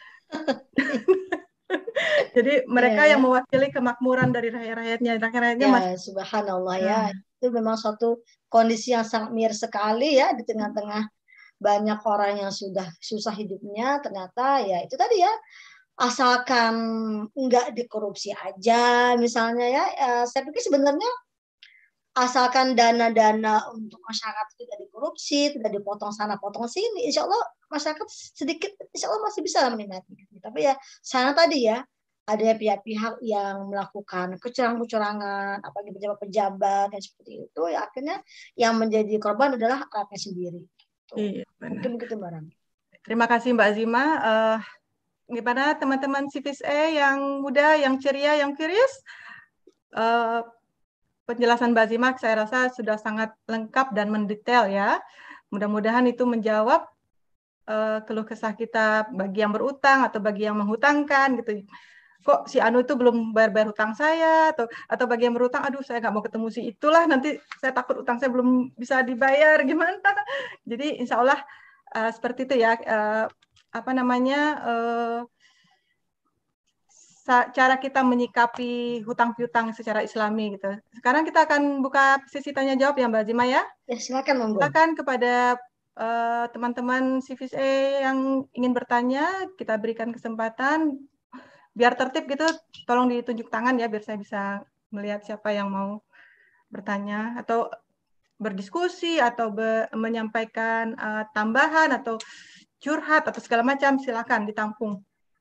[SPEAKER 1] Jadi mereka
[SPEAKER 3] ya,
[SPEAKER 1] yang mewakili kemakmuran dari rakyat-rakyatnya. Rakyat-rakyatnya
[SPEAKER 3] ya
[SPEAKER 1] masih,
[SPEAKER 3] subhanallah ya,
[SPEAKER 1] nah.
[SPEAKER 3] itu memang suatu kondisi yang sangat miris sekali ya, di tengah-tengah banyak orang yang sudah susah hidupnya, ternyata ya itu tadi ya, asalkan nggak dikorupsi aja misalnya ya, ya saya pikir sebenarnya asalkan dana-dana untuk masyarakat tidak dikorupsi, tidak dipotong sana potong sini, insya Allah masyarakat sedikit insya Allah masih bisa menikmati. Tapi ya sana tadi ya ada pihak-pihak yang melakukan kecurangan-kecurangan, apalagi pejabat-pejabat yang seperti itu, ya akhirnya yang menjadi korban adalah rakyat sendiri.
[SPEAKER 1] Iya, benar.
[SPEAKER 3] Mungkin begitu barang.
[SPEAKER 1] Terima kasih Mbak Azima. Uh, gimana teman-teman Civis E yang muda, yang ceria, yang curious? Uh, penjelasan Mbak Azima saya rasa sudah sangat lengkap dan mendetail ya. Mudah-mudahan itu menjawab uh, keluh kesah kita bagi yang berutang atau bagi yang menghutangkan gitu. Kok si Anu itu belum bayar-bayar hutang saya, atau atau bagi yang berutang, aduh saya nggak mau ketemu si itulah, nanti saya takut utang saya belum bisa dibayar, gimana? Jadi insya Allah uh, seperti itu ya, uh, apa namanya, uh, cara kita menyikapi hutang piutang secara Islami gitu. Sekarang kita akan buka sesi tanya jawab ya Mbak Zima ya.
[SPEAKER 3] Ya, silakan monggo.
[SPEAKER 1] Silakan kepada uh, teman-teman Civis E yang ingin bertanya, kita berikan kesempatan biar tertib gitu, tolong ditunjuk tangan ya biar saya bisa melihat siapa yang mau bertanya atau berdiskusi atau be menyampaikan uh, tambahan atau curhat atau segala macam, silakan ditampung.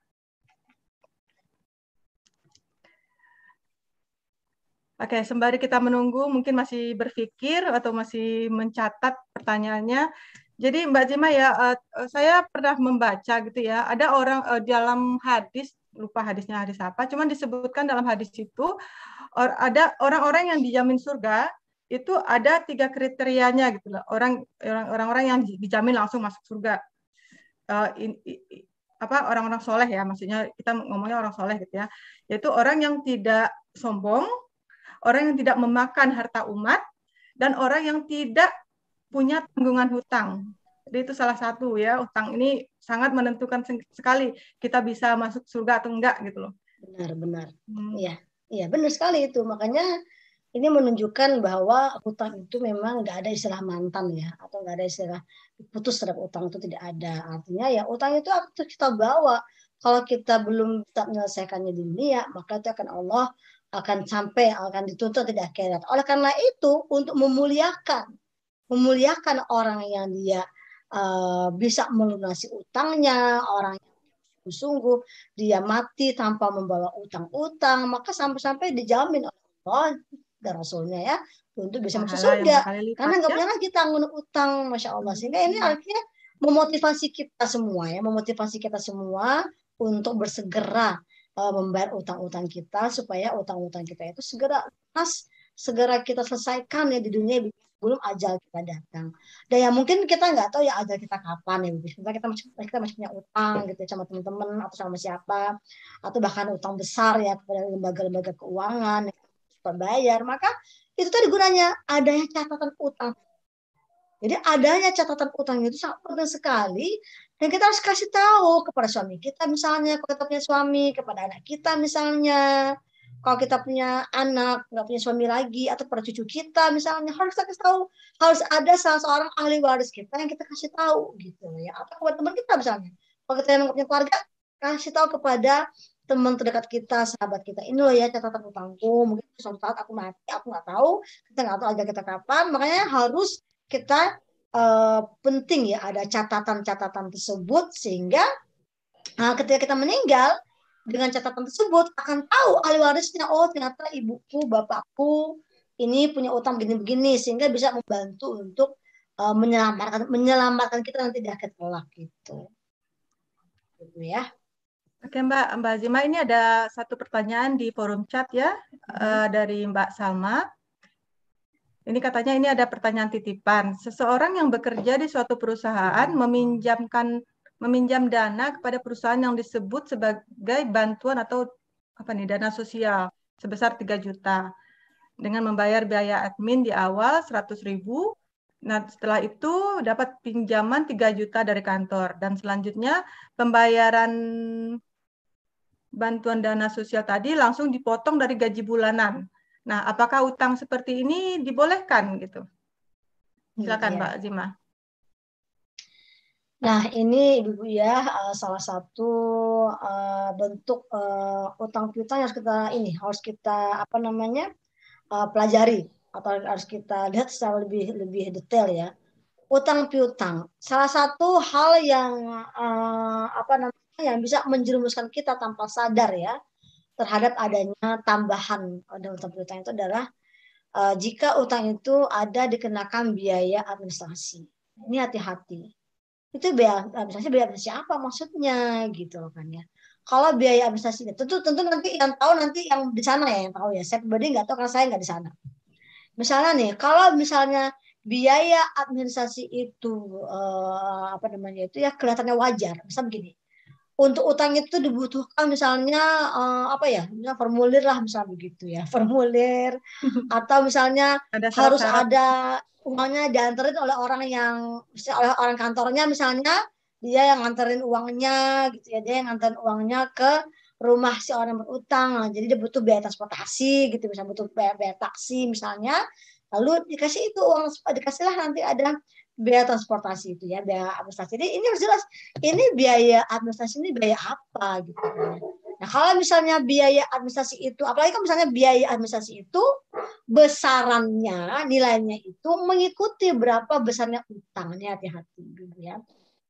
[SPEAKER 1] Oke, sembari kita menunggu, mungkin masih berpikir atau masih mencatat pertanyaannya. Jadi Mbak Zima ya, uh, saya pernah membaca gitu ya, ada orang uh, dalam hadis, lupa hadisnya hadis apa, cuman disebutkan dalam hadis itu, or, ada orang-orang yang dijamin surga, itu ada tiga kriterianya gitu loh, orang orang-orang yang dijamin langsung masuk surga. Uh, in, in, apa orang-orang soleh ya, maksudnya kita ngomongnya orang soleh gitu ya, yaitu orang yang tidak sombong, orang yang tidak memakan harta umat, dan orang yang tidak punya tanggungan hutang. Jadi itu salah satu ya, hutang ini sangat menentukan sekali kita bisa masuk surga atau enggak gitu loh.
[SPEAKER 3] Benar, benar. Iya, hmm. iya benar sekali itu. Makanya ini menunjukkan bahwa hutang itu memang nggak ada istilah mantan ya, atau nggak ada istilah putus terhadap utang, itu tidak ada. Artinya ya utang itu harus kita bawa. Kalau kita belum bisa menyelesaikannya di dunia, maka itu akan Allah akan sampai akan dituntut di akhirat. Oleh karena itu, untuk memuliakan memuliakan orang yang dia uh, bisa melunasi utangnya, orang yang sungguh dia mati tanpa membawa utang-utang, maka sampai-sampai dijamin oleh Allah dan Rasulnya ya untuk bisa masuk surga. Karena nggak punya lagi tanggung utang, masya Allah. Sehingga ini artinya memotivasi kita semua ya, memotivasi kita semua untuk bersegera uh, membayar utang-utang kita supaya utang-utang kita itu segera lunas, segera kita selesaikan ya di dunia belum ajal kita datang. Dan ya mungkin kita nggak tahu ya ajal kita kapan ya, misalnya kita masih kita masih punya utang gitu sama teman-teman atau sama siapa, atau bahkan utang besar ya kepada lembaga-lembaga keuangan yang kita bayar, maka itu tadi gunanya adanya catatan utang. Jadi adanya catatan utang itu sangat penting sekali, dan kita harus kasih tahu kepada suami kita misalnya, kalau kita punya suami, kepada anak kita misalnya, kalau kita punya anak nggak punya suami lagi, atau pada cucu kita misalnya, harus kita kasih tahu, harus ada salah seorang ahli waris kita yang kita kasih tahu gitu ya, atau kepada teman kita misalnya, kalau kita yang nggak punya keluarga, kasih tahu kepada teman terdekat kita, sahabat kita, ini loh ya catatan utangku, mungkin suatu saat aku mati, aku nggak tahu, kita nggak tahu aja kita kapan, makanya harus kita uh, penting ya ada catatan-catatan tersebut, sehingga uh, ketika kita meninggal dengan catatan tersebut akan tahu ahli warisnya, oh ternyata ibuku, bapakku ini punya utang begini-begini, sehingga bisa membantu untuk uh, menyelamatkan menyelamatkan kita nanti di akhir kelak gitu. Gitu ya.
[SPEAKER 1] Oke Mbak, Mbak Zima, ini ada satu pertanyaan di forum chat ya, hmm. uh, dari Mbak Salma. Ini katanya ini ada pertanyaan titipan. Seseorang yang bekerja di suatu perusahaan meminjamkan meminjam dana kepada perusahaan yang disebut sebagai bantuan atau apa nih dana sosial sebesar tiga juta dengan membayar biaya admin di awal seratus ribu. Nah, setelah itu dapat pinjaman tiga juta dari kantor, dan selanjutnya pembayaran bantuan dana sosial tadi langsung dipotong dari gaji bulanan. Nah, apakah utang seperti ini dibolehkan gitu? Silakan, ya. Mbak Zima.
[SPEAKER 3] Nah, ini Ibu ya salah satu uh, bentuk uh, utang piutang yang harus kita ini harus kita apa namanya uh, pelajari atau harus kita lihat secara lebih lebih detail ya. Utang piutang salah satu hal yang uh, apa namanya yang bisa menjerumuskan kita tanpa sadar ya terhadap adanya tambahan pada utang piutang itu adalah uh, jika utang itu ada dikenakan biaya administrasi. Ini hati-hati. Itu biaya administrasi, biaya administrasi apa maksudnya gitu kan ya. Kalau biaya administrasi tentu tentu nanti yang tahu nanti yang di sana ya yang tahu ya. Saya pribadi nggak tahu karena saya nggak di sana. Misalnya nih, kalau misalnya biaya administrasi itu uh, apa namanya itu ya kelihatannya wajar. Misal begini. Untuk utang itu dibutuhkan misalnya uh, apa ya, misalnya formulir lah misalnya begitu ya, formulir atau misalnya ada harus ada uangnya diantarin oleh orang yang misalnya oleh orang kantornya misalnya dia yang nganterin uangnya gitu ya, dia yang nganterin uangnya ke rumah si orang berutang, nah, jadi dia butuh biaya transportasi gitu, misalnya butuh biaya, biaya taksi misalnya, lalu dikasih itu uang, dikasihlah nanti ada biaya transportasi itu ya, biaya administrasi. Jadi ini harus jelas, ini biaya administrasi ini biaya apa gitu. Nah kalau misalnya biaya administrasi itu, apalagi kan misalnya biaya administrasi itu besarannya, nilainya itu mengikuti berapa besarnya utang. Ini hati-hati dulu ya.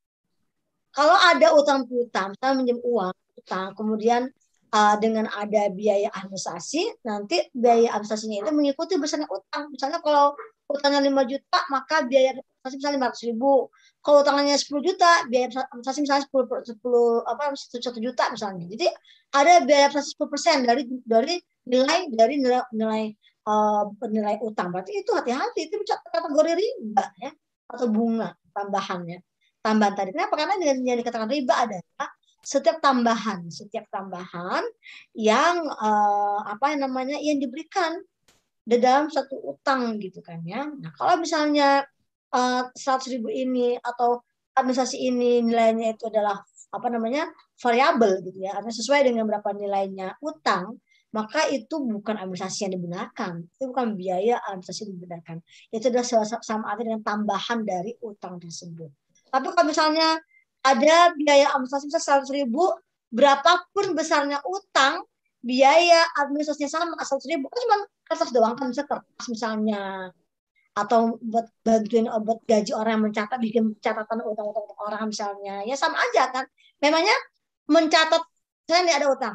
[SPEAKER 3] Kalau ada utang piutang, misalnya minjem uang, utang, kemudian uh, dengan ada biaya administrasi, nanti biaya administrasinya itu mengikuti besarnya utang. Misalnya kalau utangnya lima juta, maka biaya administrasi misalnya lima ratus ribu. Kalau utangnya sepuluh juta, biaya administrasi misalnya sepuluh, sepuluh apa satu juta misalnya. Jadi ada biaya administrasi sepuluh persen dari dari nilai dari nilai nilai uh, nilai utang. Berarti itu hati-hati, itu kategori riba ya, atau bunga tambahannya. Tambahan tadi. Kenapa? Karena dengan yang dikatakan riba adalah setiap tambahan, setiap tambahan yang uh, apa yang namanya yang diberikan di dalam satu utang gitu kan ya. Nah kalau misalnya uh, seratus ribu ini atau administrasi ini nilainya itu adalah apa namanya variabel gitu ya, artinya sesuai dengan berapa nilainya utang, maka itu bukan administrasi yang digunakan, itu bukan biaya administrasi yang digunakan. Itu adalah sama arti dengan tambahan dari utang tersebut. Tapi kalau misalnya ada biaya administrasi misalnya seratus ribu, berapapun besarnya utang, biaya administrasinya sama seratus ribu, kan cuma kertas doang kan, misalnya kertas misalnya, atau buat bantuin buat gaji orang yang mencatat, bikin catatan utang-utang orang misalnya, ya sama aja kan. Memangnya mencatat, saya ini ada utang,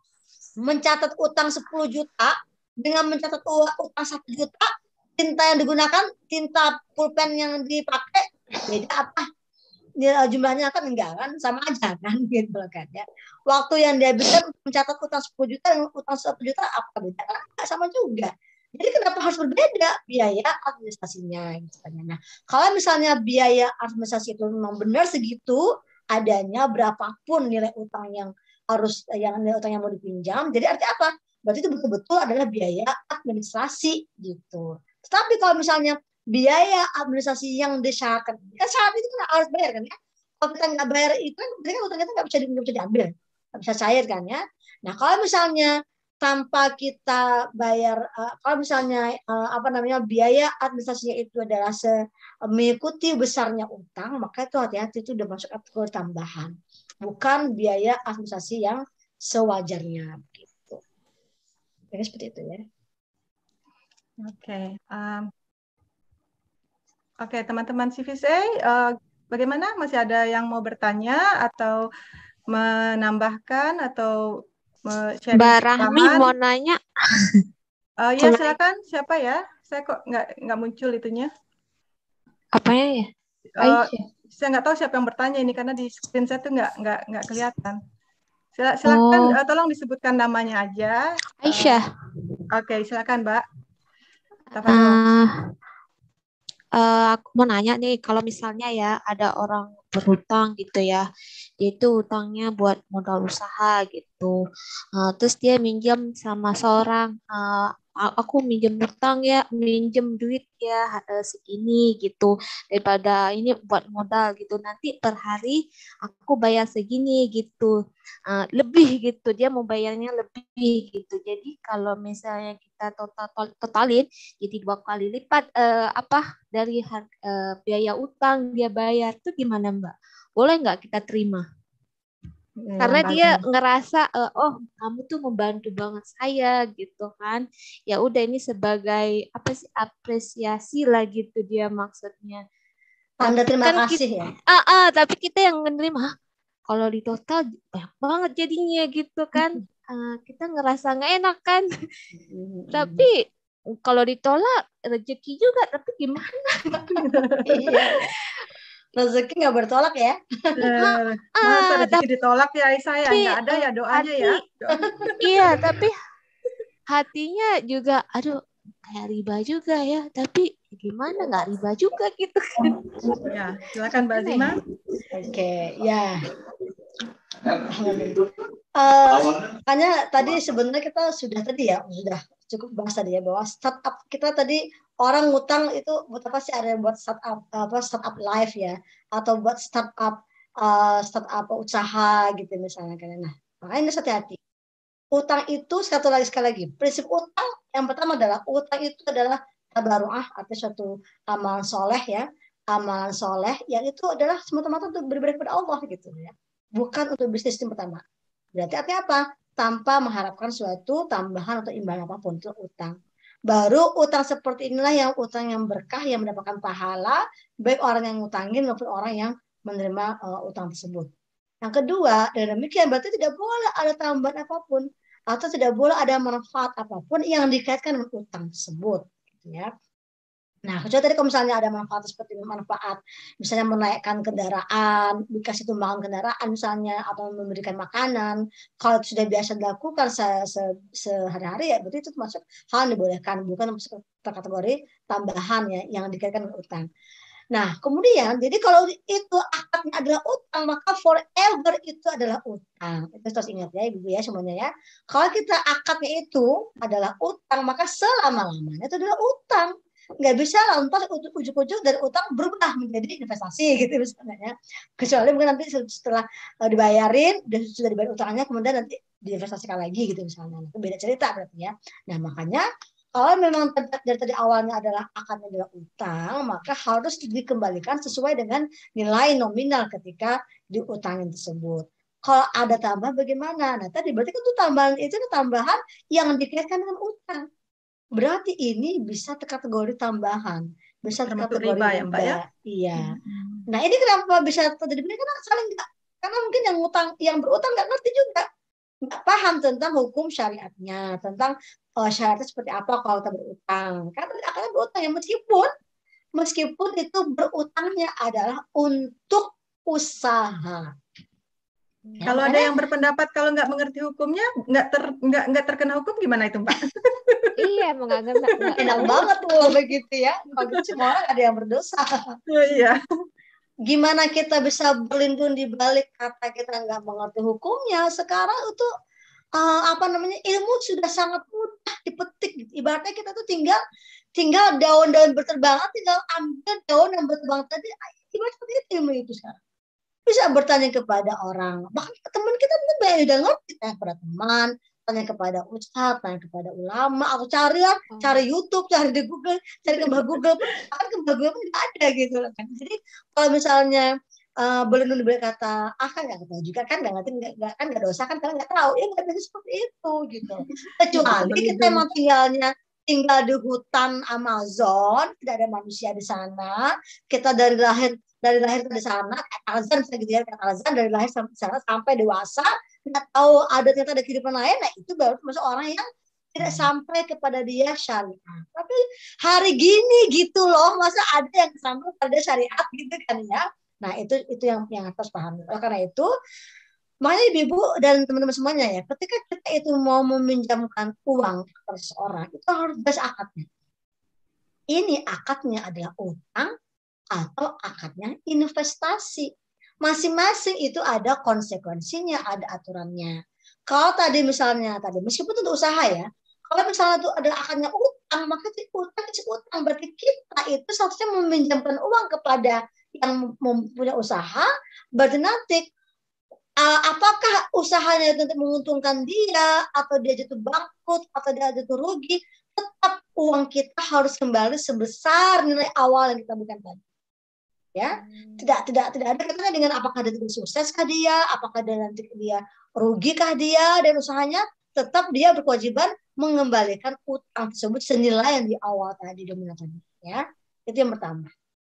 [SPEAKER 3] mencatat utang sepuluh juta dengan mencatat utang satu juta, tinta yang digunakan, tinta pulpen yang dipakai, beda apa? Jumlahnya kan enggak kan, sama aja kan gitu kan ya. Waktu yang dia habiskan mencatat utang sepuluh juta dan utang satu juta apa beda? Enggak sama juga. Jadi kenapa harus berbeda biaya administrasinya gitu kan. Nah, kalau misalnya biaya administrasi itu memang benar segitu adanya, berapapun nilai utang yang harus yang nilai utang yang mau dipinjam, jadi artinya apa? Berarti itu betul-betul adalah biaya administrasi gitu. Tapi kalau misalnya biaya administrasi yang disyaratkan, kan syarat itu kan harus bayar kan ya. Kalau kita nggak bayar itu kan berarti kan utang kita nggak bisa, nggak bisa diambil, nggak bisa cair kan ya. Nah kalau misalnya tanpa kita bayar, uh, kalau misalnya uh, apa namanya biaya administrasinya itu adalah se mengikuti besarnya utang, maka itu hati-hati, itu udah masuk kategori tambahan, bukan biaya administrasi yang sewajarnya gitu. Jadi seperti itu ya.
[SPEAKER 1] Oke. Okay. Um... Oke, teman-teman C V C, uh, bagaimana? Masih ada yang mau bertanya atau menambahkan atau sharing?
[SPEAKER 5] Mbak Rahmi mau nanya.
[SPEAKER 1] Uh, ya, silakan. Siapa ya? Saya kok nggak nggak muncul itunya.
[SPEAKER 5] Apanya ya?
[SPEAKER 1] Uh, saya nggak tahu siapa yang bertanya ini karena di screen saya tuh nggak nggak nggak kelihatan. Sila, silakan, oh. uh, tolong disebutkan namanya aja.
[SPEAKER 5] Aisyah.
[SPEAKER 1] Uh, Oke, okay, silakan, Mbak.
[SPEAKER 5] Uh, Uh, aku mau nanya nih, kalau misalnya ya ada orang berhutang gitu ya, dia itu hutangnya buat modal usaha gitu, uh, terus dia minjem sama seorang, uh, aku minjem hutang ya, minjem duit ya uh, segini gitu, daripada ini buat modal gitu, nanti per hari aku bayar segini gitu, uh, lebih gitu, dia mau bayarnya lebih gitu. Jadi kalau misalnya kita total totalin jadi dua kali lipat uh, apa dari harga, uh, biaya utang dia bayar, tuh gimana Mbak? Boleh nggak kita terima? Hmm, karena dia ngerasa uh, oh kamu tuh membantu banget saya gitu kan, ya udah ini sebagai apa sih, apresiasi lah gitu dia maksudnya.
[SPEAKER 3] Tanda terima
[SPEAKER 5] kan
[SPEAKER 3] kasih
[SPEAKER 5] kita,
[SPEAKER 3] ya.
[SPEAKER 5] Ah, ah, tapi kita yang menerima kalau di total banyak banget jadinya gitu kan, uh, kita ngerasa nggak enak kan. Tapi kalau ditolak rezeki juga, tapi gimana?
[SPEAKER 3] Iya. Rezeki nggak bertolak ya.
[SPEAKER 1] Masa rezeki ditolak ya Aisyah ya? Nggak ada ya doanya
[SPEAKER 5] hati,
[SPEAKER 1] ya.
[SPEAKER 5] Iya, tapi hatinya juga, aduh kayak riba juga ya. Tapi gimana nggak riba juga gitu kan.
[SPEAKER 1] Ya, silakan Mbak Zima.
[SPEAKER 3] Oke, ya. Uh, makanya tadi sebenarnya kita sudah tadi ya, sudah cukup bahas tadi ya, bahwa startup kita tadi orang ngutang itu buat apa sih, ada buat startup apa startup life ya, atau buat startup uh, startup usaha gitu misalnya kan. Nah makanya harus hati-hati utang itu satu lagi sekali lagi prinsip utang yang pertama adalah utang itu adalah tabaruah atau suatu amalan soleh ya, amalan soleh yang itu adalah semata-mata untuk beribadah kepada Allah gitu ya, bukan untuk bisnis yang pertama. Berarti artinya apa? Tanpa mengharapkan suatu tambahan atau imbalan apapun itu utang. Baru utang seperti inilah yang utang yang berkah yang mendapatkan pahala baik orang yang ngutangin maupun orang yang menerima uh, utang tersebut. Yang kedua, dengan demikian berarti tidak boleh ada tambahan apapun atau tidak boleh ada manfaat apapun yang dikaitkan dengan utang tersebut, gitu ya. Nah, kecuali tadi kalau misalnya ada manfaat seperti manfaat, misalnya menaikkan kendaraan, dikasih tumbangan kendaraan misalnya, atau memberikan makanan, kalau itu sudah biasa dilakukan se -se sehari-hari ya, berarti itu termasuk hal yang dibolehkan, bukan kategori tambahan ya yang dikaitkan dengan utang. Nah, kemudian, jadi kalau itu akadnya adalah utang, maka forever itu adalah utang. Itu harus ingat ya, Ibu ya semuanya ya. Kalau kita akadnya itu adalah utang, maka selama-lamanya itu adalah utang. Nggak bisa lantas ujuk-ujuk dari utang berubah menjadi investasi gitu misalnya. Kecuali mungkin nanti setelah dibayarin, sudah dibayar utangnya, kemudian nanti diinvestasikan lagi gitu misalnya. Itu beda cerita berarti ya. Nah, makanya kalau memang dari tadi awalnya adalah akadnya adalah utang, maka harus dikembalikan sesuai dengan nilai nominal ketika diutangin tersebut. Kalau ada tambah bagaimana? Nah, tadi berarti itu tambahan itu tambahan yang dikaitkan dengan utang. Berarti ini bisa kategori tambahan, bisa
[SPEAKER 1] Termasuk
[SPEAKER 3] kategori
[SPEAKER 1] riba ya, Mbak ya?
[SPEAKER 3] Iya.
[SPEAKER 1] Hmm.
[SPEAKER 3] Nah, ini kenapa bisa terjadi? Karena saling enggak, karena mungkin yang utang, yang berutang nggak ngerti juga, nggak paham tentang hukum syariatnya, tentang uh, syaratnya seperti apa kalau kita berutang. Karena akan berutang ya, meskipun meskipun itu berutangnya adalah untuk usaha.
[SPEAKER 1] Ya, kalau ada yang berpendapat kalau nggak mengerti hukumnya nggak ter nggak nggak terkena hukum gimana itu, Mbak?
[SPEAKER 5] Iya, menganggap nggak
[SPEAKER 3] enak banget tuh begitu ya. Kalau gitu semua orang ada yang berdosa.
[SPEAKER 1] Oh, iya.
[SPEAKER 3] Gimana kita bisa berlindung di balik kata kita nggak mengerti hukumnya? Sekarang itu uh, apa namanya ilmu sudah sangat mudah dipetik. Ibaratnya kita tuh tinggal tinggal daun-daun berterbangan, tinggal ambil daun yang berterbang tadi. Ibaratnya seperti itu ilmu itu sekarang. Bisa bertanya kepada orang, bahkan teman kita mungkin banyak udah ngerti, tanya kepada teman, tanya kepada ustadz, tanya kepada ulama, atau cari lah, hmm. cari YouTube, cari di Google, cari ke Google pun, kan ke Google pun tidak ada gitu kan. Jadi kalau misalnya uh, belum dibeli kata, ah kan nggak tahu juga kan, nggak ngerti, nggak kan nggak dosa kan, karena nggak tahu, ya nggak bisa seperti itu gitu. Kecuali kita emang tinggalnya tinggal di hutan Amazon, tidak ada manusia di sana, kita dari lahir dari lahir di sana, Al-Azan bisa gitu ya, Al-Azan dari lahir sampai sana sampai dewasa, nggak tahu ada ternyata ada kehidupan lain, nah itu baru termasuk orang yang tidak sampai kepada dia syariat. Tapi hari gini gitu loh, masa ada yang sampai pada syariat gitu kan ya? Nah itu itu yang yang harus paham. Oleh karena itu, makanya ibu dan teman-teman semuanya ya, ketika kita itu mau meminjamkan uang kepada seseorang, itu harus jelas akadnya. Ini akadnya adalah utang atau akadnya investasi. Masing-masing itu ada konsekuensinya, ada aturannya. Kalau tadi misalnya tadi meskipun itu usaha ya, kalau misalnya itu ada akadnya utang, maka itu utang itu utang berarti kita itu seharusnya meminjamkan uang kepada yang mempunyai usaha, berarti nanti uh, apakah usahanya itu nanti menguntungkan dia atau dia jatuh bangkrut atau dia jatuh rugi, tetap uang kita harus kembali sebesar nilai awal yang kita berikan tadi. Ya, tidak tidak tidak ada kaitannya dengan apakah dia tidak sukseskah dia, apakah dia nanti dia rugikah dia dan usahanya, tetap dia berkewajiban mengembalikan utang tersebut senilai yang di awal tadi dominan tadi. Ya, itu yang pertama.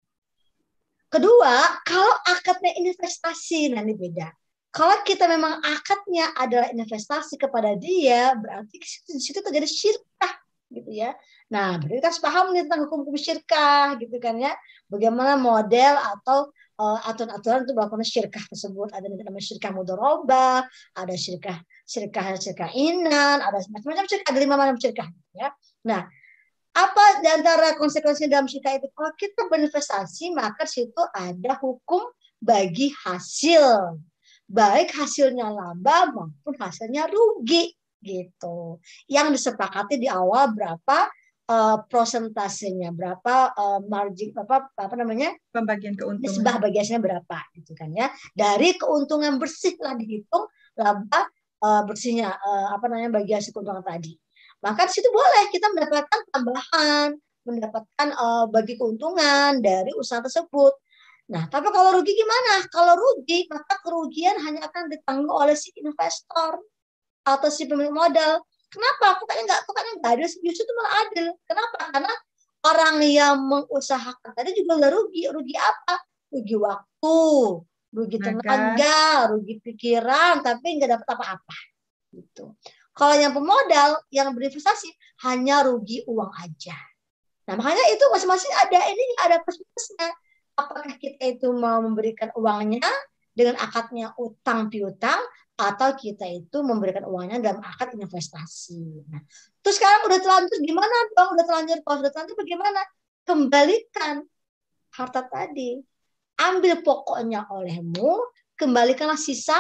[SPEAKER 3] Kedua, kalau akadnya investasi, nanti beda. Kalau kita memang akadnya adalah investasi kepada dia, berarti di situ terjadi syirkah, gitu ya. Nah, berarti kita harus paham nih tentang hukum-hukum syirkah, gitu kan ya. Bagaimana model atau uh, aturan-aturan untuk melakukan syirkah tersebut. Ada namanya syirkah mudharabah, ada syirkah syirkah syirkah inan, ada macam-macam syirkah, ada lima macam syirkah, ya. Nah, apa di antara konsekuensi dalam syirkah itu? Kalau kita berinvestasi, maka situ ada hukum bagi hasil. Baik hasilnya laba maupun hasilnya rugi gitu. Yang disepakati di awal berapa uh, prosentasenya, berapa uh, margin apa apa namanya?
[SPEAKER 1] Pembagian keuntungan.
[SPEAKER 3] Nisbah bagiannya berapa gitu kan ya. Dari keuntungan bersih lah dihitung laba uh, bersihnya uh, apa namanya bagi hasil keuntungan tadi. Maka di situ boleh kita mendapatkan tambahan, mendapatkan uh, bagi keuntungan dari usaha tersebut. Nah, tapi kalau rugi gimana? Kalau rugi, maka kerugian hanya akan ditanggung oleh si investor atau si pemilik modal. Kenapa? Kok kayaknya nggak, kok kayaknya nggak adil? Justru itu malah adil. Kenapa? Karena orang yang mengusahakan tadi juga nggak rugi. Rugi apa? Rugi waktu, rugi tenaga, rugi pikiran, tapi nggak dapat apa-apa. Gitu. Kalau yang pemodal, yang berinvestasi, hanya rugi uang aja. Nah, makanya itu masing-masing ada ini, ada plus-plusnya. Apakah kita itu mau memberikan uangnya dengan akadnya utang piutang, atau kita itu memberikan uangnya dalam akad investasi. Nah, terus sekarang udah terlanjur gimana dong? Udah terlanjur, kalau sudah terlanjur bagaimana? Kembalikan harta tadi. Ambil pokoknya olehmu, kembalikanlah sisa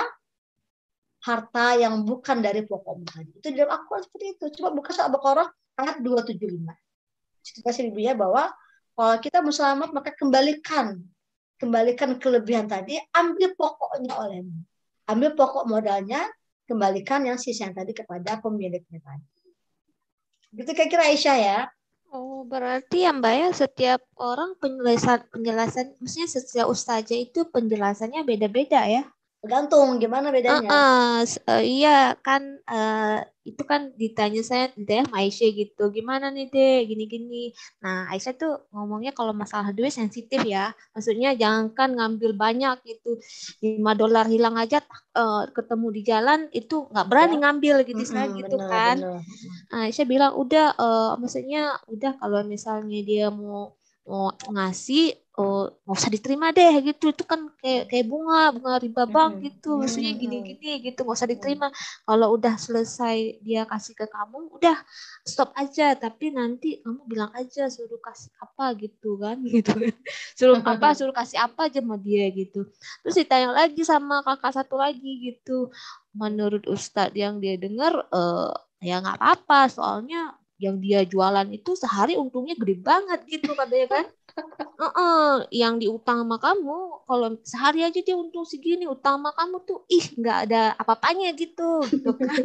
[SPEAKER 3] harta yang bukan dari pokokmu tadi. Itu dalam Al-Quran seperti itu. Coba buka surah Al-Baqarah ayat dua ratus tujuh puluh lima. Kasih ibu ya bahwa kalau kita mau selamat maka kembalikan kembalikan kelebihan tadi, ambil pokoknya olehmu. Ambil pokok modalnya, kembalikan yang sisa yang tadi kepada pemiliknya tadi. Gitu kira-kira Aisyah ya.
[SPEAKER 5] Oh, berarti ya Mbak ya, setiap orang penjelasan penjelasan maksudnya setiap ustazah itu penjelasannya beda-beda ya.
[SPEAKER 3] Tergantung gimana bedanya.
[SPEAKER 5] Uh, uh, uh, iya kan uh, itu kan ditanya saya ditanya sama Aisyah gitu, gimana nih deh gini-gini. Nah Aisyah tuh ngomongnya kalau masalah duit sensitif ya, maksudnya jangan kan ngambil banyak gitu, lima dolar hilang aja uh, ketemu di jalan itu nggak berani ya. Ngambil gitu saya mm-hmm, gitu bener, kan. Bener. Nah, Aisyah bilang udah uh, maksudnya udah kalau misalnya dia mau mau ngasih oh nggak usah diterima deh gitu, itu kan kayak kayak bunga bunga riba bank gitu, maksudnya gini-gini gitu, nggak usah diterima. Kalau udah selesai dia kasih ke kamu udah stop aja, tapi nanti kamu bilang aja suruh kasih apa gitu kan gitu, suruh apa suruh kasih apa aja sama dia gitu. Terus ditanya lagi sama kakak satu lagi gitu, menurut Ustadz yang dia dengar uh, ya nggak apa-apa soalnya yang dia jualan itu sehari untungnya gede banget gitu katanya kan. Uh-uh, yang diutang sama kamu kalau sehari aja dia untung segini, utang sama kamu tuh ih nggak ada apa-apanya gitu gitu kan.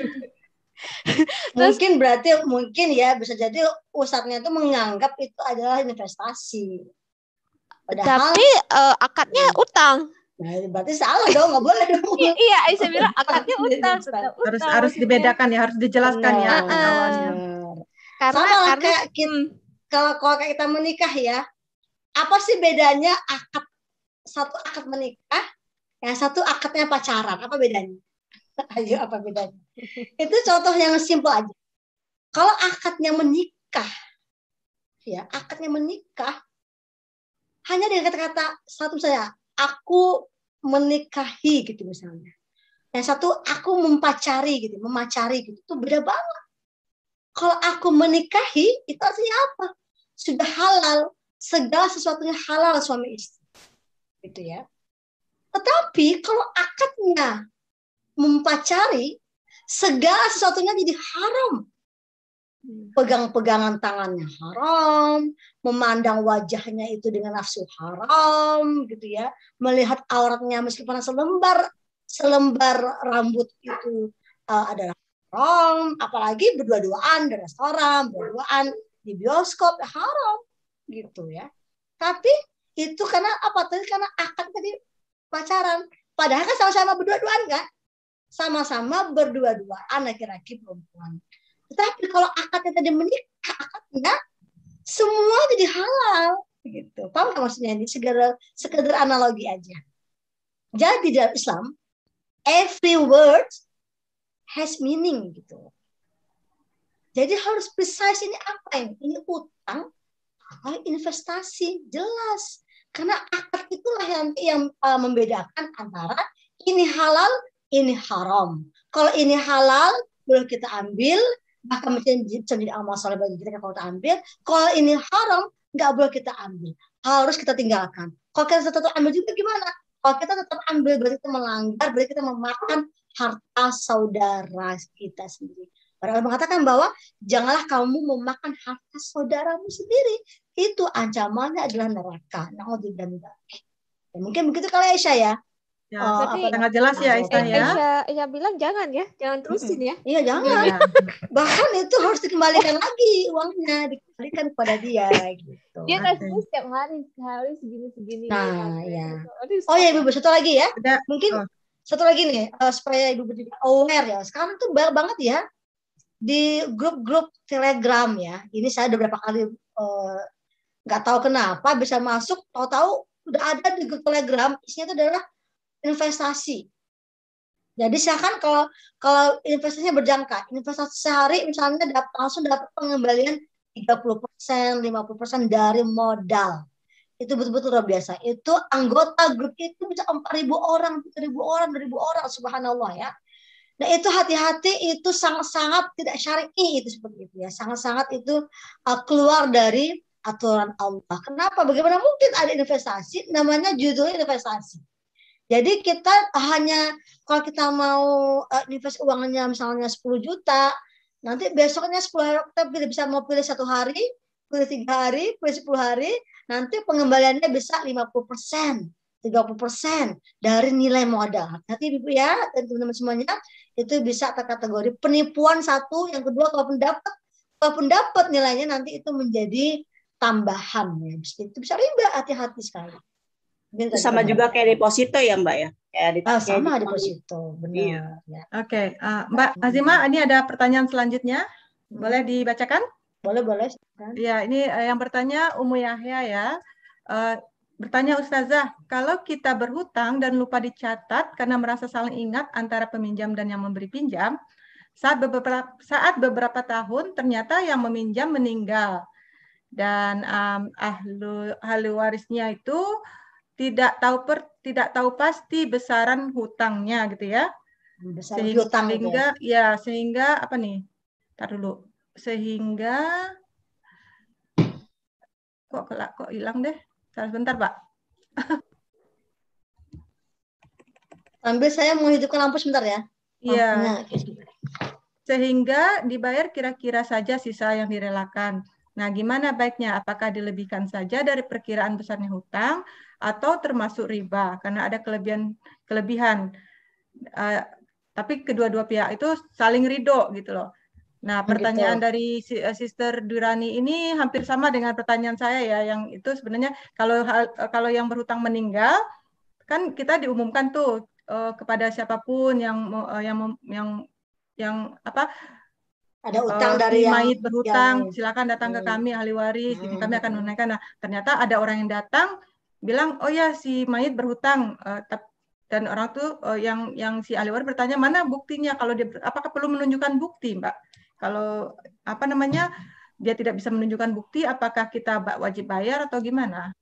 [SPEAKER 3] Terus, mungkin berarti mungkin ya bisa jadi ustadznya itu menganggap itu adalah investasi.
[SPEAKER 5] Padahal, tapi uh, akadnya hmm. utang.
[SPEAKER 3] Nah, berarti salah dong, nggak boleh dong.
[SPEAKER 5] Iya, saya bilang akadnya utang,
[SPEAKER 1] utang. Harus harus dibedakan ya, harus dijelaskan benar, ya awalnya.
[SPEAKER 3] Karena, sama karena kayak kita, hmm. kalau kalau kayak kita menikah ya, apa sih bedanya akad satu akad menikah, yang satu akadnya pacaran, apa bedanya? Ayo apa bedanya? Itu contoh yang simpel aja. Kalau akadnya menikah, ya akadnya menikah hanya dengan kata-kata satu saya, aku menikahi gitu misalnya. Yang satu aku mempacari gitu, memacari gitu, itu beda banget. Kalau aku menikahi itu artinya apa? Sudah halal, segala sesuatunya halal suami istri, gitu ya. Tetapi kalau akadnya mempacari, segala sesuatunya jadi haram. Pegang-pegangan tangannya haram, memandang wajahnya itu dengan nafsu haram, gitu ya. Melihat auratnya meskipun selembar selembar rambut itu uh, adalah haram, apalagi berdua-duaan di restoran, berdua-duaan di bioskop, haram, gitu ya. Tapi itu karena apa? Tadi karena akad tadi pacaran. Padahal kan sama-sama berdua-duaan kan? Sama-sama berdua-duaan laki-laki perempuan. Tetapi kalau akadnya tadi menikah, akadnya semua jadi halal, gitu. Paham nggak maksudnya ini? Sekedar, sekedar analogi aja. Jadi dalam Islam, every word has meaning, gitu. Jadi harus precise ini apa ini? Ini utang atau investasi, jelas. Karena akad itulah yang, yang uh, membedakan antara ini halal, ini haram. Kalau ini halal, boleh kita ambil, bahkan bisa jadi amal soleh bagi kita kalau kita ambil. Kalau ini haram, nggak boleh kita ambil, harus kita tinggalkan. Kalau kita tetap ambil juga gimana? Kalau kita tetap ambil, berarti kita melanggar, berarti kita memakan harta saudara kita sendiri. Para ulama mengatakan bahwa janganlah kamu memakan harta saudaramu sendiri. Itu ancamannya adalah neraka. Nah, ya, mungkin begitu kali Aisyah ya.
[SPEAKER 1] Ya,
[SPEAKER 3] uh,
[SPEAKER 5] Berarti
[SPEAKER 3] apa
[SPEAKER 1] sangat jelas ya
[SPEAKER 3] namanya?
[SPEAKER 1] Aisyah
[SPEAKER 5] Eh,
[SPEAKER 1] ya.
[SPEAKER 5] Aisyah, Aisyah bilang jangan ya, jangan terusin ya.
[SPEAKER 3] Iya jangan.
[SPEAKER 1] Iya.
[SPEAKER 3] Bahkan itu harus dikembalikan lagi uangnya, dikembalikan kepada dia gitu.
[SPEAKER 5] Dia
[SPEAKER 1] Oke.
[SPEAKER 5] kasihnya setiap hari, sehari segini-segini.
[SPEAKER 3] Nah, ya.
[SPEAKER 5] Aduh,
[SPEAKER 3] Oh ya Ibu, satu lagi ya.
[SPEAKER 1] Ada.
[SPEAKER 3] Mungkin
[SPEAKER 1] Oh,
[SPEAKER 3] satu lagi nih, uh, supaya Ibu juga aware ya. Sekarang tuh banyak banget ya di grup-grup Telegram ya. Ini saya udah berapa kali uh, nggak tahu kenapa bisa masuk, tahu-tahu udah ada di grup Telegram, isinya itu adalah investasi. Jadi silakan kalau kalau investasinya berjangka, investasi sehari misalnya dapat langsung dapat pengembalian tiga puluh persen, lima puluh persen dari modal. Itu betul-betul luar biasa. Itu anggota grup itu bisa empat ribu orang, tiga ribu orang, dua ribu orang, subhanallah ya. Nah itu hati-hati, itu sangat-sangat tidak syar'i itu seperti itu ya. Sangat-sangat itu uh, keluar dari aturan Allah. Kenapa? Bagaimana mungkin ada investasi, namanya judulnya investasi. Jadi kita hanya kalau kita mau uh, invest uangnya misalnya sepuluh juta, nanti besoknya sepuluh hari kita pilih, bisa mau pilih satu hari, pilih tiga hari, pilih sepuluh hari, nanti pengembaliannya bisa lima puluh persen, tiga puluh persen dari nilai modal. Nanti Ibu ya dan teman-teman semuanya itu bisa terkategori penipuan satu, yang kedua kalaupun dapat, kalaupun dapat nilainya nanti itu menjadi tambahan ya. Itu bisa riba, hati-hati sekali.
[SPEAKER 4] Itu sama juga kayak deposito ya Mbak ya? Kayak di,
[SPEAKER 3] Ah,
[SPEAKER 4] kayak
[SPEAKER 3] sama
[SPEAKER 4] di-
[SPEAKER 3] deposito, benar.
[SPEAKER 4] Iya.
[SPEAKER 3] Ya.
[SPEAKER 1] Oke, uh, Mbak Azima, ini ada pertanyaan selanjutnya. Boleh dibacakan?
[SPEAKER 3] Boleh, boleh. Silakan.
[SPEAKER 1] Ya, ini uh, yang bertanya Umu Yahya ya. Uh, bertanya Ustazah, kalau kita berhutang dan lupa dicatat karena merasa saling ingat antara peminjam dan yang memberi pinjam, saat beberapa saat beberapa tahun ternyata yang meminjam meninggal dan um, ahlu ahli warisnya itu tidak tahu per, tidak tahu pasti besaran hutangnya gitu ya.
[SPEAKER 3] Besar
[SPEAKER 1] Sehingga,
[SPEAKER 3] hutang itu
[SPEAKER 1] sehingga ya sehingga apa nih? Tar dulu. Sehingga kok kok hilang deh. Sebentar, Pak.
[SPEAKER 3] Sambil saya menghidupkan lampu sebentar ya.
[SPEAKER 1] Iya.
[SPEAKER 3] Lampunya.
[SPEAKER 1] Sehingga dibayar kira-kira saja sisa yang direlakan. Nah, gimana baiknya? Apakah dilebihkan saja dari perkiraan besarnya hutang atau termasuk riba? Karena ada kelebihan kelebihan. Uh, tapi kedua-dua pihak itu saling ridho gitu loh. Nah, pertanyaan
[SPEAKER 3] gitu.
[SPEAKER 1] dari Sister Durani ini hampir sama dengan pertanyaan saya ya, yang itu sebenarnya kalau kalau yang berhutang meninggal kan kita diumumkan tuh uh, kepada siapapun yang uh, yang yang yang apa
[SPEAKER 3] ada utang
[SPEAKER 1] uh,
[SPEAKER 3] dari
[SPEAKER 1] si
[SPEAKER 3] yang
[SPEAKER 1] mayit berhutang,
[SPEAKER 3] yang,
[SPEAKER 1] silakan datang
[SPEAKER 3] hmm.
[SPEAKER 1] ke kami ahli waris,
[SPEAKER 3] hmm.
[SPEAKER 1] gitu kami akan menunaikan. Nah, ternyata ada orang yang datang bilang, oh ya si mayit berhutang, uh, dan orang tuh uh, yang yang si ahli waris bertanya mana buktinya, kalau dia apakah perlu menunjukkan bukti, Mbak? Kalau apa namanya dia tidak bisa menunjukkan bukti, apakah kita wajib bayar atau gimana?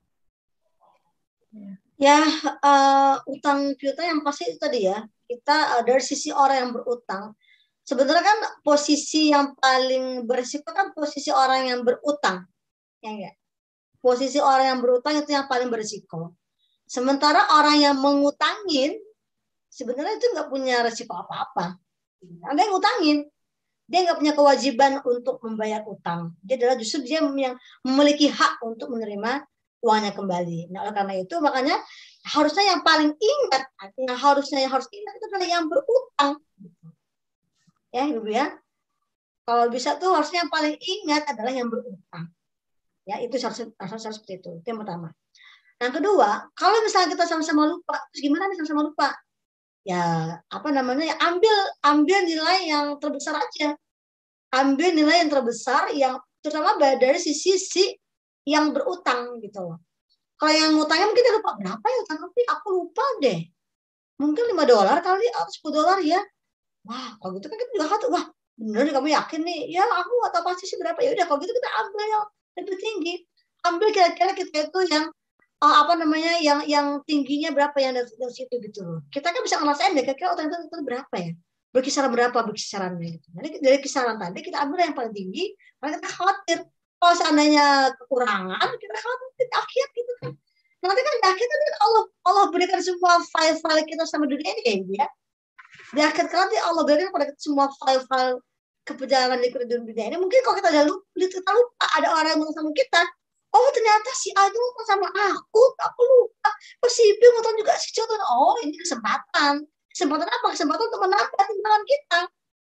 [SPEAKER 3] Ya, uh, utang piutang yang pasti itu tadi ya. Kita uh, dari sisi orang yang berutang, sebenarnya kan posisi yang paling berisiko kan posisi orang yang berutang, ya enggak? Posisi orang yang berutang itu yang paling berisiko. Sementara orang yang mengutangin sebenarnya itu nggak punya resiko apa-apa. Ada yang ngutangin, dia nggak punya kewajiban untuk membayar utang. Dia adalah justru dia yang memiliki hak untuk menerima uangnya kembali. Nah, oleh karena itu makanya harusnya yang paling ingat, yang harusnya yang harus ingat itu adalah yang berutang. Ya, Ibu ya. Kalau bisa tuh harusnya yang paling ingat adalah yang berutang. Ya, itu harus harus seperti itu. Itu yang pertama. Yang kedua, kalau misalnya kita sama-sama lupa, terus gimana nih sama-sama lupa? Ya, apa namanya? Ya ambil ambil nilai yang terbesar aja. Ambil nilai yang terbesar yang terutama dari sisi si yang berutang gitu loh. Kalau yang ngutangnya mungkin dia lupa berapa ya utang tapi aku lupa deh. Mungkin lima dolar kali atau sepuluh dolar ya. Wah, kalau gitu kan kita juga hati, wah, bener kamu yakin nih? Ya, aku nggak tahu pasti sih berapa. Ya udah kalau gitu kita ambil yang lebih tinggi. Ambil kira-kira kita itu yang uh, apa namanya yang yang tingginya berapa yang dari, dari situ gitu loh. Kita kan bisa ngerasain deh kira-kira utang itu, itu berapa ya? Berkisaran berapa berkisarannya gitu. Jadi dari kisaran tadi kita ambil yang paling tinggi, karena kita khawatir kalau seandainya kekurangan kita khawatir akhir gitu kan. Nanti kan di akhir kan Allah Allah berikan semua file-file kita sama dunia ini ya. Di akhir nanti Allah berikan pada kita semua file-file keperjalanan di dunia ini. Mungkin kalau kita udah lupa, kita lupa ada orang yang sama kita, oh ternyata si A itu sama aku, aku lupa. Oh si B ngutang juga si C. Oh ini kesempatan. Kesempatan apa? Kesempatan untuk menambah timbangan kita.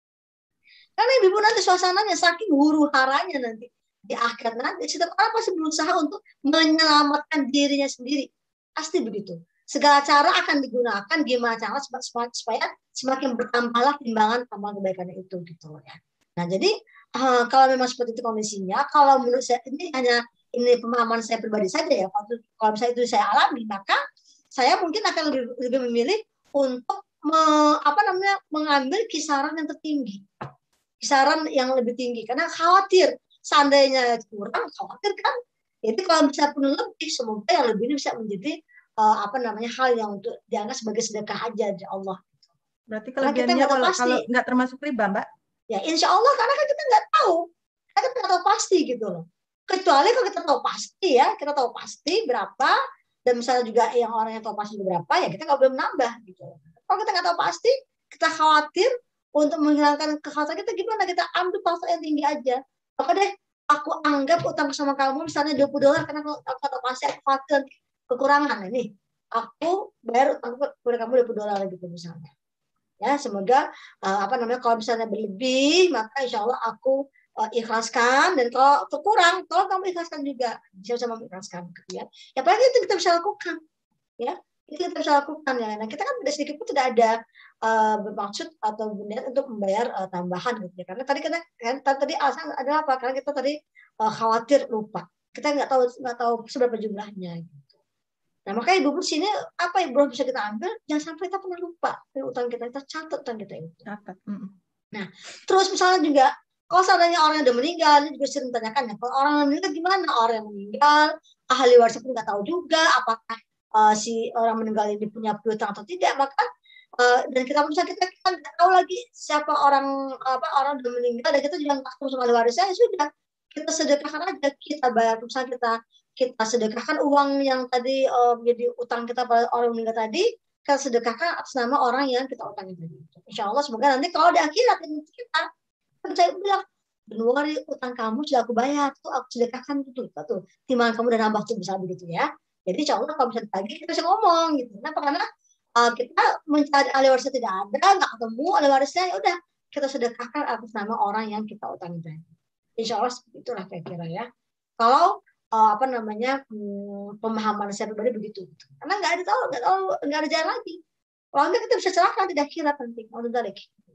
[SPEAKER 3] Karena ibu nanti suasananya saking huru haranya nanti di akhir nanti setiap orang pasti berusaha untuk menyelamatkan dirinya sendiri. Pasti begitu. Segala cara akan digunakan gimana cara supaya semakin bertambahlah timbangan amal kebaikannya itu gitu ya. Nah jadi uh, kalau memang seperti itu kondisinya, kalau menurut saya ini hanya ini pemahaman saya pribadi saja ya. Kalau, kalau misalnya itu saya alami, maka saya mungkin akan lebih, lebih memilih untuk me, apa namanya mengambil kisaran yang tertinggi, kisaran yang lebih tinggi, karena khawatir seandainya kurang, khawatir kan. Jadi kalau bisa pun lebih, semoga yang lebih ini bisa menjadi uh, apa namanya hal yang untuk dianggap sebagai sedekah aja dari Allah.
[SPEAKER 1] Berarti kelebihannya kalau, kalau nggak termasuk riba, Mbak?
[SPEAKER 3] Ya insya Allah, karena kan kita nggak tahu, kita nggak tahu pasti gitu loh. Kecuali kalau kita tahu pasti ya, kita tahu pasti berapa, dan misalnya juga yang orang yang tahu pasti berapa, ya kita nggak boleh menambah gitu. Kalau kita nggak tahu pasti, kita khawatir untuk menghilangkan kekhawatiran kita, gimana? Kita ambil pasal yang tinggi aja. Oke deh, aku anggap utang sama kamu misalnya dua puluh dolar, karena aku tahu pasti aku khawatir kekurangan ini. Aku bayar utang kepada kamu dua puluh dolar gitu misalnya. Ya, semoga uh, apa namanya kalau misalnya berlebih, maka insya Allah aku uh, ikhlaskan, dan kalau kurang, tolong kamu ikhlaskan juga, bisa sama mengikhlaskan, gitu ya. Ya paling itu kita bisa lakukan, ya itu kita bisa lakukan ya. Nah kita kan sedikit pun tidak ada uh, bermaksud atau berniat untuk membayar uh, tambahan, gitu ya. Karena tadi kita kan tadi alasan adalah apa? Karena kita tadi uh, khawatir lupa, kita nggak tahu nggak tahu seberapa jumlahnya. Gitu. Nah makanya ibu di sini apa yang belum bisa kita ambil, jangan sampai kita pernah lupa utang kita, kita catat utang kita itu.
[SPEAKER 1] Catat.
[SPEAKER 3] Nah terus misalnya juga kalau seandainya orang yang udah meninggal, ini juga sering ditanyakan ya, kalau orang yang meninggal gimana? Orang yang meninggal, ahli waris pun nggak tahu juga apakah uh, si orang meninggal ini punya piutang atau tidak, maka uh, dan kita pun kita kita nggak tahu lagi siapa orang apa orang udah meninggal, dan kita juga nggak tahu sama ahli warisnya, ya sudah kita sedekahkan aja, kita bayar, misalnya kita kita sedekahkan uang yang tadi uh, menjadi utang kita pada orang meninggal tadi, kita sedekahkan atas nama orang yang kita utangi tadi. Insya Allah semoga nanti kalau di akhirat kita saya bilang, Januari utang kamu sudah aku bayar, tuh aku sedekahkan tuh, tuh, tuh timbangan kamu udah nambah tuh besar begitu ya. Jadi insya Allah kalau bisa ditagih kita bisa ngomong gitu. Kenapa? Karena uh, kita mencari ahli warisnya tidak ada, nggak ketemu ahli warisnya, ya udah kita sedekahkan atas nama orang yang kita utangi tadi. Insya Allah itulah kira-kira ya. Kalau Uh, apa namanya hmm, pemahaman saya pribadi begitu, karena nggak ada tahu nggak tahu nggak ada jalan lagi. Kalau enggak kita bisa celaka tidak kira penting mau balik.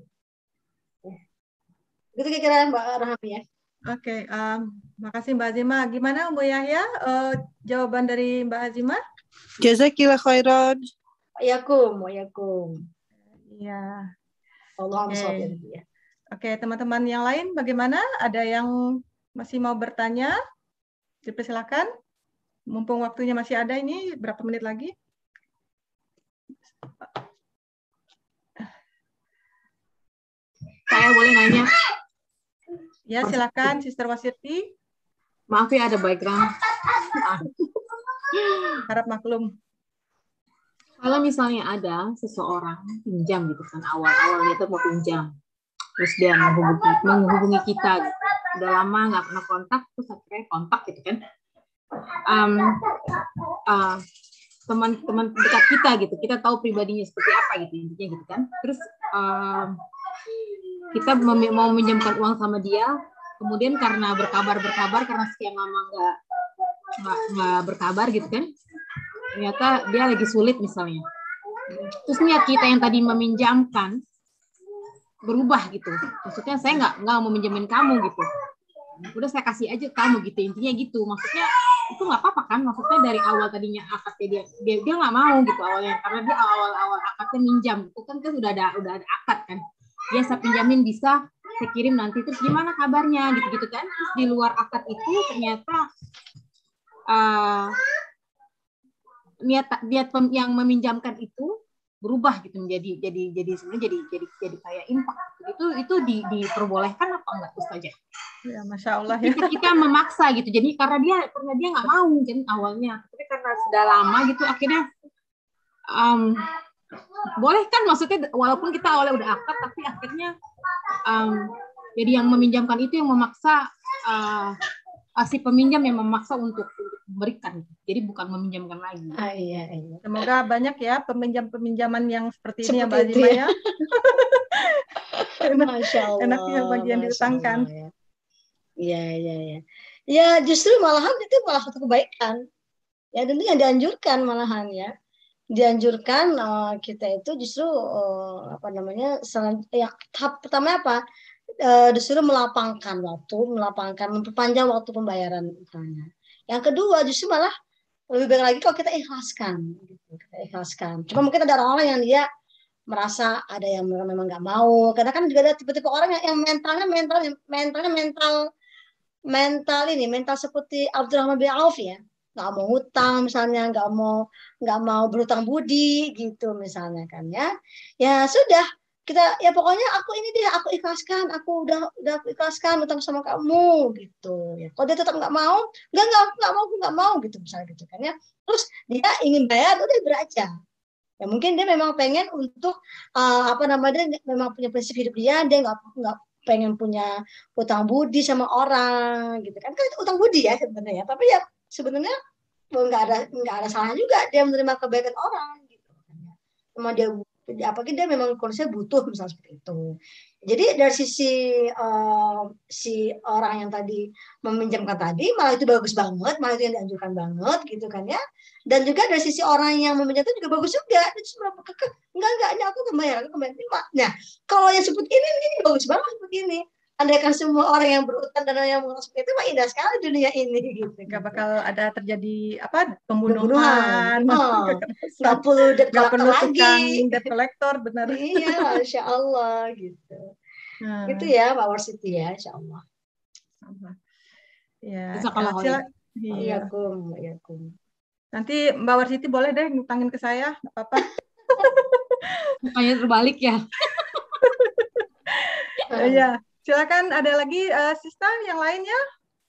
[SPEAKER 3] Gitu kira-kira Mbak Rahmi ya.
[SPEAKER 1] Oke, okay, um, makasih Mbak Azima. Gimana Mbak Yahya uh, jawaban dari Mbak Azima?
[SPEAKER 2] Jazakillah khairan.
[SPEAKER 3] Yakum, yakum.
[SPEAKER 1] Iya.
[SPEAKER 3] Allah
[SPEAKER 1] Oke.
[SPEAKER 3] okay. ya.
[SPEAKER 1] Oke, okay, teman-teman yang lain bagaimana? Ada yang masih mau bertanya? Dipersilakan, mumpung waktunya masih ada, ini berapa menit lagi?
[SPEAKER 4] Saya boleh nanya?
[SPEAKER 1] Ya, silakan, Sister Wasirti.
[SPEAKER 4] Maaf ya ada background.
[SPEAKER 1] Harap maklum.
[SPEAKER 4] Kalau misalnya ada seseorang pinjam gitu kan, awal-awal itu mau pinjam, terus dia menghubungi, menghubungi kita gitu. Udah lama nggak pernah kontak, terus akhirnya kontak gitu kan. Um, uh, teman-teman dekat kita gitu, kita tahu pribadinya seperti apa gitu intinya gitu kan. Terus um, kita mau meminjamkan uang sama dia, kemudian karena berkabar-berkabar, karena sekian lama nggak nggak nggak berkabar gitu kan, ternyata dia lagi sulit misalnya. Terus niat kita yang tadi meminjamkan berubah gitu, maksudnya saya nggak nggak mau minjemin kamu gitu, udah saya kasih aja kamu gitu, intinya gitu. Maksudnya itu nggak apa-apa kan, maksudnya dari awal tadinya akadnya dia dia dia nggak mau gitu awalnya, karena dia awal-awal akadnya minjam itu kan kan udah ada udah ada akad kan, dia saya pinjamin bisa saya kirim nanti, terus gimana kabarnya gitu-gitu kan. Terus di luar akad itu ternyata uh, niat niat yang meminjamkan itu berubah gitu, menjadi jadi jadi sebenarnya jadi jadi jadi kayak impak itu itu di, diperbolehkan apa enggak tuh saja?
[SPEAKER 1] Ya, Masya Allah ya.
[SPEAKER 4] Kita, kita memaksa gitu, jadi karena dia karena dia nggak mau kan awalnya, tapi karena sudah lama gitu akhirnya um, boleh kan, maksudnya walaupun kita awalnya udah akad tapi akhirnya um, jadi yang meminjamkan itu yang memaksa uh, si peminjam yang memaksa untuk memberikan, jadi bukan meminjamkan lagi.
[SPEAKER 3] Ah, iya, iya.
[SPEAKER 1] Semoga banyak ya peminjam-peminjaman yang seperti ini ya Mbak
[SPEAKER 3] Seperti itu
[SPEAKER 1] Azimah
[SPEAKER 3] ya.
[SPEAKER 1] ya. Enak,
[SPEAKER 3] Masya Allah.
[SPEAKER 1] enaknya bagi yang
[SPEAKER 3] Masya
[SPEAKER 1] diutangkan.
[SPEAKER 3] Allah, ya. Iya, iya, iya. Ya justru malahan itu malah satu kebaikan. Ya tentu yang dianjurkan malahan ya. Dianjurkan uh, kita itu justru uh, apa namanya? Selan, ya tahap pertama apa? Uh, disuruh melapangkan waktu, melapangkan, memperpanjang waktu pembayaran misalnya. Yang kedua justru malah lebih baik lagi kalau kita ikhlaskan, gitu. Kita ikhlaskan. Cuma mungkin ada orang-orang yang dia merasa ada yang memang nggak mau. Karena kan juga ada tipe-tipe orang yang, yang mentalnya mental mentalnya mental mental ini mental seperti Abdurrahman bin Auf ya, nggak mau hutang misalnya, nggak mau nggak mau berhutang budi gitu misalnya kan ya. Ya sudah. Kita ya pokoknya aku ini deh aku ikhlaskan, aku udah udah aku ikhlaskan utang sama kamu gitu ya. Kalau dia tetap nggak mau, nggak nggak aku nggak mau aku nggak mau gitu misalnya gitu kan ya. Terus dia ingin bayar, udah beraja. Ya mungkin dia memang pengen untuk uh, apa namanya dia memang punya prinsip hidup dia, dia nggak nggak pengen punya utang budi sama orang gitu kan. Kan itu utang budi ya sebenarnya. Tapi ya sebenarnya nggak ada nggak ada salah juga dia menerima kebaikan orang gitu. Cuma dia apalagi dia memang kondisinya butuh misalnya seperti itu. Jadi dari sisi uh, si orang yang tadi meminjamkan tadi malah itu bagus banget, malah itu yang dianjurkan banget gitu kan ya. Dan juga dari sisi orang yang meminjam itu juga bagus juga. Itu enggak enggak ini aku kembali aku kembali. Nah kalau yang seperti ini ini bagus banget seperti ini. Andaikan semua orang yang berutang dan yang mengurus itu mah indah sekali dunia ini gitu.
[SPEAKER 1] Nggak bakal ada terjadi apa
[SPEAKER 3] Pembunuhan.
[SPEAKER 1] pembunuhan,
[SPEAKER 3] Oh, nggak perlu debt
[SPEAKER 1] nggak
[SPEAKER 3] collector
[SPEAKER 1] perlu
[SPEAKER 3] lagi.
[SPEAKER 1] tukang debt collector benar.
[SPEAKER 3] Iya, Insya Allah gitu.
[SPEAKER 1] Nah,
[SPEAKER 3] Gitu ya, Pak Warsiti ya, Insya Allah.
[SPEAKER 1] ya,
[SPEAKER 4] Bisa kalau
[SPEAKER 1] sila,
[SPEAKER 3] Iya,
[SPEAKER 1] iya.
[SPEAKER 3] kum, iya kum.
[SPEAKER 1] Nanti Mbak Warsiti boleh deh ngutangin ke saya, nggak apa-apa.
[SPEAKER 4] Mukanya terbalik ya.
[SPEAKER 1] Iya, silakan ada lagi uh, Sista yang lainnya.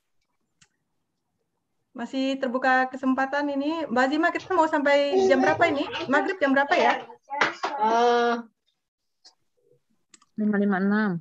[SPEAKER 1] Masih terbuka kesempatan ini. Mbak Azimah, kita mau sampai jam berapa ini? Maghrib jam berapa ya?
[SPEAKER 3] Uh,
[SPEAKER 4] lima lima enam.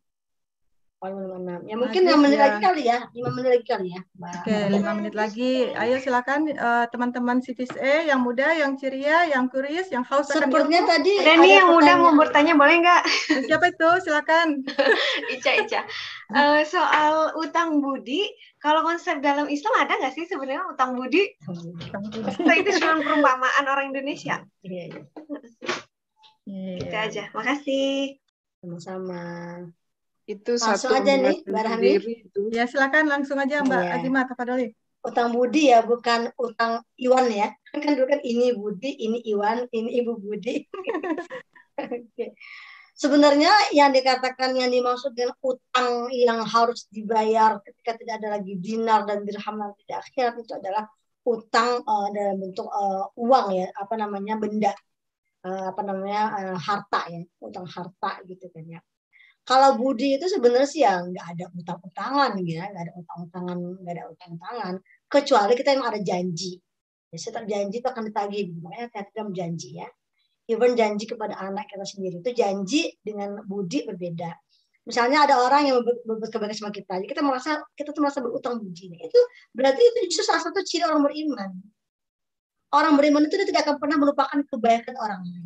[SPEAKER 3] Ya mungkin lima menit
[SPEAKER 1] ya.
[SPEAKER 3] lagi kali ya, lima menit lagi kali ya.
[SPEAKER 1] Oke, lima menit lagi. Ayo silakan uh, teman-teman C T S E yang muda, yang ceria, yang curious, yang haus akan ilmu.
[SPEAKER 3] Sepertinya tadi
[SPEAKER 6] ada nih yang muda mau bertanya, boleh nggak?
[SPEAKER 1] Siapa itu? Silakan.
[SPEAKER 6] Ica, Ica. Uh, soal utang budi, kalau konsep dalam Islam ada nggak sih sebenarnya utang budi? Atau itu cuma perumpamaan orang Indonesia?
[SPEAKER 3] Iya, iya.
[SPEAKER 6] Itu aja. Makasih.
[SPEAKER 3] Sama-sama.
[SPEAKER 7] Itu
[SPEAKER 3] langsung
[SPEAKER 7] satu
[SPEAKER 3] aja nih Mbak Rahmi.
[SPEAKER 1] Ya silakan langsung aja Mbak
[SPEAKER 3] ya.
[SPEAKER 1] Azimah Tafadholi.
[SPEAKER 3] Utang budi ya, bukan utang iwan ya. Kan dulu kan ini budi, ini iwan, ini ibu budi. Oke. Sebenarnya yang dikatakan yang dimaksud dengan utang yang harus dibayar ketika tidak ada lagi dinar dan dirham nanti di akhirat itu adalah utang uh, dalam bentuk uh, uang ya, apa namanya benda, uh, apa namanya uh, harta ya, utang harta gitu kan ya. Kalau budi itu sebenarnya sih ya nggak ada utang-utangan ya, nggak ada utang-utangan, nggak ada utang-utangan, kecuali kita yang ada janji. Ya, setiap janji itu akan ditagih, makanya kita tidak janji ya. Even janji kepada anak kita sendiri itu janji dengan budi berbeda. Misalnya ada orang yang berbuat kebaikan sama kita, jadi kita merasa kita tuh merasa berutang budi. Itu berarti itu justru salah satu ciri orang beriman. Orang beriman itu dia tidak akan pernah melupakan kebaikan orang lain.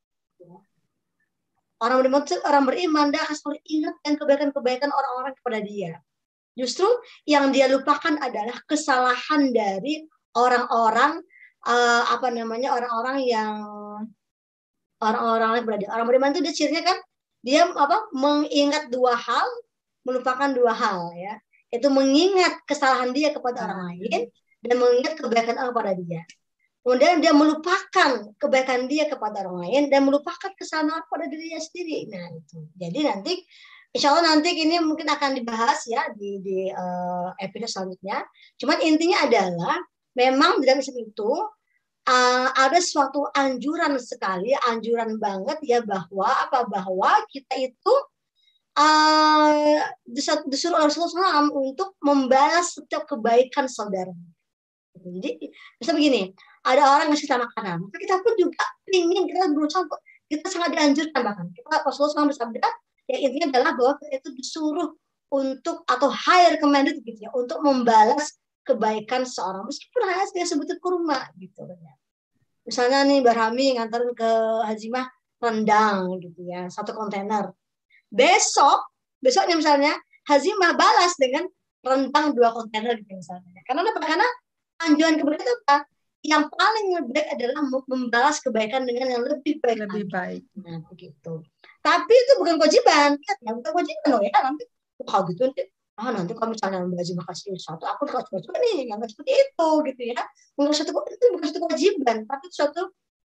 [SPEAKER 3] Orang beriman, orang beriman dia akan selalu ingat dan kebaikan-kebaikan orang-orang kepada dia. Justru yang dia lupakan adalah kesalahan dari orang-orang uh, apa namanya orang-orang yang orang-orang yang berada. Orang beriman itu dia cirinya kan dia apa mengingat dua hal, melupakan dua hal ya. Itu mengingat kesalahan dia kepada orang lain dan mengingat kebaikan Allah kepada dia. Kemudian dia melupakan kebaikan dia kepada orang lain dan melupakan kesalahan pada dirinya sendiri. Nah itu. Jadi nanti, insya Allah nanti ini mungkin akan dibahas ya di, di uh, episode selanjutnya. Cuman intinya adalah memang di dalam Islam itu uh, ada suatu anjuran sekali, anjuran banget ya bahwa apa bahwa kita itu uh, disuruh oleh Rasulullah shallallahu alaihi wasallam untuk membalas setiap kebaikan saudara. Jadi bisa begini, ada orang yang kita makanan, maka kita pun juga ingin kita berusaha, kita sangat dianjurkan bahkan kita Rasulullah shallallahu alaihi wasallam bersabda, ya intinya adalah bahwa kita itu disuruh untuk atau high recommended gitu ya untuk membalas kebaikan seorang meskipun hanya dia sebutir kurma gitu ya. Misalnya nih Barhami nganterin ke Hazimah rendang gitu ya, satu kontainer. Besok, besoknya misalnya Hazimah balas dengan rendang dua kontainer gitu misalnya. Karena apa? Karena anjuran kebaikan itu apa? Yang paling baik adalah membalas kebaikan dengan yang lebih baik.
[SPEAKER 1] Lebih
[SPEAKER 3] lagi.
[SPEAKER 1] baik.
[SPEAKER 3] Nah, begitu. Tapi itu bukan kewajiban, ya, bukan kewajiban loh ya. Nanti kalau gitu nanti, ah nanti kalau misalnya Mbak Hazimah kasih sesuatu, aku kasih sesuatu nih, yang seperti itu gitu ya. Bukan suatu itu bukan suatu kewajiban, tapi suatu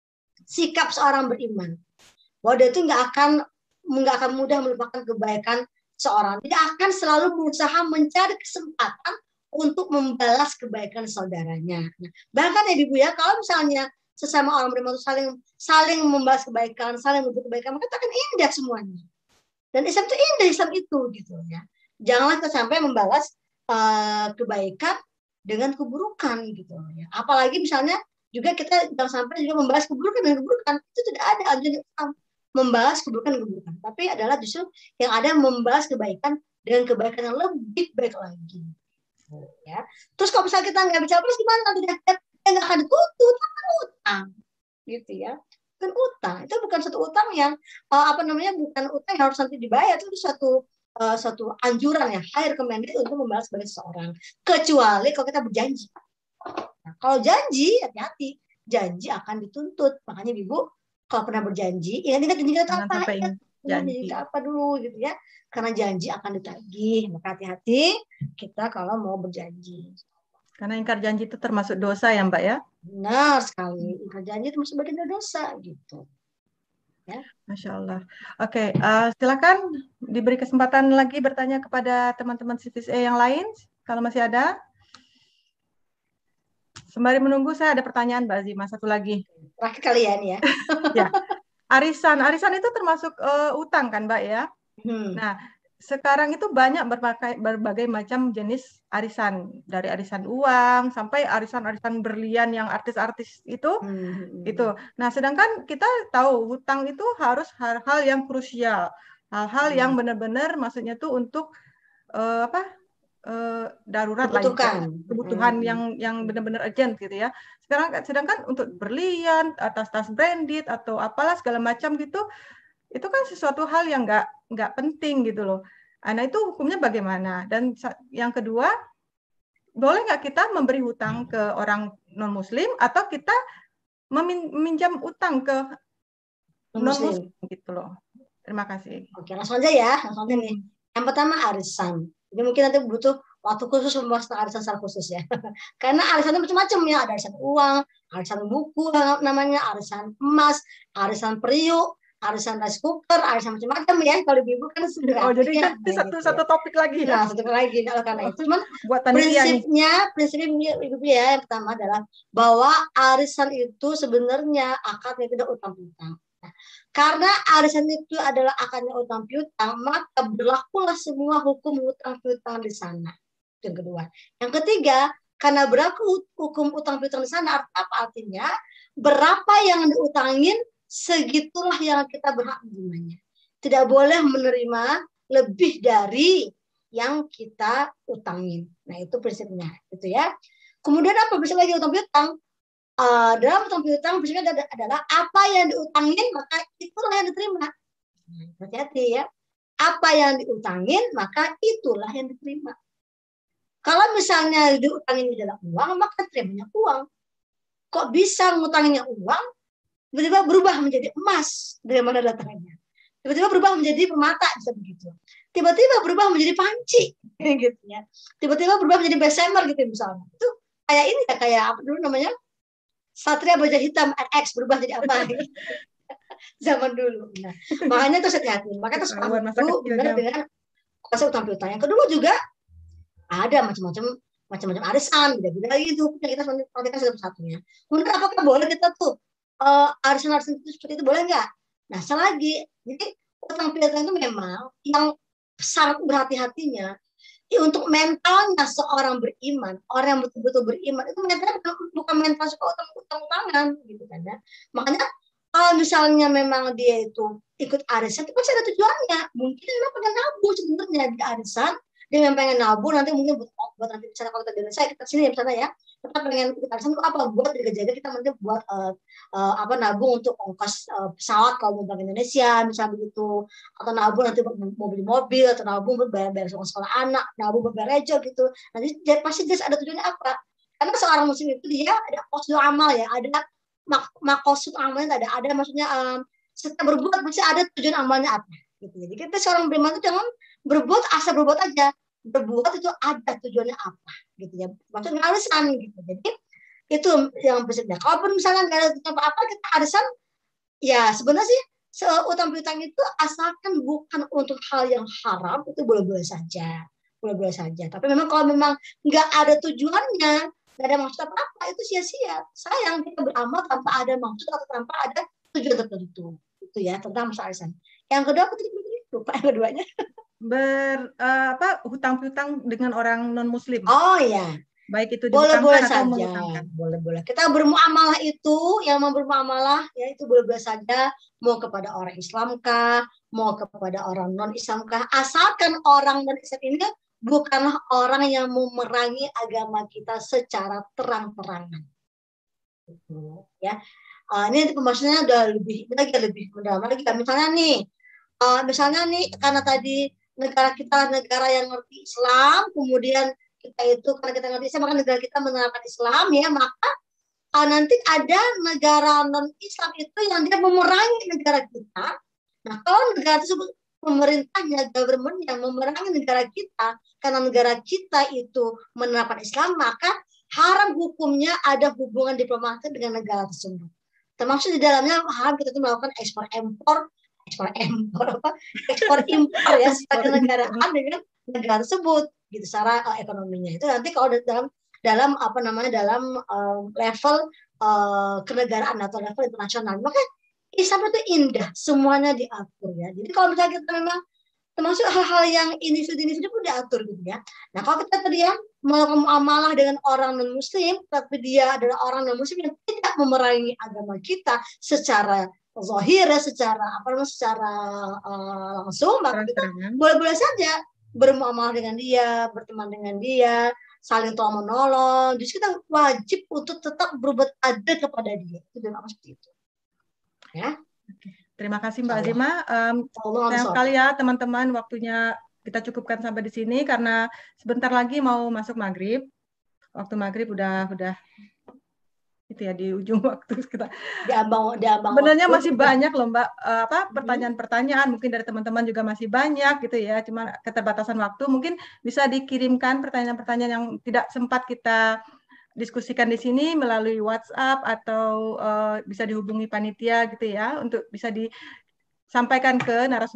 [SPEAKER 3] sikap seorang beriman. Bahwa dia itu nggak akan nggak akan mudah melupakan kebaikan seorang. Tidak akan selalu berusaha mencari kesempatan untuk membalas kebaikan saudaranya. Nah, bahkan ya Ibu ya, kalau misalnya sesama orang beriman itu saling saling membalas kebaikan, saling memberi kebaikan, maka itu akan indah semuanya. Dan Islam itu indah, Islam itu gitu ya. Janganlah kita sampai membalas uh, kebaikan dengan keburukan gitu ya. Apalagi misalnya juga kita jangan sampai juga membalas keburukan dengan keburukan. Itu tidak ada anjuran Islam membalas keburukan dengan keburukan. Tapi adalah justru yang ada membalas kebaikan dengan kebaikan yang lebih baik lagi. Ya. Terus kalau misalnya kita nggak bisa balas gimana? Tidak nggak akan dituntut, kan utang, gitu ya. Kan utang itu bukan satu utang yang uh, apa namanya bukan utang yang harus nanti dibayar, itu satu uh, satu anjuran ya, high recommended untuk membalas balik seseorang. Kecuali kalau kita berjanji. Nah, kalau janji hati-hati, janji akan dituntut. Makanya Ibu kalau pernah berjanji, ingat-ingat janji kita apa? Ingat janji kita apa dulu, gitu ya. Karena janji akan ditagih, maka hati-hati kita kalau mau berjanji.
[SPEAKER 1] Karena ingkar janji itu termasuk dosa ya Mbak ya?
[SPEAKER 3] Benar sekali, ingkar janji itu termasuk bagian dosa gitu. Ya.
[SPEAKER 1] Masya Allah. Oke, uh, silakan diberi kesempatan lagi bertanya kepada teman-teman C T S E yang lain kalau masih ada. Sembari menunggu saya ada pertanyaan Mbak Hazimah satu lagi.
[SPEAKER 3] Terakhir kalian ya.
[SPEAKER 1] Ya, arisan, arisan itu termasuk uh, utang kan Mbak ya?
[SPEAKER 3] Hmm.
[SPEAKER 1] Nah, sekarang itu banyak berbagai, berbagai macam jenis arisan, dari arisan uang sampai arisan-arisan berlian yang artis-artis itu, hmm. itu. Nah, sedangkan kita tahu hutang itu harus hal-hal yang krusial, hal-hal hmm. yang benar-benar, maksudnya tuh untuk uh, apa? Uh, darurat lah, kebutuhan hmm. yang yang benar-benar urgent gitu ya. Sekarang, sedangkan untuk berlian, tas-tas branded atau apalah segala macam gitu. Itu kan sesuatu hal yang nggak nggak penting gitu loh. Nah itu hukumnya bagaimana? Dan yang kedua, boleh nggak kita memberi hutang ke orang non Muslim atau kita meminjam utang ke non Muslim gitu loh? Terima kasih.
[SPEAKER 3] Oke, langsung aja ya, langsung aja nih. Yang pertama arisan. Jadi mungkin nanti butuh waktu khusus membahas tentang arisan secara khusus ya. Karena arisan itu macam-macam ya, ada arisan uang, arisan buku namanya, arisan emas, arisan periuk, arisan rice cooker, arisan macam-macam ya. Kalau ibu kan sudah.
[SPEAKER 1] Oh, jadi itu satu gitu satu topik lagi
[SPEAKER 3] ya. Nah, satu lagi. Nah, karena itu cuman
[SPEAKER 1] buat
[SPEAKER 3] prinsipnya, prinsipnya ibu ya yang pertama adalah bahwa arisan itu sebenarnya akadnya tidak utang piutang. Nah, karena arisan itu adalah akadnya utang piutang, maka berlakulah semua hukum utang piutang di sana. Yang kedua. Yang ketiga, karena berlaku hukum utang piutang di sana, apa artinya? Berapa yang diutangin segitulah yang kita berhak menerimanya. Tidak boleh menerima lebih dari yang kita utangin. Nah, itu prinsipnya, gitu ya. Kemudian apa prinsip lagi utang piutang? Uh, dalam utang piutang prinsipnya adalah apa yang diutangin maka itulah yang diterima. Hati-hati ya. Apa yang diutangin maka itulah yang diterima. Kalau misalnya diutangin adalah uang, maka terimanya uang. Kok bisa ngutanginnya uang? Tiba-tiba berubah menjadi emas, dari mana datangnya? Tiba-tiba berubah menjadi permata, bisa begitu. Tiba-tiba berubah menjadi panci, gitu ya. Tiba-tiba berubah menjadi besemer, gitu misalnya. Itu kayak ini ya, kayak apa dulu namanya? Satria Baja Hitam X berubah jadi apa? Zaman dulu. Nah, makanya itu hati-hati. Makanya itu selalu benar dengan kuasa utang piutang. Yang kedua juga ada macam-macam macam-macam arisan, beda-beda gitu. Kita perhatikan satu-satunya. Kemudian apakah boleh kita tuh Uh, arisan-arisan itu seperti itu boleh nggak? Nah, selagi jadi utang piutang itu memang yang sangat berhati-hatinya ya, untuk mentalnya seorang beriman, orang yang betul-betul beriman itu mentalnya bukan, bukan mental suka utang-utangan gitu kan ya. Makanya Kalau misalnya memang dia itu ikut arisan, itu pasti ada tujuannya. Mungkin memang pengen nabung sebenarnya di arisan. Dia memang pengen nabung, nanti mungkin buat, buat nanti misalnya kalau kita di Indonesia, kita sini ya misalnya ya, kita pengen ikut arisan itu apa? Buat jaga-jaga kita nanti buat uh, uh, apa nabung untuk ongkos uh, pesawat kalau mau balik Indonesia, misalnya begitu. Atau nabung nanti buat mau beli mobil, atau nabung buat bayar-bayar sekolah anak, nabung buat bayar rejo gitu. Nanti dia, pasti dia ada tujuannya apa? Karena seorang muslim itu dia ada postur amal ya, ada mak maksud amalnya ada, ada maksudnya um, setiap berbuat pasti ada tujuan amalnya apa. Gitu. Jadi kita seorang beriman itu jangan berbuat asal berbuat aja, berbuat itu ada tujuannya apa, gitu ya. Maksudnya alasan gitu. Jadi itu yang prinsipnya. Kalaupun misalnya nggak ada tujuan apa-apa, kita alasan, ya sebenarnya sih utang piutang itu asalkan bukan untuk hal yang haram itu boleh-boleh saja, boleh-boleh saja. Tapi memang kalau memang nggak ada tujuannya, nggak ada maksud apa-apa, itu sia-sia. Sayang kita beramal tanpa ada maksud atau tanpa ada tujuan tertentu. Itu ya tentang masalah arisan. Yang kedua, aku tadi lupa yang keduanya.
[SPEAKER 1] Ber uh, apa hutang piutang dengan orang non Muslim.
[SPEAKER 3] Oh ya.
[SPEAKER 1] Baik itu
[SPEAKER 3] boleh-boleh
[SPEAKER 1] atau
[SPEAKER 3] saja. Boleh-boleh. Kita bermuamalah itu, yang mau bermuamalah ya itu boleh-boleh saja. Mau kepada orang Islam kah, mau kepada orang non Islam kah, asalkan orang non Islam ini bukanlah orang yang memerangi agama kita secara terang-terangan. Gitu, ya. Uh, ini pembahasannya udah lebih lagi lebih mendalam lagi. Misalnya nih, uh, misalnya nih karena tadi negara kita negara yang ngerti Islam, kemudian kita itu karena kita ngerti Islam, maka negara kita menerapkan Islam ya, maka uh, nanti ada negara non Islam itu yang dia memerangi negara kita. Nah, kalau negara tersebut pemerintahnya, government yang memerangi negara kita karena negara kita itu menerapkan Islam, maka haram hukumnya ada hubungan diplomatik dengan negara tersebut. Termasuk di dalamnya haram kita itu melakukan ekspor impor, ekspor impor apa? Ekspor impor ya sebagai negaraan dengan negara tersebut gitu secara uh, ekonominya. Itu nanti kalau dalam dalam apa namanya dalam uh, level uh, kenegaraan atau level internasional. Maka Islam itu indah, semuanya diatur ya. Jadi kalau misalnya kita memang termasuk hal-hal yang individu-individu pun diatur gitu ya. Nah kalau kita tadi ya melakukan muamalah dengan orang non Muslim, tapi dia adalah orang non Muslim yang tidak memerangi agama kita secara zahir, secara apa namanya, secara uh, langsung, maka kita boleh-boleh saja bermuamalah dengan dia, berteman dengan dia, saling tolong menolong. Jadi kita wajib untuk tetap berbuat adil kepada dia. Itu apa seperti itu. Ya.
[SPEAKER 1] Terima kasih Mbak Azima. Um, sayang sekali ya teman-teman, waktunya kita cukupkan sampai di sini karena sebentar lagi mau masuk maghrib. Waktu maghrib udah udah itu ya di ujung waktu kita.
[SPEAKER 3] Diambang, diambang
[SPEAKER 1] sebenarnya waktu. Masih banyak loh Mbak, uh, apa pertanyaan-pertanyaan mungkin dari teman-teman juga masih banyak gitu ya. Cuma keterbatasan waktu, mungkin bisa dikirimkan pertanyaan-pertanyaan yang tidak sempat kita diskusikan di sini melalui WhatsApp atau uh, bisa dihubungi panitia gitu ya untuk bisa disampaikan ke narasumber